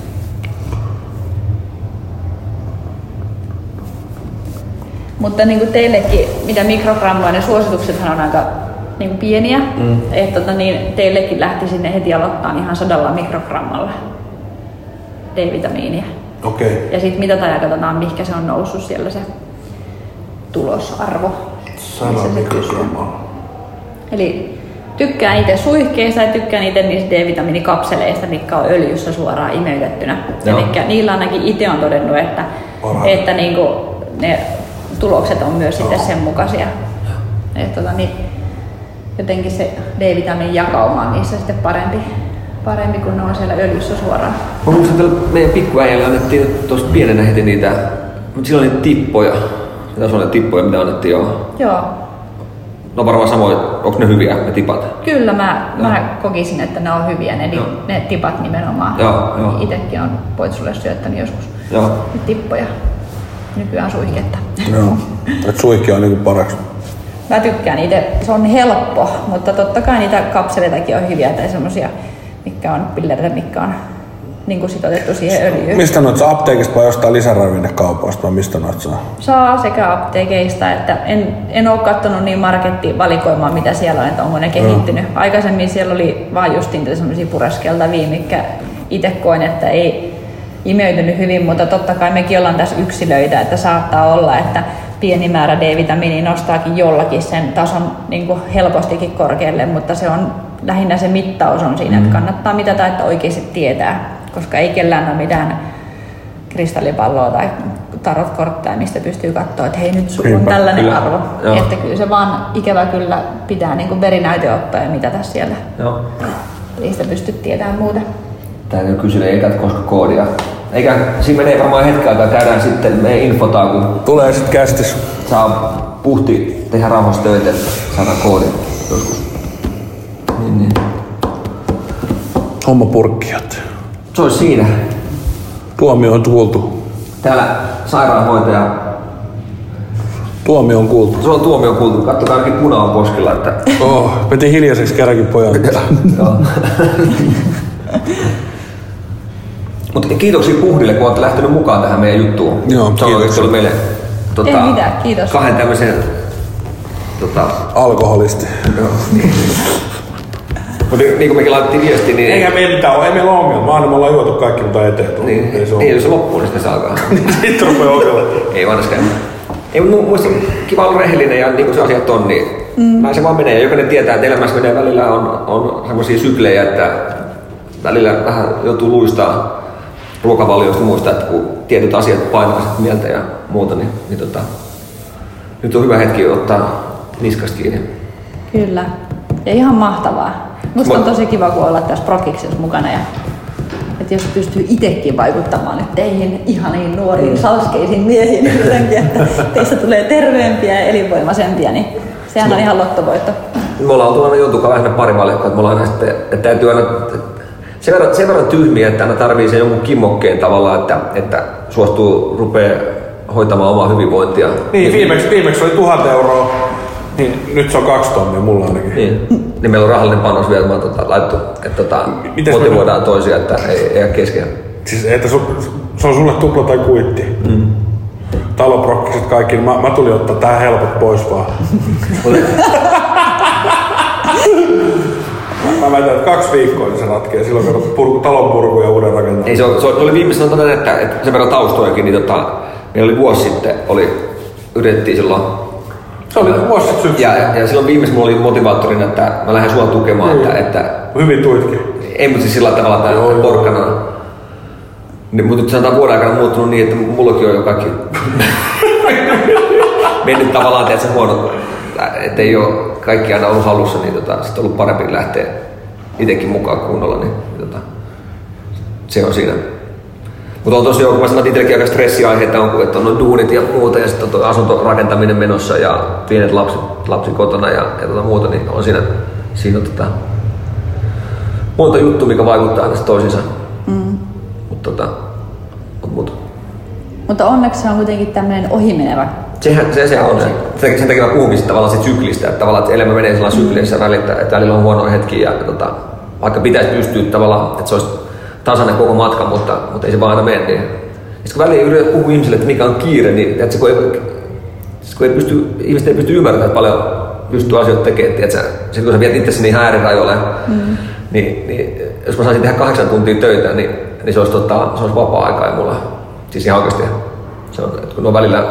Speaker 2: Mutta niin kuin teillekin, mitä mikrogrammaa, ne suosituksethan on aika niin kuin pieniä. Että niin teillekin lähti sinne heti aloittaa ihan 100 mikrogrammalla D-vitamiinia.
Speaker 1: Okei.
Speaker 2: Ja sitten mitataan ja katsotaan, mihinkä se on noussut siellä se tulosarvo.
Speaker 1: 100 mikrogrammalla.
Speaker 2: Eli tykkään itse suihkeista ja tykkään itse niistä D-vitamiinikapseleista, mitkä on öljyssä suoraan imeytettynä. Eli niillä ainakin itse on todennut, että niinku ne tulokset on myös sitten sen mukaisia. Että niin, jotenkin se D-vitamiinin jakauma on niissä sitten parempi kuin ne on siellä öljyssä suoraan.
Speaker 3: Mä muistan, että meidän pikkuäijälle annettiin tuosta pienenä heti niitä, mutta silloin niitä tippoja. Tässä on ne tippoja, mitä annettiin jo.
Speaker 2: Joo.
Speaker 3: No varmaan samoin, onko ne hyviä ne tipat?
Speaker 2: Kyllä, mä kokisin, että ne on hyviä, ne tipat nimenomaan.
Speaker 3: Joo.
Speaker 2: Itekin on Poitsulle syöttänyt joskus tippoja. Nykyään suihketta.
Speaker 1: Joo, että suihke on niinku parempi.
Speaker 2: Mä tykkään itse, se on helppo, mutta totta kai niitä kapseleitakin on hyviä tai semmosia, mitkä on pillereitä, mitkä on niin sitotettu siihen öljyyn.
Speaker 1: Mistä noit saa apteekista vai jostain lisäravinnekaupoista vai mistä noit saa?
Speaker 2: Saa sekä apteekeista, että en ole katsonut niin markettivalikoimaa, mitä siellä on, että onko ne kehittynyt. Aikaisemmin siellä oli vaan justiin semmosia pureskeltavia, mitkä itse koen, että ei imeytynyt hyvin, mutta totta kai mekin ollaan tässä yksilöitä, että saattaa olla, että pieni määrä D-vitamiinia nostaakin jollakin sen tason niin kuin helpostikin korkealle, mutta se on lähinnä se mittaus on siinä, että kannattaa mitata, että oikeasti tietää, koska ei kellään ole mitään kristallipalloa tai tarotkortteja, mistä pystyy katsoa, että hei nyt sulla on tällainen arvo. Joo. Että kyllä se vaan ikävä kyllä pitää niin kuin verinäyte ottaa ja mitata siellä.
Speaker 3: Joo.
Speaker 2: Ei sitä pysty tietämään muuta.
Speaker 3: Täytyy kysyä eikä koska koodia. Eikä, siinä menee varmaan hetken aikaa, käydään sitten meidän infotaan, kun
Speaker 1: tulee sitten kästis.
Speaker 3: Saa Puhti tehdä rauhassa töitä, saadaan koodin joskus. Niin.
Speaker 1: Homma purkkijat.
Speaker 3: Se olisi siinä.
Speaker 1: Tuomio on kuultu.
Speaker 3: Täällä sairaanhoitaja.
Speaker 1: Tuomio on kuultu.
Speaker 3: Se on tuomio kuultu. Katsotaan ainakin puna on poskilla. Että...
Speaker 1: Peti hiljaiseksi kerrankin pojan.
Speaker 3: Mutta kiitoksia Puhdille, kun olette lähtenyt mukaan tähän meidän juttuun.
Speaker 1: Joo,
Speaker 3: se on oikeasti ollut meille
Speaker 2: ei mitään, kiitos.
Speaker 3: kahden tämmöisen
Speaker 1: alkoholisti.
Speaker 3: Mutta niin kuin mekin laitettiin viestiä, niin...
Speaker 1: Eikä meillä mitään ole, ei meillä ole ongelmaa, aina me ollaan juotu kaikki, mutta eteen tullut.
Speaker 3: Niin, jos se loppuu, niin sitten se alkaa.
Speaker 1: Sitten rupeaa ongelma.
Speaker 3: Ei vanhaskaan. Ei, mutta muista kiva olla rehellinen ja niin kuin se asiat on, niin näin se vaan menee. Jokainen tietää, että elämässä menee välillä on semmoisia syklejä, että välillä vähän joutuu luistaa ruokavalioista muista, että kun tietyt asiat painaa mieltä ja muuta, niin nyt on hyvä hetki ottaa niskasta kiinni.
Speaker 2: Kyllä. Ja ihan mahtavaa. Musta on tosi kiva, kun olla tässä prokiksessa mukana. Ja, että jos pystyy itsekin vaikuttamaan nyt teihin ihaniin nuoriin salskeisiin miehiin jotenkin, että teistä tulee terveempiä ja elinvoimaisempia, niin sehän on ihan lottovoitto.
Speaker 3: Me ollaan oltu aina joutukaan vähän pari valikkoa, että me ollaan aina sitten, että täytyy aina sen verran tyhmiä, että aina tarvii sen jonkun kimmokkeen tavallaan, että suostuu rupea hoitamaan omaa hyvinvointia.
Speaker 1: Niin, viimeksi oli 1 000 €, niin nyt se on 2 tonnia mulla ainakin.
Speaker 3: Niin meillä on rahallinen panos vielä, mä laittu, että motivoidaan toisia, että ei jää kesken.
Speaker 1: Siis että se on sulle tupla tai kuitti. Taloprokkiset kaikki, niin mä tulin ottaa tää helpot pois vaan. Mä väitän, että 2 viikkoa niin se ratkee. Silloin kun talon purku ja uuden rakentaminen.
Speaker 3: Ei, se oli viimeisen sanotaan, että sen verran taustojakin, niin meillä oli vuosi sitten, yritettiin silloin.
Speaker 1: Se oli vuosi sitten syksyllä.
Speaker 3: Ja silloin viimeisen mulla oli motivaattorina, että mä lähden sua tukemaan. Että
Speaker 1: hyvin tuitkin.
Speaker 3: Ei, mutta siis sillä tavalla, että porkkana. Niin, mutta nyt sanotaan vuoden aikana muuttunut niin, että mullakin on jo kaikki mennyt tavallaan, että se huono, että ei ole kaikki aina ollut halussa, niin sitten on ollut parempi lähteä itsekin mukaan kunnolla, niin se on siinä. Mutta on tosiaan, kun mä sanoin, että itsellekin aika stressiaiheita on, että on duunit ja muuta ja sitten on asuntorakentaminen menossa ja pienet lapsi kotona ja muuta, niin on siinä on monta juttua, mikä vaikuttaa näistä toisiinsa.
Speaker 2: Mutta onneksi se on kuitenkin tämmöinen ohimenevä.
Speaker 3: Se on. Sen takia mä puhunkin tavallaan siitä syklistä, että tavallaan että elämä menee sellainen syklissä että välillä on huonoja hetkiä ja vaikka pitäisi pystyä tavallaan, että se olisi tasainen koko matka, mutta ei se vaan aina mene. Niin. Sitten kun välillä yrität puhua ihmisille, että mikä on kiire, niin että ihmiset ei pysty ymmärtämään, että paljon pystyy asioita tekemään. Sitten kun sä viet itsesi niin äärirajoille, niin jos mä saisin tehdä 8 tuntia töitä, niin se olisi vapaa-aikaa ja mulla. Siis ihan oikeasti. Se on, että kun on välillä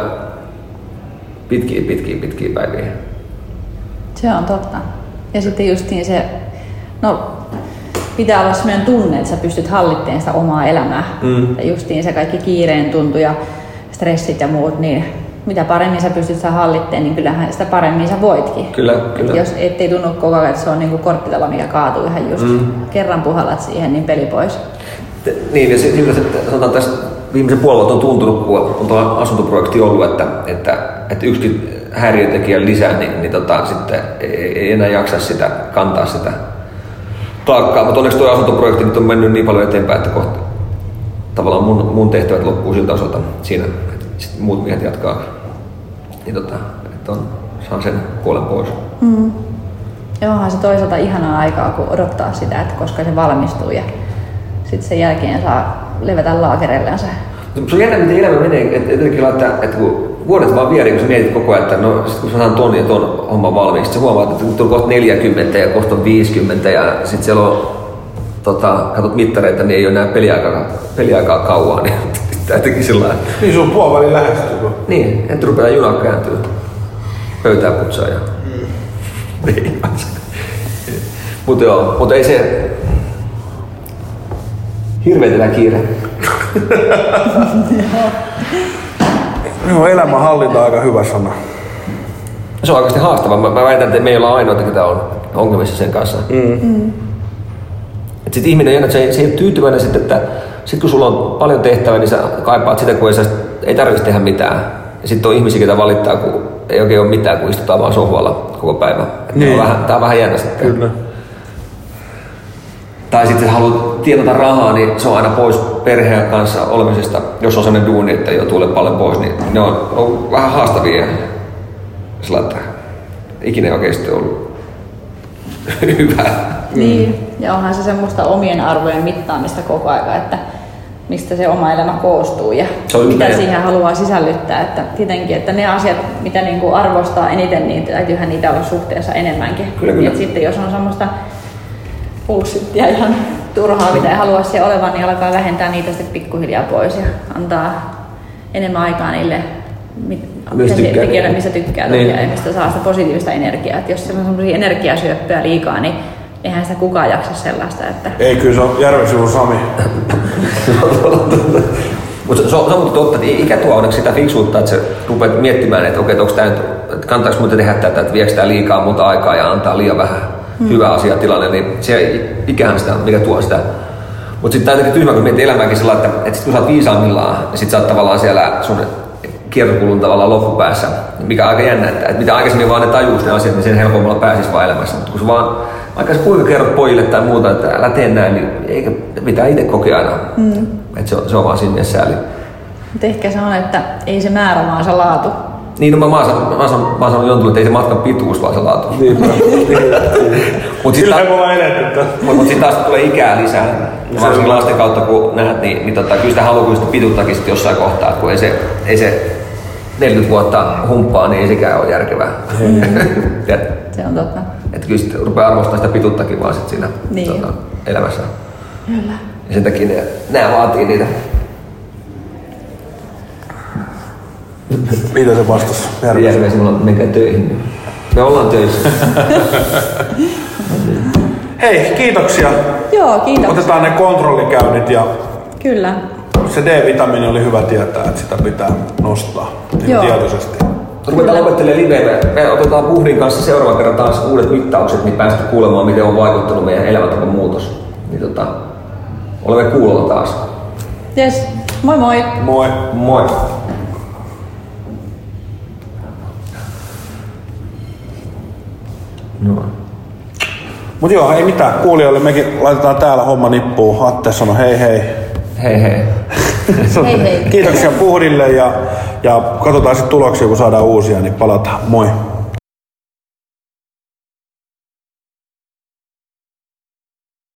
Speaker 3: pitkiä päiviä.
Speaker 2: Se on totta. Ja sitten justiin se, pitää olla sellainen tunne, että sä pystyt hallittamaan sitä omaa elämää. Ja justiin se kaikki kiireen tuntu ja stressit ja muut, niin mitä paremmin sä pystyt sitä hallittamaan, niin kyllähän sitä paremmin sä voitkin.
Speaker 3: Kyllä.
Speaker 2: Jos ettei tunnu koko ajan, että se on niin kuin korttitalo, mikä kaatuu ihan just. Kerran puhallat siihen, niin peli pois.
Speaker 3: Niin, ja siltä sanotaan tässä viimeisen puolen vuotta on tuntunut, kun on tuo asuntoprojekti ollut, että yksi häiriötekijä lisää, niin sitten ei enää jaksa kantaa sitä taakkaa. Mutta onneksi tuo asuntoprojekti nyt on mennyt niin paljon eteenpäin, että kohta tavallaan mun tehtävät loppuu siltä osalta siinä, että sitten muut miehet jatkaa. Niin että saan sen puolen pois.
Speaker 2: Ja onhan se toisaalta ihanaa aikaa, kun odottaa sitä, että koska se valmistuu ja sitten sen jälkeen saa levätä laakerellensa.
Speaker 3: Se on jännä, miten elämä menee, että kun vuodet vaan vieri, kun sä mietit koko ajan, että sit kun sä saan ton ja ton homman valmiiksi, sä huomaat, että kun on kohta 40 ja kohta on 50 ja sit siellä on, katsot mittareita, niin ei ole enää peliaikaa kauan, niin tää teki sillä
Speaker 1: niin sun puoliväli lähestyy.
Speaker 3: Niin, että rupeaa juna kääntyä, pöytää putsaa ja mutta ei se hirveetellä kiire.
Speaker 1: Joo, elämänhallinta on aika hyvä sana.
Speaker 3: Se on oikeasti haastava. Mä väitän, että me ei olla ainoita, ketä on ongelmissa sen kanssa. Et sit ihminen se ei ole tyytyväinen, että sit kun sulla on paljon tehtävää, niin sä kaipaat sitä, kun ei tarvitse tehdä mitään. Ja sitten on ihmisiä, ketä valittaa, kun ei oikein ole mitään, kun istutaan vaan sohvalla koko päivä. Niin. Tää on vähän jännä sitten. Kyllä. Tai sitten haluat tienata rahaa, niin se on aina pois perheen kanssa olemisesta. Jos on sellainen duuni, että joutuu olemaan paljon pois, niin ne on vähän haastavia. Sillä että ikinä ei oikeasti ollut hyvä.
Speaker 2: Niin, ja onhan se semmoista omien arvojen mittaamista koko ajan, että mistä se oma elämä koostuu ja mitä siihen haluaa sisällyttää. Että tietenkin, että ne asiat, mitä niinku arvostaa eniten, niin täytyyhän niitä olla suhteessa enemmänkin.
Speaker 3: Kyllä.
Speaker 2: Et sitten jos on semmoista bullshittia ihan turhaa, mitä ei halua siellä olevan, niin alkaa vähentää niitä sitten pikkuhiljaa pois ja antaa enemmän aikaa niille tekijöille, missä tykkää niin. Ja mistä saa sitä positiivista energiaa. Et jos siellä on semmoisia energiasyöppöjä liikaa, niin eihän sitä kukaan jaksa sellaista. Että
Speaker 1: ei, kyllä se on Järvensivun Sami.
Speaker 3: Mutta se on totta, että ikä tuo onneksi sitä fiksuutta, että sä rupeat miettimään, että okei, onko tämä nyt, kannattaako muuta tehdä tätä, että viekö tämä liikaa muuta aikaa ja antaa liian vähän hyvä asia tilanne, niin se ikähän sitä, mikä tuo sitä. Mutta sitten tämä on tyhmä, kun mietit elämääkin sillä, että sit kun sä oot viisaammillaan, ja sit sä oot tavallaan siellä sun kiertokulun tavallaan loppupäässä, mikä on aika jännä, että mitä aikaisemmin vaan ne tajuus ne asiat, niin sen helpommalla pääsis vaan elämässä. Mutta kun sä vaan vaikka sä kuinka kerrot pojille tai muuta, että älä tee näin, niin eikä pitää itse kokea aina. Että se on vaan siinä mielessä sääli.
Speaker 2: Mutta ehkä se on, että ei se määrä, vaan se laatu.
Speaker 3: Niin, no mä sanon Jontulle, että ei se matkan pituus, vaan se laatu.
Speaker 1: Sillähän me ollaan eletty.
Speaker 3: Mutta sitten taas tulee ikää lisää. Varsinkin lasten kautta, kun näet, niin kyllä sitä haluaa kyllä sitä pituuttakin sit jossain kohtaa. Kun ei se 40 vuotta humppaa, niin ei sekään ole järkevää.
Speaker 2: Se on totta.
Speaker 3: Että kyllä sitten rupeaa arvostamaan sitä pituuttakin vaan sit siinä elämässä.
Speaker 2: Kyllä.
Speaker 3: Ja sen takia nämä vaatii niitä.
Speaker 1: Mitä se vastasi?
Speaker 3: Järvesi, menkää töihin. Me ollaan töissä.
Speaker 1: Hei, kiitoksia.
Speaker 2: Joo, kiitoksia.
Speaker 1: Otetaan ne kontrollikäynnit ja
Speaker 2: kyllä.
Speaker 1: Se D-vitamiini oli hyvä tietää, että sitä pitää nostaa tietoisesti.
Speaker 3: Ruvetaan lopettelemaan liveä. Me otetaan Puhdin kanssa seuraavan kerran taas uudet mittaukset, niin päästä kuulemaan, miten on vaikuttanut meidän elämäntavan muutos. Niin olemme kuulolla taas.
Speaker 2: Yes. Moi moi!
Speaker 1: Moi!
Speaker 3: Moi! No.
Speaker 1: Mut joo, ei mitään. Kuulijoille mekin laitetaan täällä homma nippuun. Atte sanoi hei hei.
Speaker 3: Hei hei.
Speaker 2: Hei hei.
Speaker 1: Kiitoksia Puhdille ja katsotaan sitten tuloksia, kun saadaan uusia, niin palataan. Moi!